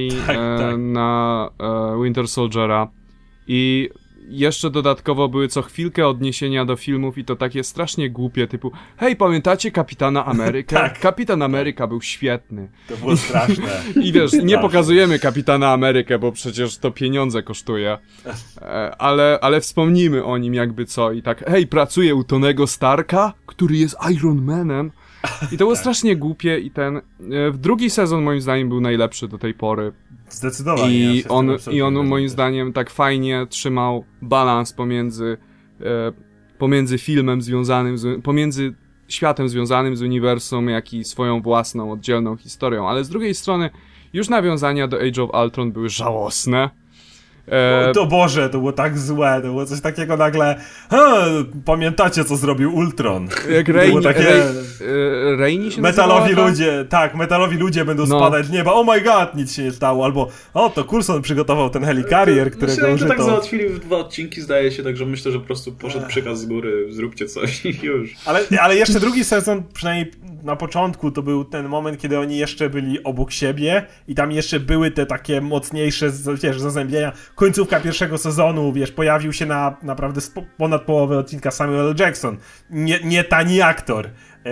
Winter Soldiera. I jeszcze dodatkowo były co chwilkę odniesienia do filmów i to takie strasznie głupie, typu hej, pamiętacie Kapitana Amerykę? Tak. Kapitan Ameryka był świetny. To było straszne. I wiesz, nie pokazujemy Kapitana Amerykę, bo przecież to pieniądze kosztuje. Ale wspomnijmy o nim jakby co i tak, hej, pracuje u Tonego Starka, który jest Iron Manem. I to było strasznie głupie i drugi sezon moim zdaniem był najlepszy do tej pory. Zdecydowanie. I on moim zdaniem tak fajnie trzymał balans pomiędzy filmem związanym, pomiędzy światem związanym z uniwersum, jak i swoją własną, oddzielną historią. Ale z drugiej strony już nawiązania do Age of Ultron były żałosne. To Boże, to było tak złe, to było coś takiego nagle, pamiętacie co zrobił Ultron? Jak Raimi się metalowi ludzie, tak, metalowi ludzie będą spadać z nieba, oh my god, nic się nie stało, albo to Coulson przygotował ten helicarrier, którego użyto. To tak załatwili w 2 odcinki, zdaje się, także myślę, że po prostu poszedł przykaz z góry, zróbcie coś i już. Ale jeszcze drugi sezon, przynajmniej na początku, to był ten moment, kiedy oni jeszcze byli obok siebie i tam jeszcze były te takie mocniejsze, wiesz, zazębienia. Końcówka pierwszego sezonu, wiesz, pojawił się na naprawdę ponad połowę odcinka Samuel L. Jackson. Nie tani aktor.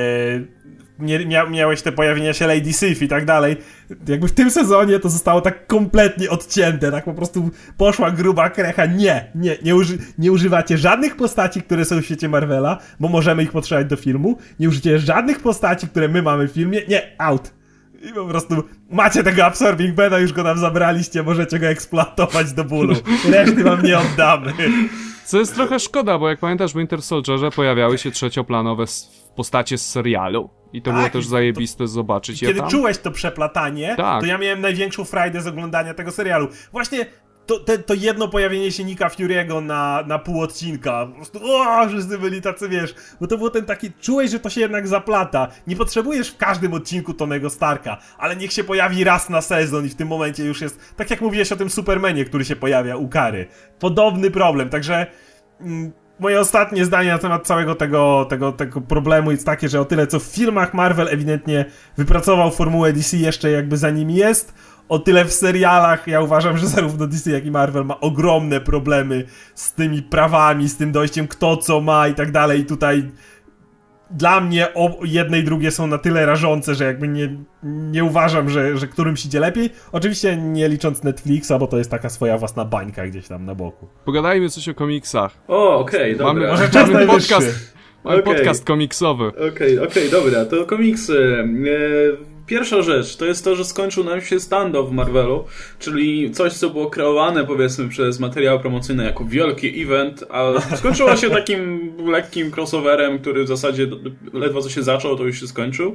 Miałeś te pojawienia się Lady Sif i tak dalej. Jakby w tym sezonie to zostało tak kompletnie odcięte, tak po prostu poszła gruba krecha. Nie używacie żadnych postaci, które są w świecie Marvela, bo możemy ich potrzebować do filmu. Nie użycie żadnych postaci, które my mamy w filmie. Nie, out. I po prostu macie tego Absorbing Beda, już go nam zabraliście, możecie go eksploatować do bólu. Reszty wam nie oddamy. Co jest trochę szkoda, bo jak pamiętasz w Winter Soldierze pojawiały się trzecioplanowe postacie z serialu. I to było też zajebiste zobaczyć je tam. Kiedy czułeś to przeplatanie, to ja miałem największą frajdę z oglądania tego serialu. Właśnie to jedno pojawienie się Nicka Fury'ego na pół odcinka. Po prostu wszyscy byli tacy, wiesz, bo to był ten taki, czułeś, że to się jednak zaplata. Nie potrzebujesz w każdym odcinku Tonego Starka, ale niech się pojawi raz na sezon i w tym momencie już jest, tak jak mówiłeś o tym Supermanie, który się pojawia u Kary. Podobny problem, także moje ostatnie zdanie na temat całego tego problemu jest takie, że o tyle co w filmach Marvel ewidentnie wypracował formułę DC jeszcze jakby za nim jest, o tyle w serialach ja uważam, że zarówno DC jak i Marvel ma ogromne problemy z tymi prawami, z tym dojściem kto co ma i tak dalej. I tutaj dla mnie jedne i drugie są na tyle rażące, że jakby nie uważam, że którymś idzie lepiej. Oczywiście nie licząc Netflixa, bo to jest taka swoja własna bańka gdzieś tam na boku. Pogadajmy coś o komiksach. Okej, dobra. Może czas najwyższy. Mamy podcast komiksowy. Okej, dobra, to komiksy. Pierwsza rzecz to jest to, że skończył nam się standoff w Marvelu, czyli coś, co było kreowane, powiedzmy, przez materiały promocyjne jako wielki event, a skończyło się takim lekkim crossoverem, który w zasadzie ledwo co się zaczął, to już się skończył.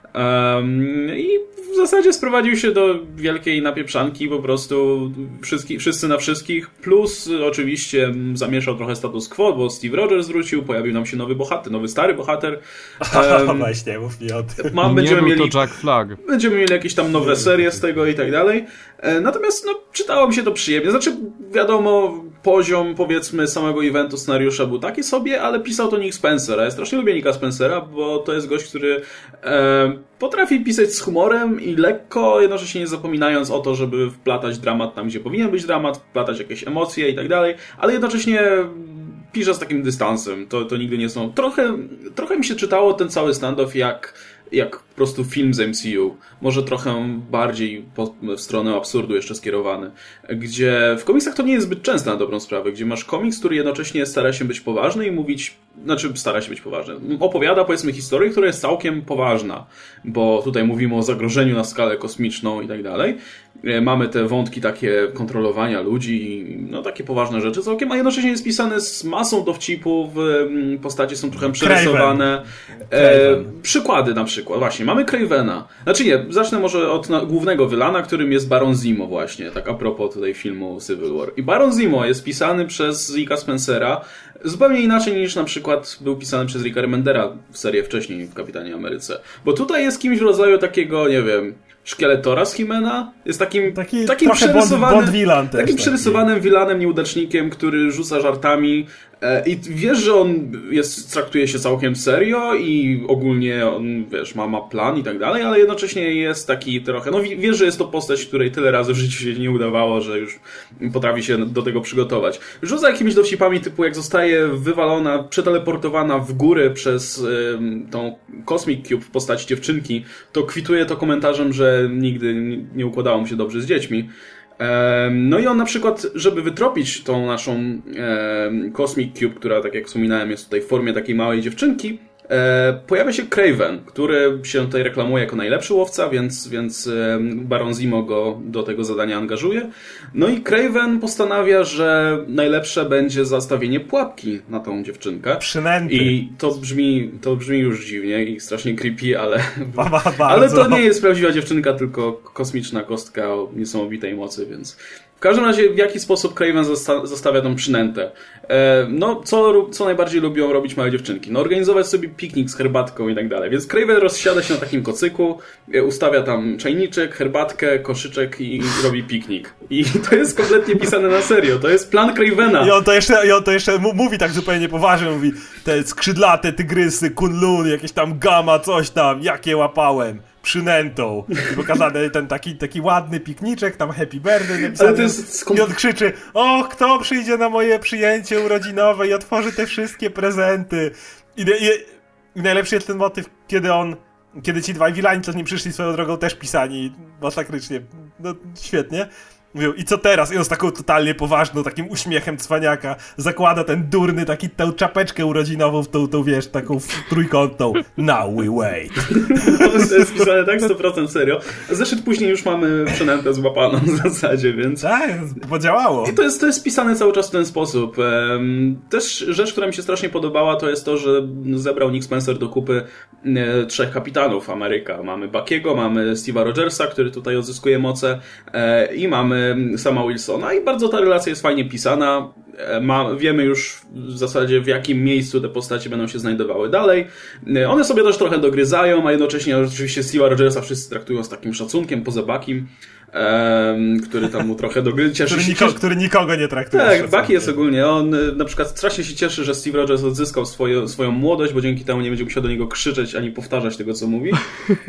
I w zasadzie sprowadził się do wielkiej napieprzanki, po prostu wszyscy na wszystkich, plus oczywiście zamieszał trochę status quo, bo Steve Rogers wrócił, pojawił nam się nowy stary bohater. Właśnie, mów mi o tym. Nie był to Jack Flag. Będziemy mieli jakieś tam nowe serie z tego i tak dalej. Natomiast czytało mi się to przyjemnie. Znaczy, wiadomo, poziom, powiedzmy, samego eventu scenariusza był taki sobie, ale pisał to Nick Spencer. Ja strasznie lubię Nicka Spencera, bo to jest gość, który potrafi pisać z humorem i lekko, jednocześnie nie zapominając o to, żeby wplatać dramat tam, gdzie powinien być dramat, wplatać jakieś emocje i tak dalej, ale jednocześnie pisze z takim dystansem. To nigdy nie są... Trochę mi się czytało ten cały standoff jak po prostu film z MCU. Może trochę bardziej w stronę absurdu jeszcze skierowany. Gdzie w komiksach to nie jest zbyt często na dobrą sprawę. Gdzie masz komiks, który jednocześnie stara się być poważny i mówić... stara się być poważny. Opowiada, powiedzmy, historię, która jest całkiem poważna. Bo tutaj mówimy o zagrożeniu na skalę kosmiczną i tak dalej. Mamy te wątki takie kontrolowania ludzi, takie poważne rzeczy całkiem, a jednocześnie jest pisane z masą dowcipów, postacie są trochę przerysowane. Przykłady na przykład, właśnie, mamy Cravena. Znaczy nie, zacznę może od głównego wylana, którym jest Baron Zemo właśnie, tak a propos tutaj filmu Civil War. I Baron Zemo jest pisany przez Nicka Spencera zupełnie inaczej niż na przykład był pisany przez Ricka Remendera w serii wcześniej w Kapitanie Ameryce. Bo tutaj jest kimś w rodzaju takiego, nie wiem, szkieletora z He-Mana. Jest takim przerysowanym, takim przerysowanym vilanem, nieudacznikiem, który rzuca żartami. I wiesz, że on traktuje się całkiem serio i ogólnie on, wiesz, ma plan i tak dalej, ale jednocześnie jest taki trochę, wiesz, że jest to postać, której tyle razy w życiu się nie udawało, że już potrafi się do tego przygotować. Rzuca jakimiś dowcipami typu, jak zostaje wywalona, przeteleportowana w górę przez tą Cosmic Cube w postaci dziewczynki, to kwituje to komentarzem, że nigdy nie układało mu się dobrze z dziećmi. No i on na przykład, żeby wytropić tą naszą Cosmic Cube, która, tak jak wspominałem, jest tutaj w formie takiej małej dziewczynki, pojawia się Kraven, który się tutaj reklamuje jako najlepszy łowca, więc Baron Zemo go do tego zadania angażuje. No i Kraven postanawia, że najlepsze będzie zastawienie pułapki na tą dziewczynkę. Przynęty. I to brzmi już dziwnie i strasznie creepy, ale to nie jest prawdziwa dziewczynka, tylko kosmiczna kostka o niesamowitej mocy, więc W każdym razie, w jaki sposób Craven zostawia tą przynętę? No, co najbardziej lubią robić małe dziewczynki? No, organizować sobie piknik z herbatką i tak dalej. Więc Craven rozsiada się na takim kocyku, ustawia tam czajniczek, herbatkę, koszyczek i robi piknik. I to jest kompletnie pisane na serio. To jest plan Cravena. I on to jeszcze mówi tak zupełnie poważnie. Mówi, te skrzydlate tygrysy, kunlun, jakieś tam gama, coś tam, jakie łapałem. Przynętą. I pokazany ten taki ładny pikniczek, tam happy birthday napisany. I on krzyczy, kto przyjdzie na moje przyjęcie urodzinowe i otworzy te wszystkie prezenty. I najlepszy jest ten motyw, kiedy ci dwaj wilani, co z nim przyszli swoją drogą, też pisani masakrycznie. No, świetnie. Mówią, i co teraz? I on z taką totalnie poważną, takim uśmiechem cwaniaka zakłada ten durny, tą czapeczkę urodzinową, tą wiesz, taką trójkątną. Now we wait. To jest pisane tak 100% serio. Zeszyt później już mamy przynętę złapaną w zasadzie, więc... Tak, podziałało. I to jest pisane cały czas w ten sposób. Też rzecz, która mi się strasznie podobała, to jest to, że zebrał Nick Spencer do kupy 3 kapitanów Ameryka. Mamy Buckiego, mamy Steve'a Rogersa, który tutaj odzyskuje moce i mamy Sama Wilsona i bardzo ta relacja jest fajnie pisana. Wiemy już w zasadzie, w jakim miejscu te postacie będą się znajdowały dalej. One sobie też trochę dogryzają, a jednocześnie oczywiście Steve'a Rogersa wszyscy traktują z takim szacunkiem, poza Buckiem, który tam mu trochę cieszy się. Który nikogo nie traktuje. Tak, Bucky jest ogólnie. On na przykład strasznie się cieszy, że Steve Rogers odzyskał swoją młodość, bo dzięki temu nie będzie musiał do niego krzyczeć ani powtarzać tego, co mówi.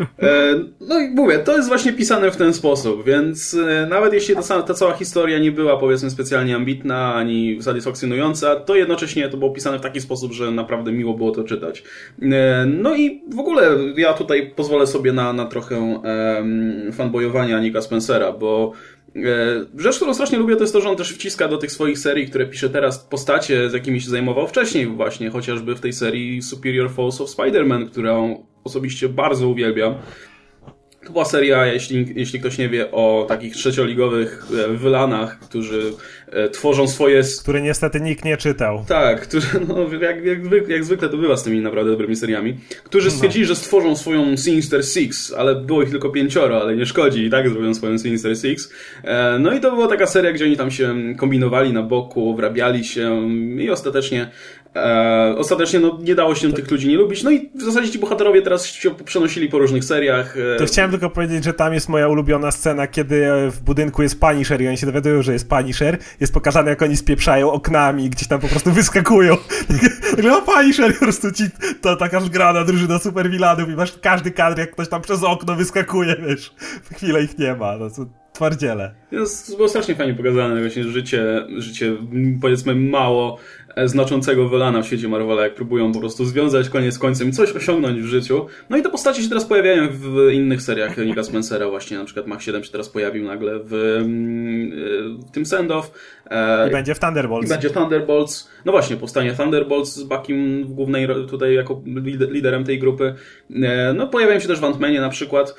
No i mówię, to jest właśnie pisane w ten sposób, więc nawet jeśli ta cała historia nie była, powiedzmy, specjalnie ambitna ani satysfakcjonująca, to jednocześnie to było pisane w taki sposób, że naprawdę miło było to czytać. No i w ogóle ja tutaj pozwolę sobie na trochę fanboyowania Nicka Spencera, bo rzecz, którą strasznie lubię, to jest to, że on też wciska do tych swoich serii, które pisze teraz, postacie, z jakimi się zajmował wcześniej właśnie, chociażby w tej serii Superior Foes of Spider-Man, którą osobiście bardzo uwielbiam. To była seria, jeśli ktoś nie wie, o takich trzecioligowych wylanach, którzy tworzą swoje... Które niestety nikt nie czytał. Tak, którzy, no, jak zwykle to bywa z tymi naprawdę dobrymi seriami, którzy stwierdzili, że stworzą swoją Sinister Six, ale było ich tylko 5, ale nie szkodzi, i tak zrobią swoją Sinister Six. No i to była taka seria, gdzie oni tam się kombinowali na boku, wrabiali się i ostatecznie no, nie dało się tych ludzi nie lubić. No i w zasadzie ci bohaterowie teraz się przenosili po różnych seriach. To chciałem tylko powiedzieć, że tam jest moja ulubiona scena, kiedy w budynku jest Punisher i oni się dowiadują, że jest Punisher. Jest pokazane, jak oni spieprzają oknami i gdzieś tam po prostu wyskakują. No Punisher, po prostu to taka zgrana drużyna superwilanów i masz każdy kadr, jak ktoś tam przez okno wyskakuje, wiesz. W chwilę ich nie ma. No to twardziele. To było strasznie fajnie pokazane właśnie życie powiedzmy mało znaczącego wylana w świecie Marvela, jak próbują po prostu związać koniec z końcem i coś osiągnąć w życiu. No i te postacie się teraz pojawiają w innych seriach Nicka Spencera właśnie, na przykład Mach 7 się teraz pojawił nagle w tym Send-Off. I będzie w Thunderbolts. I będzie Thunderbolts. No właśnie, powstanie Thunderbolts z Buckiem w głównej tutaj jako liderem tej grupy. No pojawiają się też w Ant-Manie na przykład.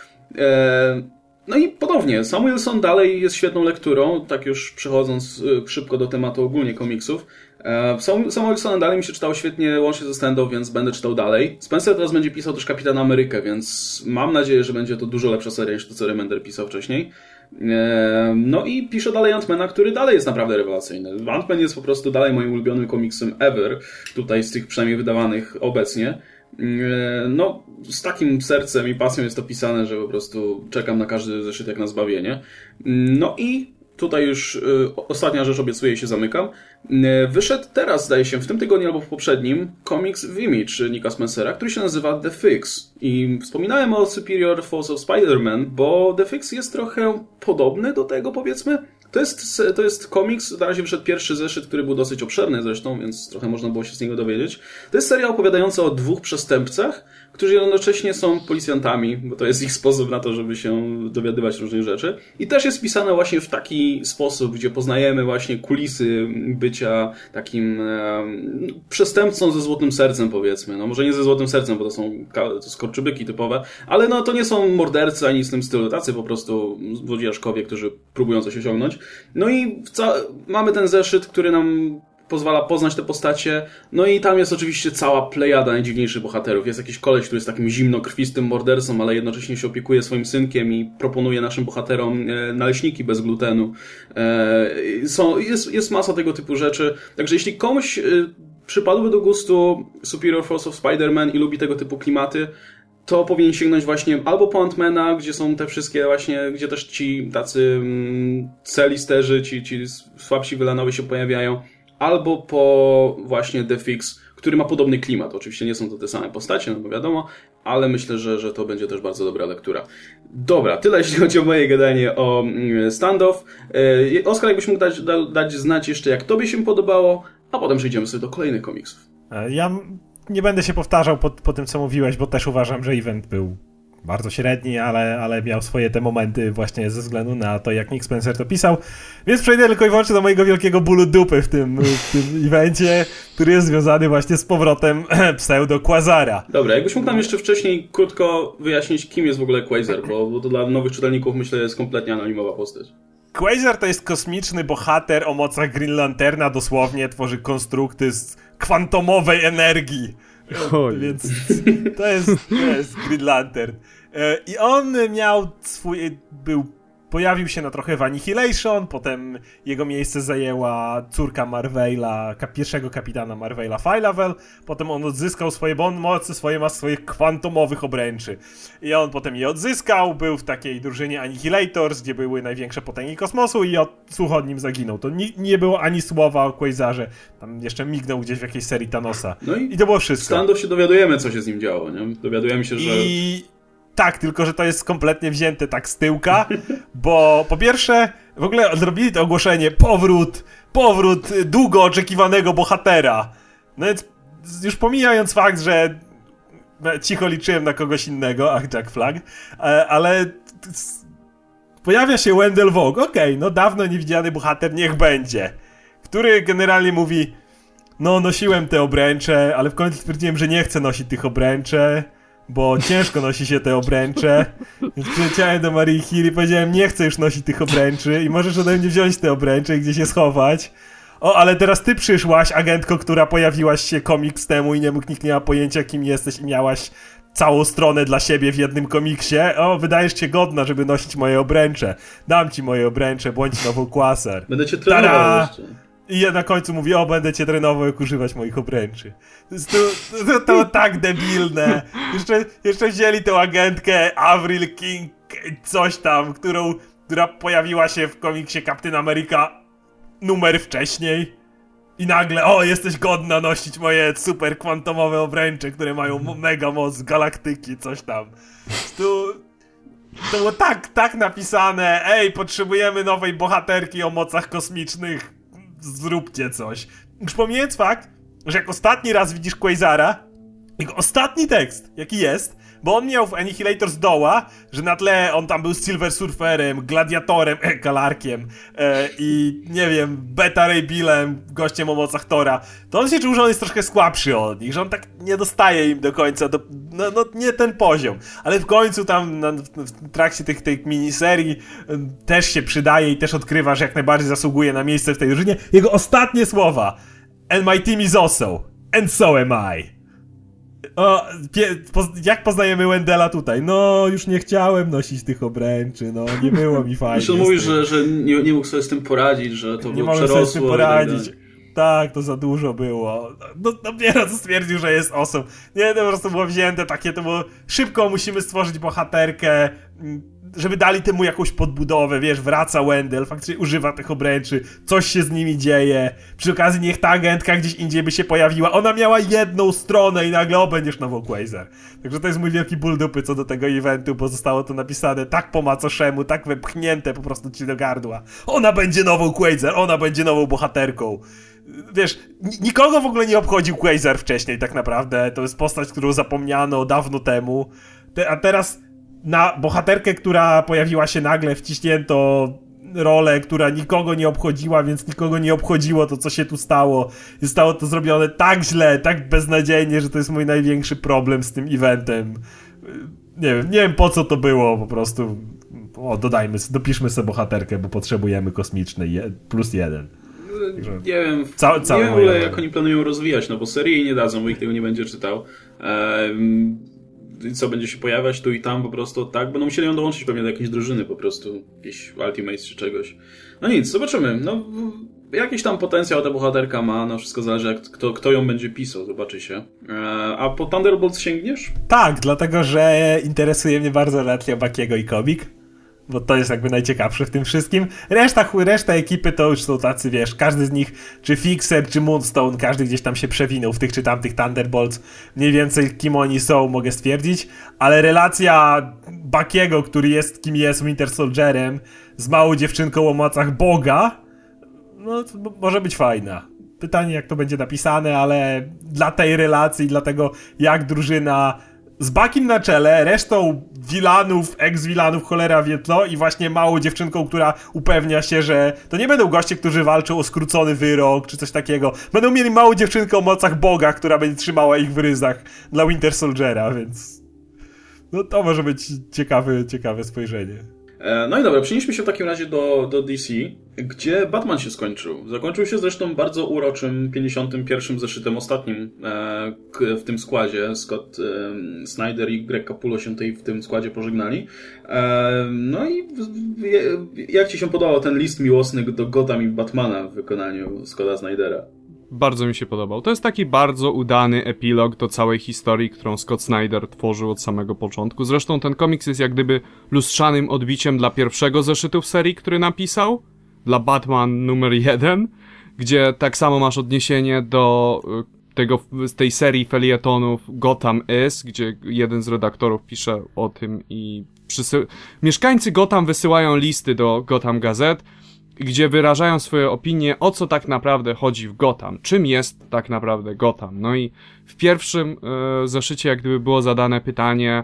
No i ponownie, Sam Wilson dalej jest świetną lekturą, tak już przechodząc szybko do tematu ogólnie komiksów. Sama Wilsona dalej mi się czytało świetnie, łącznie ze Stand-Off, więc będę czytał dalej. Spencer teraz będzie pisał też Kapitana Amerykę, więc mam nadzieję, że będzie to dużo lepsza seria niż to, co Remender pisał wcześniej. No i pisze dalej Ant-Mana, który dalej jest naprawdę rewelacyjny. Ant-Man jest po prostu dalej moim ulubionym komiksem ever, tutaj z tych przynajmniej wydawanych obecnie. No, z takim sercem i pasją jest to pisane, że po prostu czekam na każdy zeszyt jak na zbawienie. No i tutaj już ostatnia rzecz, obiecuję, się zamykam. Wyszedł teraz, zdaje się, w tym tygodniu albo w poprzednim komiks w Image Nicka Spencera, który się nazywa The Fix. I wspominałem o Superior Foes of Spider-Man, bo The Fix jest trochę podobny do tego, powiedzmy. To jest komiks, na razie wyszedł pierwszy zeszyt, który był dosyć obszerny zresztą, więc trochę można było się z niego dowiedzieć. To jest seria opowiadająca o 2 przestępcach, którzy jednocześnie są policjantami, bo to jest ich sposób na to, żeby się dowiadywać różnych rzeczy. I też jest pisane właśnie w taki sposób, gdzie poznajemy właśnie kulisy bycia takim przestępcą ze złotym sercem, powiedzmy. No może nie ze złotym sercem, bo to są skorczybyki typowe, ale no to nie są mordercy ani z tym stylu, tacy po prostu złodziejaszkowie, którzy próbują coś osiągnąć. No i mamy ten zeszyt, który nam pozwala poznać te postacie. No i tam jest oczywiście cała plejada najdziwniejszych bohaterów. Jest jakiś koleś, który jest takim zimnokrwistym mordercą, ale jednocześnie się opiekuje swoim synkiem i proponuje naszym bohaterom naleśniki bez glutenu. Jest masa tego typu rzeczy. Także jeśli komuś przypadłby do gustu Superior Force of Spider-Man i lubi tego typu klimaty, to powinien sięgnąć właśnie albo po Ant-Mana, gdzie są te wszystkie właśnie, gdzie też ci tacy C-listerzy, ci słabsi wylanowie się pojawiają, albo po właśnie The Fix, który ma podobny klimat. Oczywiście nie są to te same postacie, no bo wiadomo, ale myślę, że to będzie też bardzo dobra lektura. Dobra, tyle jeśli chodzi o moje gadanie o Standoff. Oskar, jakbyś mógł dać znać jeszcze, jak tobie się podobało, a potem przejdziemy sobie do kolejnych komiksów. Ja nie będę się powtarzał po tym, co mówiłeś, bo też uważam, że event był bardzo średni, ale miał swoje te momenty właśnie ze względu na to, jak Nick Spencer to pisał. Więc przejdę tylko i wyłącznie do mojego wielkiego bólu dupy w tym evencie, który jest związany właśnie z powrotem pseudo-Quasara. Dobra, jakbyś mógł nam jeszcze wcześniej krótko wyjaśnić, kim jest w ogóle Quasar, bo to dla nowych czytelników, myślę, jest kompletnie anonimowa postać. Quasar to jest kosmiczny bohater o mocach Green Lanterna, dosłownie tworzy konstrukty z kwantomowej energii. Więc to jest Green Lantern. I on miał pojawił się trochę w Annihilation, potem jego miejsce zajęła córka Marvela, pierwszego kapitana Marvela, Phyla-Vell, potem on odzyskał swoje mocy, ma swoich kwantomowych obręczy. I on potem je odzyskał, był w takiej drużynie Annihilators, gdzie były największe potęgi kosmosu i słuch od nim zaginął. To nie było ani słowa o Quasarze, tam jeszcze mignął gdzieś w jakiejś serii Thanosa. No i to było wszystko. W Standoff się dowiadujemy, co się z nim działo, nie? Dowiadujemy się, że... Tak, tylko że to jest kompletnie wzięte tak z tyłka, bo po pierwsze w ogóle zrobili to ogłoszenie, powrót długo oczekiwanego bohatera. No więc już pomijając fakt, że cicho liczyłem na kogoś innego, Jack Flag, ale pojawia się Wendell Vogue, no dawno niewidziany bohater, niech będzie, który generalnie mówi, no nosiłem te obręcze, ale w końcu stwierdziłem, że nie chcę nosić tych obręcze, bo ciężko nosi się te obręcze, więc przyleciałem do Marii Hill i powiedziałem, nie chcę już nosić tych obręczy i możesz ode mnie wziąć te obręcze i gdzieś je schować. Ale teraz ty przyszłaś, agentko, która pojawiłaś się komiks temu i nikt nie ma pojęcia, kim jesteś i miałaś całą stronę dla siebie w jednym komiksie. Wydajesz się godna, żeby nosić moje obręcze. Dam ci moje obręcze, bądź nową Quasar. Będę cię trenował jeszcze. I ja na końcu mówię, będę cię trenował, jak używać moich obręczy. To tak debilne. Jeszcze wzięli tę agentkę Avril King, coś tam, która pojawiła się w komiksie Captain America numer wcześniej. I nagle, jesteś godna nosić moje super kwantomowe obręcze, które mają mega moc galaktyki, coś tam. To było tak napisane, potrzebujemy nowej bohaterki o mocach kosmicznych. Zróbcie coś. Już pomijając fakt, że jak ostatni raz widzisz Quasara, jego ostatni tekst, jaki jest, bo on miał w Annihilator z doła, że na tle on tam był z Silver Surferem, Gladiatorem, Galarkiem i nie wiem, Beta Ray Billem, gościem o mocach Thora, to on się czuł, że on jest troszkę słabszy od nich, że on tak nie dostaje im do końca, nie ten poziom, ale w końcu tam w trakcie tej miniserii też się przydaje i też odkrywa, że jak najbardziej zasługuje na miejsce w tej drużynie. Jego ostatnie słowa: "And my team is also, and so am I". Jak poznajemy Wendella tutaj? Już nie chciałem nosić tych obręczy, nie było mi fajnie. Zresztą mówisz, że nie mógł sobie z tym poradzić, że to nie było przerosło. Nie mogłem sobie z tym poradzić. Tak, to za dużo było. Dopiero co stwierdził, że jest awesome. Nie, to po prostu było wzięte takie, to było szybko musimy stworzyć bohaterkę, żeby dali temu jakąś podbudowę, wraca Wendell, faktycznie używa tych obręczy, coś się z nimi dzieje, przy okazji niech ta agentka gdzieś indziej by się pojawiła, ona miała jedną stronę i nagle będziesz nową Quasar. Także to jest mój wielki ból dupy co do tego eventu, bo zostało to napisane tak po macoszemu, tak wepchnięte po prostu ci do gardła. Ona będzie nową Quasar, ona będzie nową bohaterką. Nikogo w ogóle nie obchodził Quasar wcześniej tak naprawdę, to jest postać, którą zapomniano dawno temu, a teraz na bohaterkę, która pojawiła się nagle, wciśnięto rolę, która nikogo nie obchodziła, więc nikogo nie obchodziło to, co się tu stało. I zostało to zrobione tak źle, tak beznadziejnie, że to jest mój największy problem z tym eventem. Nie wiem po co to było, po prostu dopiszmy sobie bohaterkę, bo potrzebujemy kosmicznej, +1. Nie wiem, nie wiem w ogóle jak oni planują rozwijać, no bo serii nie dadzą, bo ich tego nie będzie czytał. Co będzie się pojawiać tu i tam po prostu, tak? Będą musieli ją dołączyć pewnie do jakiejś drużyny po prostu, jakiś Ultimates czy czegoś. No nic, zobaczymy. No, jakiś tam potencjał ta bohaterka ma, no wszystko zależy kto ją będzie pisał, zobaczy się. A po Thunderbolts sięgniesz? Tak, dlatego że interesuje mnie bardzo relacja Bucky'ego i komik, bo to jest jakby najciekawsze w tym wszystkim. Reszta ekipy to już są tacy, wiesz, każdy z nich, czy Fixer, czy Moonstone, każdy gdzieś tam się przewinął w tych czy tamtych Thunderbolts. Mniej więcej kim oni są, mogę stwierdzić, ale relacja Bucky'ego, który jest kim jest Winter Soldierem, z małą dziewczynką o mocach Boga, no to może być fajna. Pytanie jak to będzie napisane, ale dla tej relacji, dla tego jak drużyna z Buckym na czele, resztą wilanów, ex-wilanów, cholera wie co, i właśnie małą dziewczynką, która upewnia się, że to nie będą goście, którzy walczą o skrócony wyrok, czy coś takiego. Będą mieli małą dziewczynkę o mocach Boga, która będzie trzymała ich w ryzach dla Winter Soldiera, więc no to może być ciekawe spojrzenie. No i dobra, przenieśmy się w takim razie do DC, gdzie Batman się skończył. Zakończył się zresztą bardzo uroczym 51. zeszytem, ostatnim w tym składzie. Scott Snyder i Greg Capullo się w tym składzie pożegnali. No i jak ci się podobał ten list miłosny do Gotham i Batmana w wykonaniu Scotta Snydera? Bardzo mi się podobał. To jest taki bardzo udany epilog do całej historii, którą Scott Snyder tworzył od samego początku. Zresztą ten komiks jest jak gdyby lustrzanym odbiciem dla pierwszego zeszytu w serii, który napisał, dla Batman numer 1, gdzie tak samo masz odniesienie do tej serii felietonów Gotham Is, gdzie jeden z redaktorów pisze o tym i mieszkańcy Gotham wysyłają listy do Gotham Gazette, gdzie wyrażają swoje opinie, o co tak naprawdę chodzi w Gotham, czym jest tak naprawdę Gotham. No i w pierwszym zeszycie jak gdyby było zadane pytanie,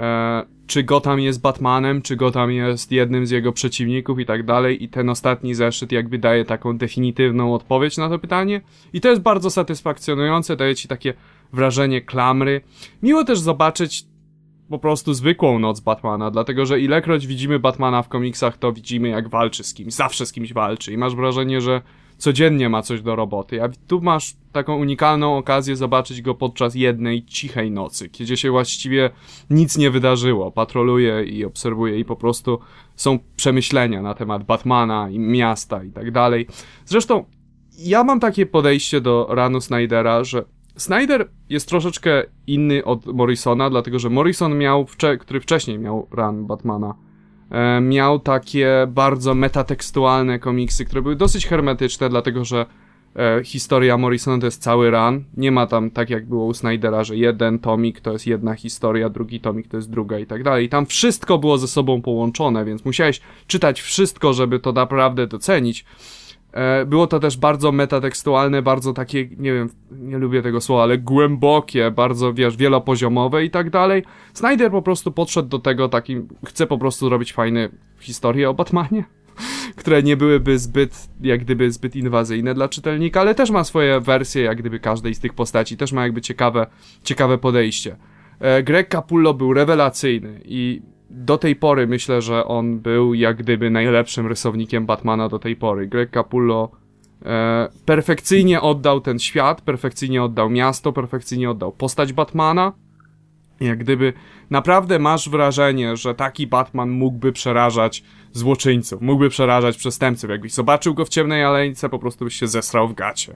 czy Gotham jest Batmanem, czy Gotham jest jednym z jego przeciwników i tak dalej, i ten ostatni zeszyt jakby daje taką definitywną odpowiedź na to pytanie i to jest bardzo satysfakcjonujące, daje ci takie wrażenie klamry. Miło też zobaczyć po prostu zwykłą noc Batmana, dlatego że ilekroć widzimy Batmana w komiksach, to widzimy jak walczy z kimś, zawsze z kimś walczy i masz wrażenie, że codziennie ma coś do roboty, a tu masz taką unikalną okazję zobaczyć go podczas jednej cichej nocy, gdzie się właściwie nic nie wydarzyło, patroluje i obserwuje i po prostu są przemyślenia na temat Batmana i miasta i tak dalej. Zresztą ja mam takie podejście do runu Snydera, że Snyder jest troszeczkę inny od Morrisona, dlatego że Morrison który wcześniej miał run Batmana, miał takie bardzo metatekstualne komiksy, które były dosyć hermetyczne, dlatego że historia Morrisona to jest cały run. Nie ma tam tak jak było u Snydera, że jeden tomik to jest jedna historia, drugi tomik to jest druga i tak dalej. I tam wszystko było ze sobą połączone, więc musiałeś czytać wszystko, żeby to naprawdę docenić. Było to też bardzo metatekstualne, bardzo takie, nie wiem, nie lubię tego słowa, ale głębokie, bardzo, wiesz, wielopoziomowe i tak dalej. Snyder po prostu podszedł do tego takim, chce po prostu robić fajne historie o Batmanie, które nie byłyby jak gdyby zbyt inwazyjne dla czytelnika, ale też ma swoje wersje, jak gdyby każdej z tych postaci, też ma jakby ciekawe podejście. Greg Capullo był rewelacyjny i do tej pory myślę, że on był jak gdyby najlepszym rysownikiem Batmana do tej pory. Greg Capullo perfekcyjnie oddał ten świat, perfekcyjnie oddał miasto, perfekcyjnie oddał postać Batmana. Jak gdyby naprawdę masz wrażenie, że taki Batman mógłby przerażać złoczyńców, mógłby przerażać przestępców. Jakbyś zobaczył go w Ciemnej Alejce, po prostu byś się zesrał w gacie.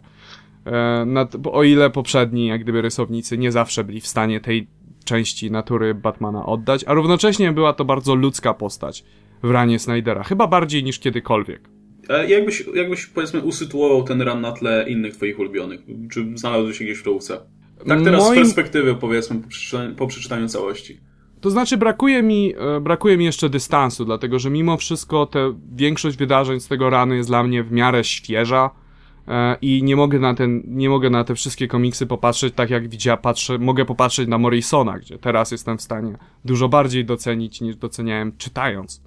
O ile poprzedni jak gdyby rysownicy nie zawsze byli w stanie tej części natury Batmana oddać, a równocześnie była to bardzo ludzka postać w ranie Snydera, chyba bardziej niż kiedykolwiek. Jakbyś powiedzmy usytuował ten run na tle innych twoich ulubionych? Czy znalazłeś się gdzieś w czołówce? Tak teraz z perspektywy powiedzmy po przeczytaniu całości. To znaczy brakuje mi jeszcze dystansu, dlatego że mimo wszystko większość wydarzeń z tego runu jest dla mnie w miarę świeża i nie mogę na te wszystkie komiksy popatrzeć tak jak mogę popatrzeć na Morrisona, gdzie teraz jestem w stanie dużo bardziej docenić niż doceniałem czytając.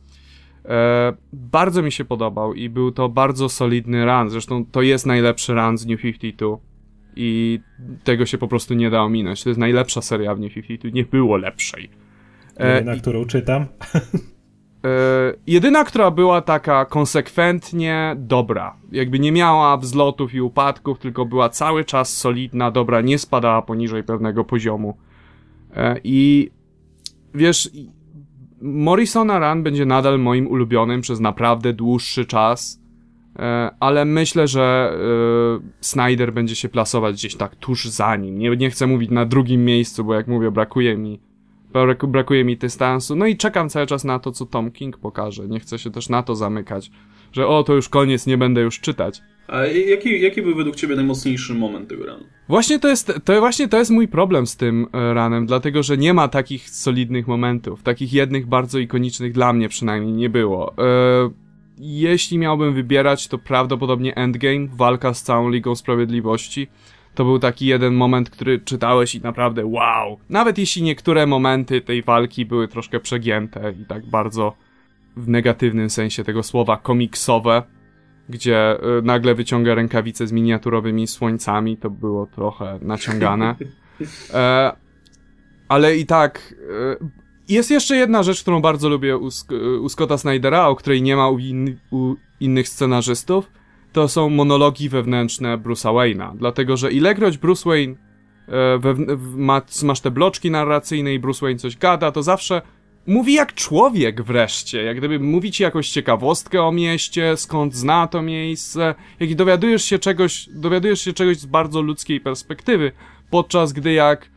Bardzo mi się podobał i był to bardzo solidny run, zresztą to jest najlepszy run z New 52 i tego się po prostu nie da ominąć. To jest najlepsza seria w New 52, nie było lepszej. Na którą czytam. jedyna, która była taka konsekwentnie dobra. Jakby nie miała wzlotów i upadków, tylko była cały czas solidna, dobra, nie spadała poniżej pewnego poziomu. I wiesz, Morrisona Run będzie nadal moim ulubionym przez naprawdę dłuższy czas, ale myślę, że Snyder będzie się plasować gdzieś tak tuż za nim. Nie chcę mówić na drugim miejscu, bo jak mówię, brakuje mi dystansu. No i czekam cały czas na to, co Tom King pokaże. Nie chcę się też na to zamykać, że to już koniec, nie będę już czytać. A jaki był według ciebie najmocniejszy moment tego runu? Właśnie to jest mój problem z tym runem, dlatego że nie ma takich solidnych momentów. Takich jednych bardzo ikonicznych dla mnie przynajmniej nie było. Jeśli miałbym wybierać, to prawdopodobnie Endgame, walka z całą Ligą Sprawiedliwości. To był taki jeden moment, który czytałeś i naprawdę wow. Nawet jeśli niektóre momenty tej walki były troszkę przegięte i tak bardzo w negatywnym sensie tego słowa komiksowe, gdzie nagle wyciąga rękawice z miniaturowymi słońcami, to było trochę naciągane. Ale i tak... Jest jeszcze jedna rzecz, którą bardzo lubię u Scotta Snydera, o której nie ma u innych scenarzystów. To są monologi wewnętrzne Bruce'a Wayne'a. Dlatego, że ilekroć Bruce Wayne masz te bloczki narracyjne i Bruce Wayne coś gada, to zawsze mówi jak człowiek wreszcie. Jak gdyby mówi ci jakąś ciekawostkę o mieście, skąd zna to miejsce. Jak dowiadujesz się czegoś z bardzo ludzkiej perspektywy. Podczas gdy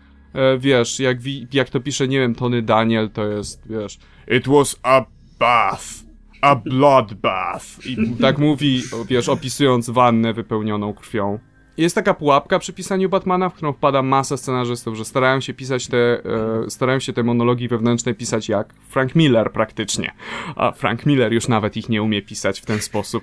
jak to pisze, nie wiem, Tony Daniel, to jest, wiesz, it was a bath. A bloodbath. I tak mówi, wiesz, opisując wannę wypełnioną krwią. Jest taka pułapka przy pisaniu Batmana, w którą wpada masa scenarzystów, że starają się te monologi wewnętrzne pisać jak Frank Miller praktycznie. A Frank Miller już nawet ich nie umie pisać w ten sposób.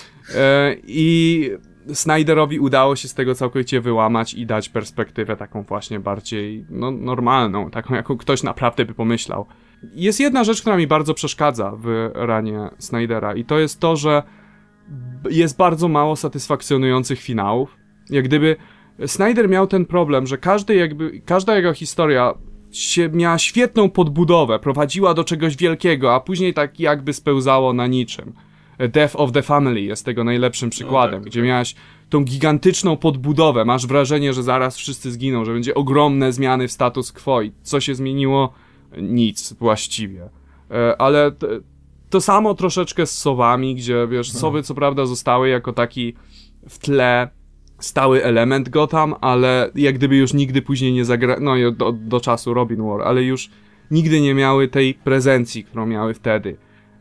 I Snyderowi udało się z tego całkowicie wyłamać i dać perspektywę taką właśnie bardziej, normalną, taką jaką ktoś naprawdę by pomyślał. Jest jedna rzecz, która mi bardzo przeszkadza w ranie Snydera i to jest to, że jest bardzo mało satysfakcjonujących finałów. Jak gdyby Snyder miał ten problem, że każda jego historia miała świetną podbudowę, prowadziła do czegoś wielkiego, a później tak jakby spełzało na niczym. Death of the Family jest tego najlepszym przykładem, gdzie miałeś tą gigantyczną podbudowę, masz wrażenie, że zaraz wszyscy zginą, że będzie ogromne zmiany w status quo i co się zmieniło? Nic właściwie. Ale to samo troszeczkę z Sowami, gdzie wiesz, Sowy co prawda zostały jako taki w tle stały element Gotham, ale jak gdyby już nigdy później nie do czasu Robin War, ale już nigdy nie miały tej prezencji, którą miały wtedy.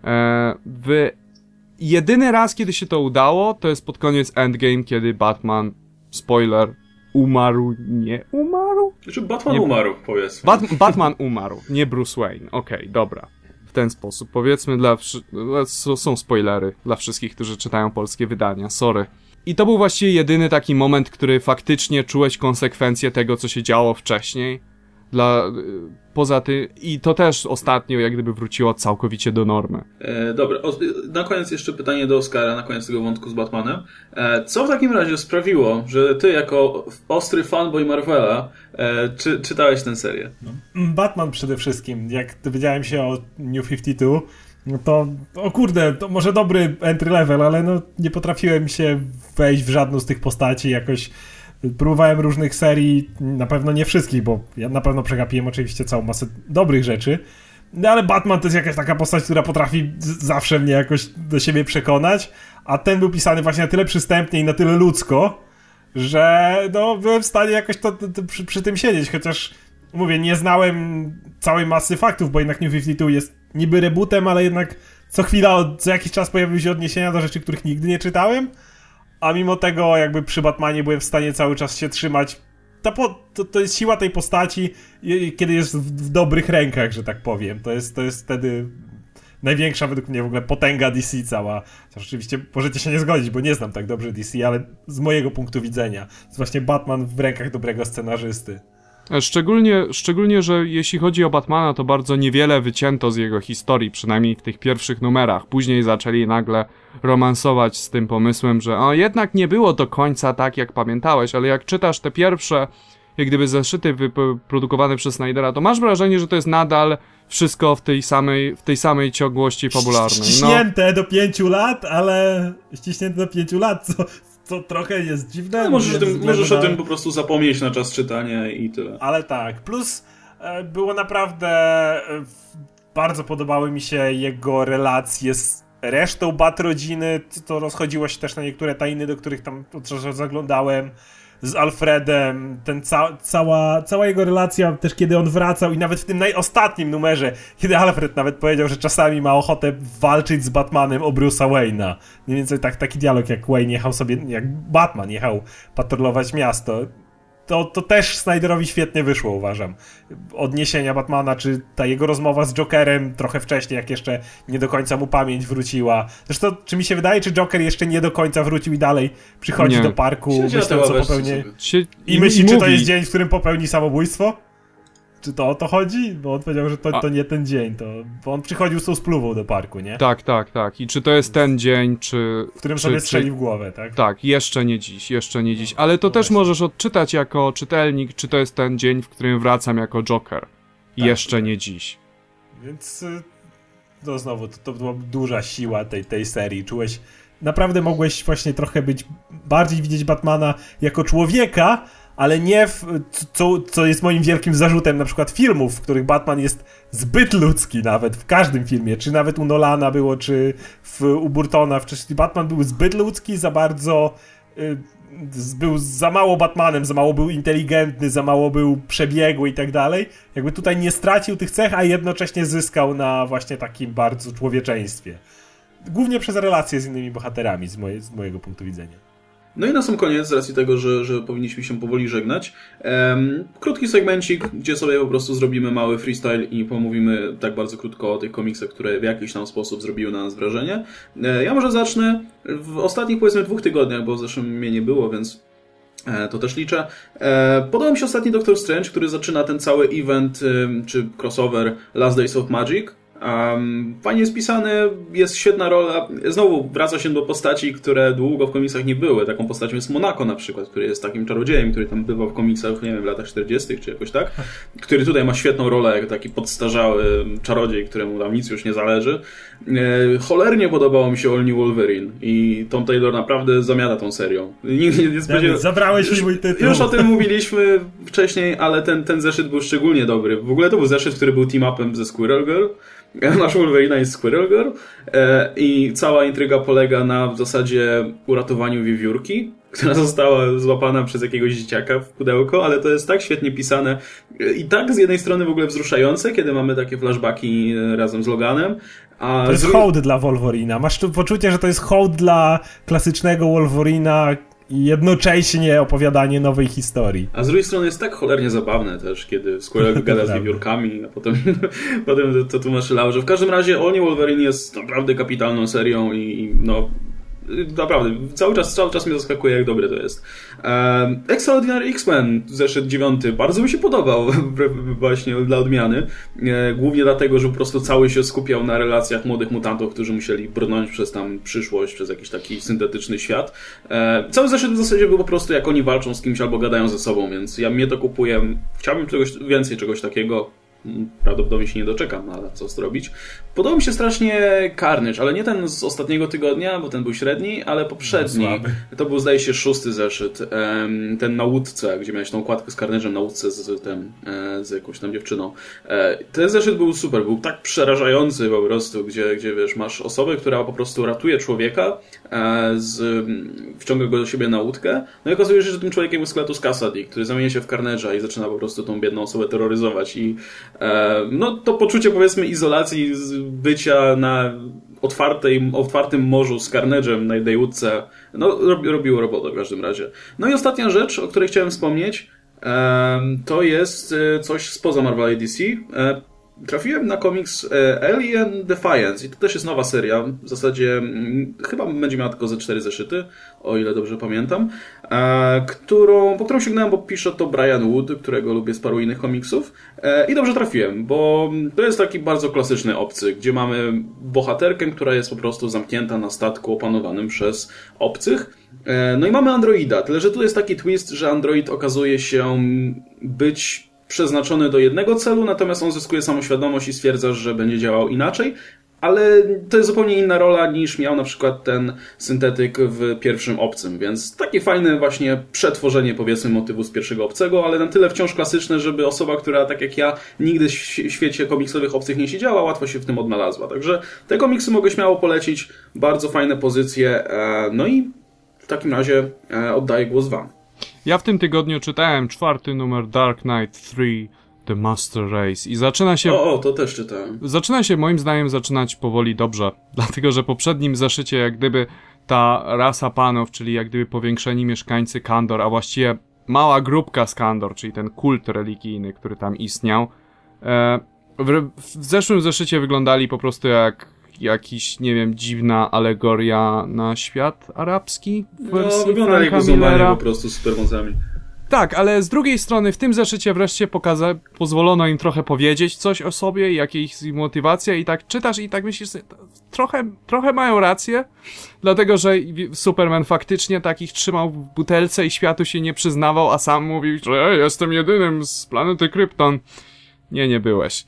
Jedyny raz, kiedy się to udało, to jest pod koniec Endgame, kiedy Batman, spoiler, umarł, nie umarł? Znaczy Batman umarł, powiedzmy. Batman umarł, nie Bruce Wayne. Okej, dobra. W ten sposób. Powiedzmy, są spoilery dla wszystkich, którzy czytają polskie wydania. Sorry. I to był właściwie jedyny taki moment, który faktycznie czułeś konsekwencje tego, co się działo wcześniej. Poza tym, i to też ostatnio jak gdyby wróciło całkowicie do normy. Dobra, na koniec jeszcze pytanie do Oskara, na koniec tego wątku z Batmanem. Co w takim razie sprawiło, że ty jako ostry fanboy Marvela czytałeś tę serię? Batman przede wszystkim. Jak dowiedziałem się o New 52, no to, to może dobry entry level, ale nie potrafiłem się wejść w żadną z tych postaci jakoś. Próbowałem różnych serii, na pewno nie wszystkich, bo ja na pewno przegapiłem oczywiście całą masę dobrych rzeczy, ale Batman to jest jakaś taka postać, która potrafi zawsze mnie jakoś do siebie przekonać, a ten był pisany właśnie na tyle przystępnie i na tyle ludzko, że byłem w stanie jakoś przy tym siedzieć, chociaż mówię, nie znałem całej masy faktów, bo jednak New 52 jest niby rebootem, ale jednak co jakiś czas pojawiły się odniesienia do rzeczy, których nigdy nie czytałem. A mimo tego jakby przy Batmanie byłem w stanie cały czas się trzymać. To jest siła tej postaci, kiedy jest w dobrych rękach, że tak powiem. To jest wtedy największa według mnie w ogóle potęga DC cała. Oczywiście możecie się nie zgodzić, bo nie znam tak dobrze DC, ale z mojego punktu widzenia jest właśnie Batman w rękach dobrego scenarzysty. Szczególnie, że jeśli chodzi o Batmana, to bardzo niewiele wycięto z jego historii, przynajmniej w tych pierwszych numerach. Później zaczęli nagle romansować z tym pomysłem, że jednak nie było do końca tak, jak pamiętałeś, ale jak czytasz te pierwsze jak gdyby zeszyty wyprodukowane przez Snydera, to masz wrażenie, że to jest nadal wszystko w tej samej ciągłości fabularnej. Ściśnięte do 5 lat, ale ściśnięte do 5 lat, co trochę jest dziwne. No, możesz o tym po prostu zapomnieć na czas czytania i tyle. Ale tak, plus było naprawdę... Bardzo podobały mi się jego relacje z resztą Bat-rodziny, to rozchodziło się też na niektóre tajny, do których tam zaglądałem, z Alfredem, cała jego relacja, też kiedy on wracał i nawet w tym najostatnim numerze, kiedy Alfred nawet powiedział, że czasami ma ochotę walczyć z Batmanem o Bruce'a Wayne'a. Mniej więcej taki dialog, jak Wayne jechał sobie, jak Batman jechał patrolować miasto. To też Snyderowi świetnie wyszło, uważam. Odniesienia Batmana, czy ta jego rozmowa z Jokerem trochę wcześniej, jak jeszcze nie do końca mu pamięć wróciła. Zresztą, czy mi się wydaje, czy Joker jeszcze nie do końca wrócił i dalej przychodzi do parku, myśląc, co popełni... I myśli, czy to jest dzień, w którym popełni samobójstwo? Czy to o to chodzi? Bo on powiedział, że to nie ten dzień, bo on przychodził z tą spluwą do parku, nie? Tak. I czy to jest ten dzień, w którym sobie strzeli w głowę, tak? Tak, jeszcze nie dziś. Ale to też możesz odczytać jako czytelnik, czy to jest ten dzień, w którym wracam jako Joker. Jeszcze nie dziś. Więc to znowu, to była duża siła tej serii. Naprawdę mogłeś właśnie trochę bardziej widzieć Batmana jako człowieka, ale nie co jest moim wielkim zarzutem na przykład filmów, w których Batman jest zbyt ludzki nawet, w każdym filmie, czy nawet u Nolana było, czy u Burtona wcześniej. Batman był zbyt ludzki, za bardzo był za mało Batmanem, za mało był inteligentny, za mało był przebiegły i tak dalej. Jakby tutaj nie stracił tych cech, a jednocześnie zyskał na właśnie takim bardzo człowieczeństwie. Głównie przez relacje z innymi bohaterami, z mojego punktu widzenia. No i na sam koniec, z racji tego, że powinniśmy się powoli żegnać, krótki segmencik, gdzie sobie po prostu zrobimy mały freestyle i pomówimy tak bardzo krótko o tych komiksach, które w jakiś tam sposób zrobiły na nas wrażenie. Ja może zacznę w ostatnich, powiedzmy, 2 tygodniach, bo w zeszłym mnie nie było, więc to też liczę. Podobał mi się ostatni Doctor Strange, który zaczyna ten cały event, czy crossover Last Days of Magic. Fajnie spisany, jest świetna rola. Znowu wraca się do postaci, które długo w komiksach nie były. Taką postacią jest Monaco na przykład, który jest takim czarodziejem, który tam bywał w komiksach, nie wiem, w latach 40. czy jakoś tak. Który tutaj ma świetną rolę, jak taki podstarzały czarodziej, któremu tam nic już nie zależy. Cholernie podobało mi się All New Wolverine i Tom Taylor naprawdę zamiata tą serią. Zabrałeś mi mój tytuł. Już o tym mówiliśmy wcześniej, ale ten zeszyt był szczególnie dobry. W ogóle to był zeszyt, który był team-upem ze Squirrel Girl. Nasz Wolverina jest Squirrel Girl i cała intryga polega na w zasadzie uratowaniu wiewiórki, która została złapana przez jakiegoś dzieciaka w pudełko, ale to jest tak świetnie pisane i tak z jednej strony w ogóle wzruszające, kiedy mamy takie flashbacki razem z Loganem. To jest hołd dla Wolverina. Masz tu poczucie, że to jest hołd dla klasycznego Wolverina i jednocześnie opowiadanie nowej historii. A z drugiej strony jest tak cholernie zabawne też, kiedy Squirrel gada z wiewiórkami, a potem to tłumaczy Laurze. W każdym razie All New Wolverine jest naprawdę kapitalną serią i no naprawdę, cały czas mnie zaskakuje, jak dobre to jest. Extraordinary X-Men, zeszyt 9, bardzo mi się podobał właśnie dla odmiany. Głównie dlatego, że po prostu cały się skupiał na relacjach młodych mutantów, którzy musieli brnąć przez tam przyszłość, przez jakiś taki syntetyczny świat. Cały zeszyt w zasadzie był po prostu, jak oni walczą z kimś albo gadają ze sobą, więc mnie to kupuję. Chciałbym czegoś takiego. Prawdopodobnie się nie doczekam, ale co zrobić. Podobał mi się strasznie Carnage, ale nie ten z ostatniego tygodnia, bo ten był średni, ale poprzedni. To był, zdaje się, 6. zeszyt. Ten na łódce, gdzie miałeś tą kładkę z Carnage'em na łódce z jakąś tam dziewczyną. Ten zeszyt był super, był tak przerażający po prostu, gdzie wiesz, masz osobę, która po prostu ratuje człowieka, wciąga go do siebie na łódkę, no i okazuje się, że tym człowiekiem jest Cletus Kasady, który zamienia się w Carnage'a i zaczyna po prostu tą biedną osobę terroryzować i no to poczucie, powiedzmy, izolacji, bycia na otwartym morzu z Carnage'em na jednej łódce, no robiło robotę w każdym razie. No i ostatnia rzecz, o której chciałem wspomnieć, to jest coś spoza Marvela i DC. trafiłem na komiks Alien Defiance i to też jest nowa seria, w zasadzie chyba będzie miała tylko ze 4 zeszyty, o ile dobrze pamiętam, po którą sięgnąłem, bo pisze to Brian Wood, którego lubię z paru innych komiksów i dobrze trafiłem, bo to jest taki bardzo klasyczny obcy, gdzie mamy bohaterkę, która jest po prostu zamknięta na statku opanowanym przez obcych. No i mamy androida, tyle że tu jest taki twist, że android okazuje się być przeznaczony do jednego celu, natomiast on zyskuje samoświadomość i stwierdza, że będzie działał inaczej, ale to jest zupełnie inna rola niż miał na przykład ten syntetyk w pierwszym Obcym, więc takie fajne właśnie przetworzenie, powiedzmy, motywu z pierwszego Obcego, ale na tyle wciąż klasyczne, żeby osoba, która tak jak ja nigdy w świecie komiksowych obcych nie siedziała, łatwo się w tym odnalazła. Także te komiksy mogę śmiało polecić, bardzo fajne pozycje, no i w takim razie oddaję głos wam. Ja w tym tygodniu czytałem 4. numer Dark Knight 3 The Master Race i zaczyna się... to też czytałem. Zaczyna się, moim zdaniem, zaczynać powoli dobrze, dlatego że w poprzednim zeszycie jak gdyby ta rasa panów, czyli jak gdyby powiększeni mieszkańcy Kandor, a właściwie mała grupka z Kandor, czyli ten kult religijny, który tam istniał, w zeszłym zeszycie wyglądali po prostu jak jakiś, nie wiem, dziwna alegoria na świat arabski w wersji wyglądali jak złamanie po prostu z supermocami. Tak, ale z drugiej strony w tym zeszycie wreszcie pozwolono im trochę powiedzieć coś o sobie, jakiejś motywacja i tak czytasz i tak myślisz, trochę mają rację, dlatego że Superman faktycznie takich trzymał w butelce i światu się nie przyznawał, a sam mówił, że ja jestem jedynym z planety Krypton. Nie byłeś.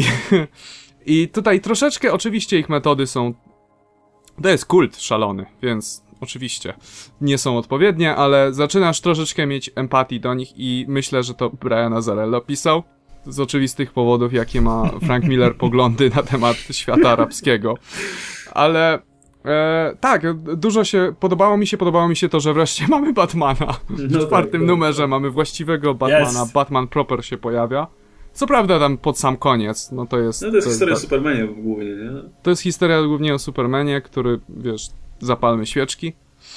I tutaj troszeczkę oczywiście ich metody są... To jest kult szalony, więc oczywiście nie są odpowiednie, ale zaczynasz troszeczkę mieć empatii do nich i myślę, że to Brian Azzarello pisał z oczywistych powodów, jakie ma Frank Miller poglądy na temat świata arabskiego. Ale tak, dużo się... Podobało mi się to, że wreszcie mamy Batmana. W 4. numerze mamy właściwego Batmana. Yes. Batman proper się pojawia. Co prawda tam pod sam koniec, no to jest... No to jest historia o Supermanie głównie, nie? To jest historia głównie o Supermanie, który, wiesz, zapalmy świeczki.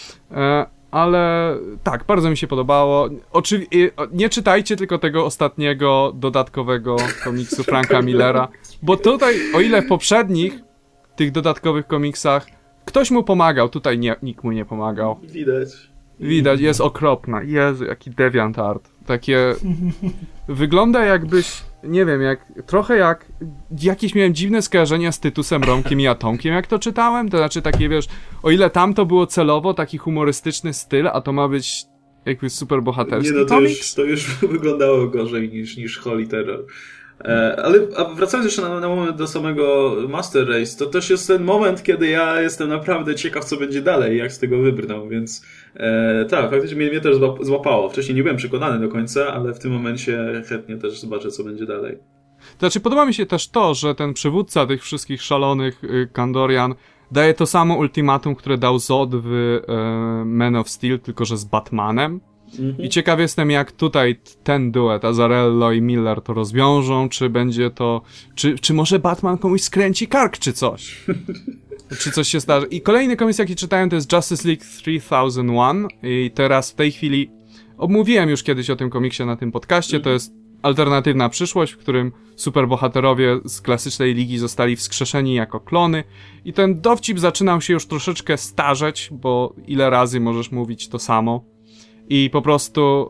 Ale tak, bardzo mi się podobało. Nie czytajcie tylko tego ostatniego, dodatkowego komiksu Franka Millera, bo tutaj, o ile w poprzednich tych dodatkowych komiksach ktoś mu pomagał, tutaj nikt mu nie pomagał. Widać, jest okropna. Jezu, jaki DeviantArt. Takie... Wygląda jakbyś... Nie wiem, trochę jak... Jakieś miałem dziwne skojarzenia z Tytusem, Romkiem i Atomkiem, jak to czytałem. To znaczy takie, wiesz... O ile tam to było celowo, taki humorystyczny styl, a to ma być jakby super bohaterski komiks. To już wyglądało gorzej niż Holy Terror. Ale wracając jeszcze na moment do samego Master Race, to też jest ten moment, kiedy ja jestem naprawdę ciekaw, co będzie dalej, jak z tego wybrnął, więc tak, faktycznie mnie też złapało. Wcześniej nie byłem przekonany do końca, ale w tym momencie chętnie też zobaczę, co będzie dalej. To znaczy, podoba mi się też to, że ten przywódca tych wszystkich szalonych Kandorian daje to samo ultimatum, które dał Zod w Man of Steel, tylko że z Batmanem. I ciekaw jestem, jak tutaj ten duet, Azzarello i Miller, to rozwiążą, czy będzie to... Czy może Batman komuś skręci kark, czy coś? Czy coś się zdarzy. I kolejny komiks, jaki czytałem, to jest Justice League 3001 i teraz w tej chwili... Omówiłem już kiedyś o tym komiksie na tym podcaście, to jest alternatywna przyszłość, w którym superbohaterowie z klasycznej ligi zostali wskrzeszeni jako klony i ten dowcip zaczynał się już troszeczkę starzeć, bo ile razy możesz mówić to samo. I po prostu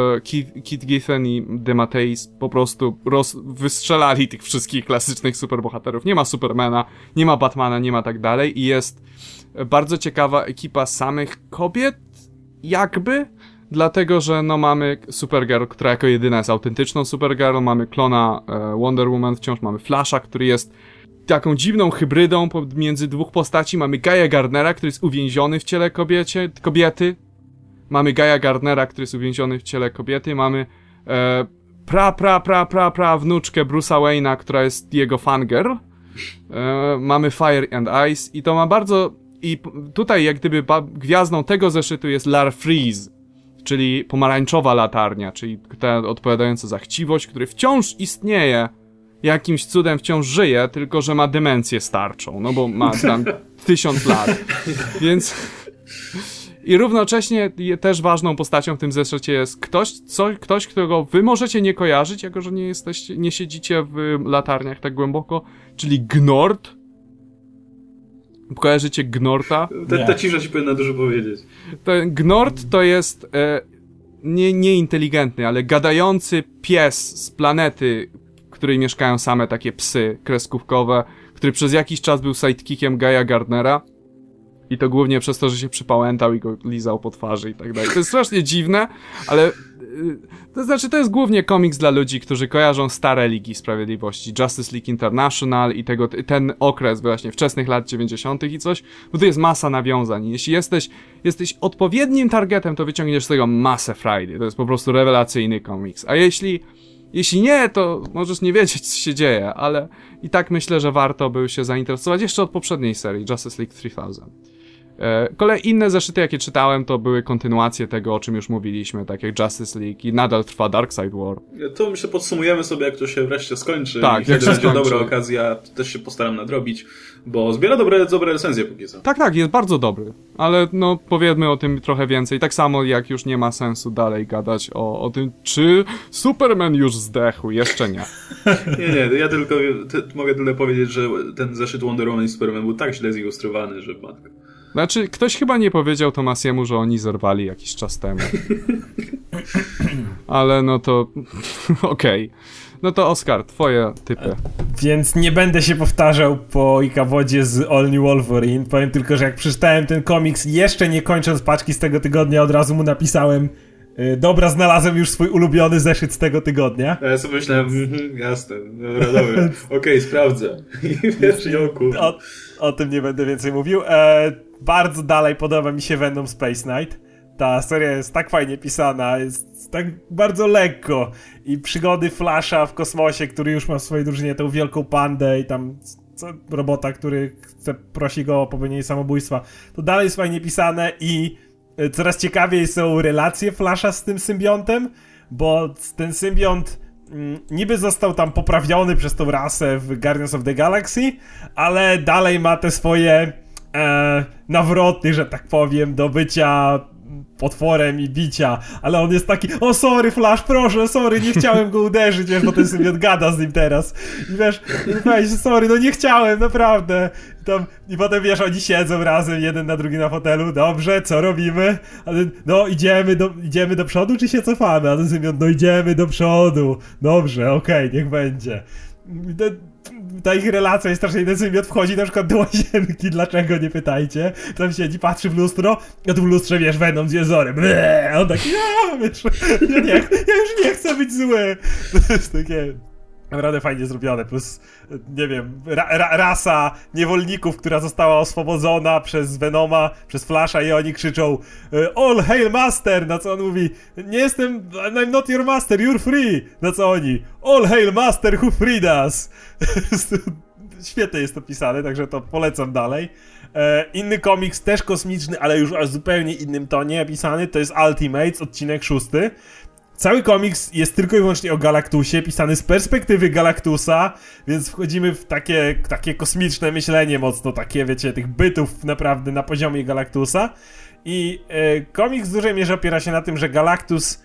Kit Giffen i DeMatteis po prostu wystrzelali tych wszystkich klasycznych superbohaterów. Nie ma Supermana, nie ma Batmana, nie ma tak dalej. I jest bardzo ciekawa ekipa samych kobiet, jakby, dlatego, że no mamy Supergirl, która jako jedyna jest autentyczną Supergirl, mamy klona Wonder Woman, wciąż mamy Flasha, który jest taką dziwną hybrydą między dwóch postaci. Mamy Gaia Gardnera, który jest uwięziony w ciele kobiety. Mamy Gaia Gardnera, który jest uwięziony w ciele kobiety. Mamy wnuczkę Bruce'a Wayne'a, która jest jego fangirl. Mamy Fire and Ice i to ma bardzo... I tutaj jak gdyby gwiazdą tego zeszytu jest Lar Freeze, czyli pomarańczowa latarnia, czyli ta odpowiadająca za chciwość, który wciąż istnieje, jakimś cudem wciąż żyje, tylko że ma demencję starczą, no bo ma tam 1000 lat. Więc... I równocześnie też ważną postacią w tym zeszycie jest ktoś, którego wy możecie nie kojarzyć, jako że nie siedzicie w latarniach tak głęboko, czyli Gnord. Kojarzycie Gnorta? Ta cisza ci powinna dużo powiedzieć. Gnord to jest nieinteligentny, ale gadający pies z planety, w której mieszkają same takie psy kreskówkowe, który przez jakiś czas był sidekickiem Guy'a Gardnera. I to głównie przez to, że się przypałętał i go lizał po twarzy i tak dalej. To jest strasznie dziwne, ale to znaczy to jest głównie komiks dla ludzi, którzy kojarzą stare Ligi Sprawiedliwości, Justice League International i ten okres właśnie wczesnych lat 90. i coś, bo tu jest masa nawiązań. Jeśli jesteś odpowiednim targetem, to wyciągniesz z tego masę frajdy. To jest po prostu rewelacyjny komiks. A jeśli nie, to możesz nie wiedzieć, co się dzieje, ale i tak myślę, że warto by się zainteresować jeszcze od poprzedniej serii, Justice League 3000. Inne zeszyty, jakie czytałem, to były kontynuacje tego, o czym już mówiliśmy, tak jak Justice League i nadal trwa Darkseid War. To myślę, podsumujemy sobie, jak to się wreszcie skończy. Tak, i jak będzie skończy. Dobra okazja, też się postaram nadrobić, bo zbiera dobre recenzje póki co. Tak, jest bardzo dobry, ale no powiedzmy o tym trochę więcej. Tak samo jak już nie ma sensu dalej gadać o tym, czy Superman już zdechł. Jeszcze nie. Nie, ja tylko mogę tyle powiedzieć, że ten zeszyt Wonder Woman i Superman był tak źle zilustrowany, że matko. Znaczy, ktoś chyba nie powiedział Tomasiemu, że oni zerwali jakiś czas temu. Ale no to... Okej. No to Oskar, twoje typy. Więc nie będę się powtarzał po Ikawodzie z All New Wolverine. Powiem tylko, że jak przeczytałem ten komiks, jeszcze nie kończąc paczki z tego tygodnia, od razu mu napisałem: dobra, znalazłem już swój ulubiony zeszyt z tego tygodnia. Ja sobie myślałem, jasne, dobra. Okej, sprawdzę. I wiesz, joku. O tym nie będę więcej mówił. Bardzo dalej podoba mi się Venom Space Knight. Ta seria jest tak fajnie pisana, jest tak bardzo lekko. I przygody Flasha w kosmosie, który już ma w swojej drużynie tą wielką pandę i tam robota, który prosi go o popełnienie samobójstwa. To dalej jest fajnie pisane i coraz ciekawiej są relacje Flasha z tym symbiontem, bo ten symbiont niby został tam poprawiony przez tą rasę w Guardians of the Galaxy, ale dalej ma te swoje nawroty, że tak powiem, do bycia potworem i bicia, ale on jest taki: o sorry Flash, proszę, sorry, nie chciałem go uderzyć, wiesz, bo ten symbiont gada z nim teraz i wiesz, sorry, no nie chciałem, naprawdę. I potem wiesz, oni siedzą razem, jeden na drugi na fotelu: dobrze, co robimy? Ale no idziemy do przodu, czy się cofamy? A ten symbiont: no idziemy do przodu. Dobrze, okej, niech będzie. Ta ich relacja jest strasznie, ten symbiont wchodzi na przykład do łazienki, dlaczego, nie pytajcie. Tam siedzi, patrzy w lustro, a tu w lustrze, wiesz, Venom z jezorem. On taki: wiesz, ja już nie chcę być zły. To jest takie naprawdę fajnie zrobione, plus, nie wiem, rasa niewolników, która została oswobodzona przez Venoma, przez Flasha, i oni krzyczą: all hail master, na co on mówi: nie jestem, I'm not your master, you're free, na co oni: all hail master who freed us. Świetnie jest to pisane, także to polecam dalej. Inny komiks, też kosmiczny, ale już w zupełnie innym tonie pisany, to jest Ultimates, odcinek 6. Cały komiks jest tylko i wyłącznie o Galactusie, pisany z perspektywy Galactusa, więc wchodzimy w takie kosmiczne myślenie mocno, takie, wiecie, tych bytów naprawdę na poziomie Galactusa. I komiks w dużej mierze opiera się na tym, że Galactus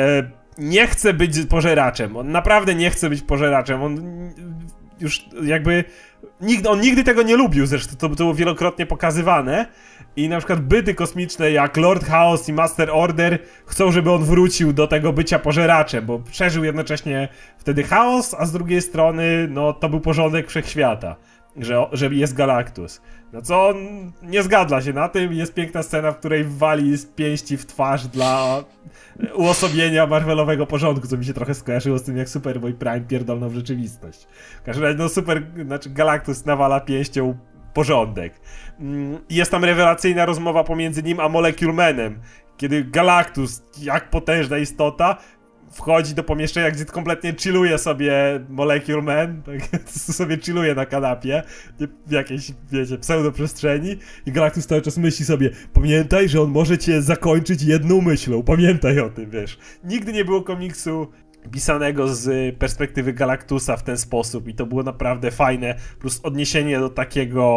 nie chce być pożeraczem. On naprawdę nie chce być pożeraczem. On już jakby... On nigdy tego nie lubił, zresztą to było wielokrotnie pokazywane. I na przykład byty kosmiczne jak Lord Chaos i Master Order chcą, żeby on wrócił do tego bycia pożeraczem, bo przeżył jednocześnie wtedy chaos, a z drugiej strony, no, to był porządek wszechświata, że jest Galactus. No co on nie zgadza się na tym. Jest piękna scena, w której wali z pięści w twarz dla uosobienia Marvelowego porządku, co mi się trochę skojarzyło z tym, jak Superboy Prime pierdolnął w rzeczywistość. W każdym razie, no Galactus nawala pięścią porządek. Jest tam rewelacyjna rozmowa pomiędzy nim a Molecule Manem, kiedy Galactus, jak potężna istota, wchodzi do pomieszczenia, gdzie kompletnie chilluje sobie Molecule Man, tak sobie chilluje na kanapie w jakiejś, wiecie, pseudoprzestrzeni, i Galactus cały czas myśli sobie: pamiętaj, że on może cię zakończyć jedną myślą, pamiętaj o tym, wiesz. Nigdy nie było komiksu pisanego z perspektywy Galactusa w ten sposób i to było naprawdę fajne, plus odniesienie do takiego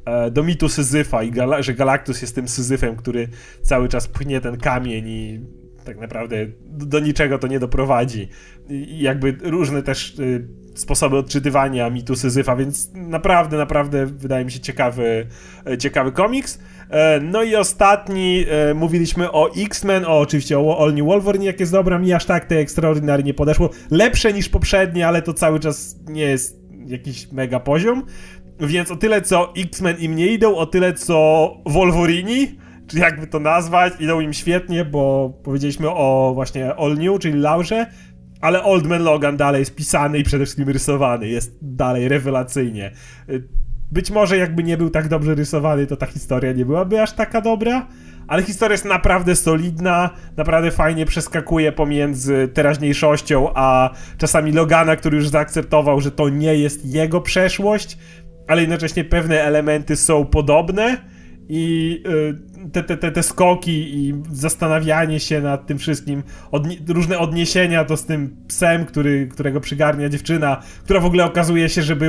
do mitu Syzyfa i że Galactus jest tym Syzyfem, który cały czas pchnie ten kamień i tak naprawdę do niczego to nie doprowadzi. I jakby różne też sposoby odczytywania mitu Syzyfa, więc naprawdę wydaje mi się ciekawy komiks. No i ostatni, mówiliśmy o X-Men, oczywiście o All New Wolverine, jak jest dobra, mi aż tak te Extraordinary nie podeszło. Lepsze niż poprzednie, ale to cały czas nie jest jakiś mega poziom. Więc o tyle co X-Men im nie idą, o tyle co Wolverini, czy jakby to nazwać, idą im świetnie, bo powiedzieliśmy o właśnie All New, czyli Laurze, ale Old Man Logan dalej jest pisany i przede wszystkim rysowany, jest dalej rewelacyjnie. Być może jakby nie był tak dobrze rysowany, to ta historia nie byłaby aż taka dobra, ale historia jest naprawdę solidna, naprawdę fajnie przeskakuje pomiędzy teraźniejszością, a czasami Logana, który już zaakceptował, że to nie jest jego przeszłość, ale jednocześnie pewne elementy są podobne i te skoki i zastanawianie się nad tym wszystkim, różne odniesienia to z tym psem, którego przygarnia dziewczyna, która w ogóle okazuje się, że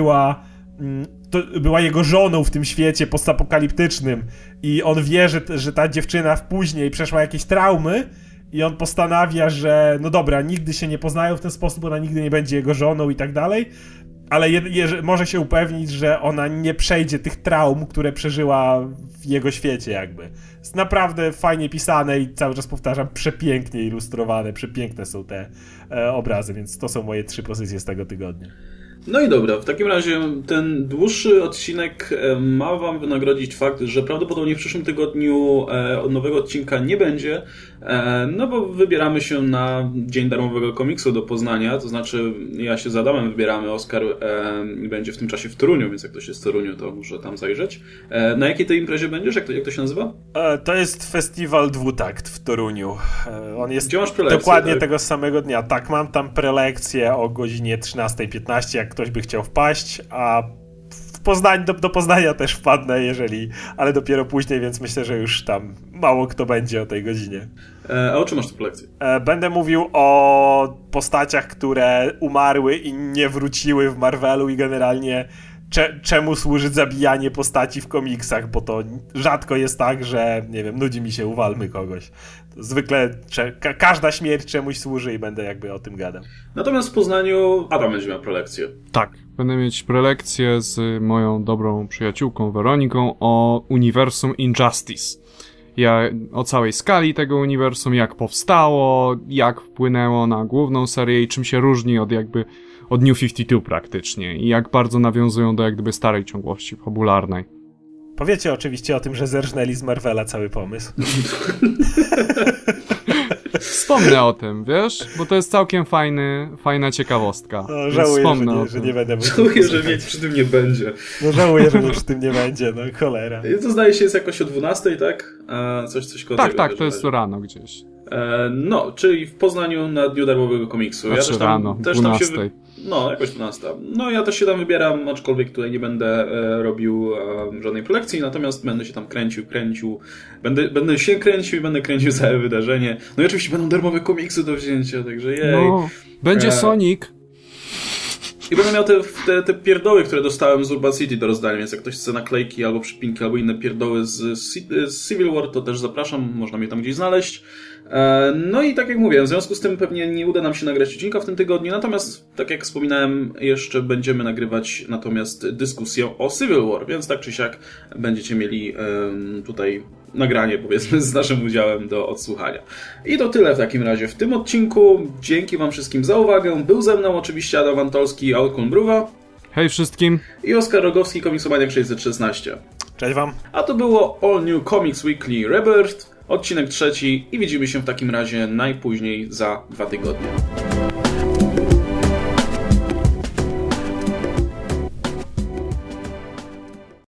była jego żoną w tym świecie postapokaliptycznym i on wie, że ta dziewczyna później przeszła jakieś traumy i on postanawia, że no dobra, nigdy się nie poznają w ten sposób, ona nigdy nie będzie jego żoną i tak dalej, ale może się upewnić, że ona nie przejdzie tych traum, które przeżyła w jego świecie jakby. Jest naprawdę fajnie pisane i cały czas powtarzam, przepięknie ilustrowane, przepiękne są te obrazy, więc to są moje 3 pozycje z tego tygodnia. No i dobra, w takim razie ten dłuższy odcinek ma wam wynagrodzić fakt, że prawdopodobnie w przyszłym tygodniu nowego odcinka nie będzie, no bo wybieramy się na Dzień Darmowego Komiksu do Poznania, to znaczy ja się z Adamem wybieramy, Oskar będzie w tym czasie w Toruniu, więc jak ktoś jest w Toruniu, to może tam zajrzeć. Na jakiej tej imprezie będziesz? Jak to się nazywa? To jest festiwal Dwutakt w Toruniu. On jest dokładnie tak? Tego samego dnia. Tak, mam tam prelekcję o godzinie 13:15, jak ktoś by chciał wpaść, a w Poznań, do Poznania też wpadnę, ale dopiero później, więc myślę, że już tam mało kto będzie o tej godzinie. A o czym masz tę lekcję? Będę mówił o postaciach, które umarły i nie wróciły w Marvelu i generalnie czemu służy zabijanie postaci w komiksach, bo to rzadko jest tak, że nie wiem, nudzi mi się, uwalmy kogoś. Zwykle każda śmierć czemuś służy i będę jakby o tym gadał. Natomiast w Poznaniu Adam będzie miał prelekcję. Tak, będę mieć prelekcję z moją dobrą przyjaciółką Weroniką o uniwersum Injustice. O całej skali tego uniwersum, jak powstało, jak wpłynęło na główną serię i czym się różni od New 52 praktycznie i jak bardzo nawiązują do jak gdyby starej ciągłości fabularnej. Powiecie oczywiście o tym, że zerżnęli z Marvela cały pomysł. Wspomnę o tym, wiesz? Bo to jest całkiem fajna ciekawostka. No, żałuję, że nie będę mógł. Żałuję, że mnie przy tym nie będzie. No żałuję, że mnie przy tym nie będzie, no cholera. To zdaje się jest jakoś o 12:00, tak? Coś koło tego. Tak, to jest rano gdzieś. No, czyli w Poznaniu na Dniu Darmowego Komiksu. Znaczy ja rano, 12:00. No, jakoś 12:00. No, ja też się tam wybieram, aczkolwiek tutaj nie będę robił żadnej prelekcji, natomiast będę się tam kręcił. Będę się kręcił i będę kręcił całe wydarzenie. No i oczywiście będą darmowe komiksy do wzięcia, także jej. No, będzie Sonic. I będę miał te pierdoły, które dostałem z Urban City do rozdania, więc jak ktoś chce naklejki albo przypinki, albo inne pierdoły z Civil War, to też zapraszam, można mnie tam gdzieś znaleźć. No i tak jak mówię, w związku z tym pewnie nie uda nam się nagrać odcinka w tym tygodniu, natomiast tak jak wspominałem, jeszcze będziemy nagrywać natomiast dyskusję o Civil War, więc tak czy siak będziecie mieli tutaj nagranie, powiedzmy, z naszym udziałem do odsłuchania. I to tyle w takim razie w tym odcinku. Dzięki wam wszystkim za uwagę. Był ze mną oczywiście Adam Antolski, Alkon Mruwa. Hej wszystkim. I Oskar Rogowski, Komiksomaniak 616. Cześć wam. A to było All New Comics Weekly Rebirth, odcinek 3 i widzimy się w takim razie najpóźniej za 2 tygodnie.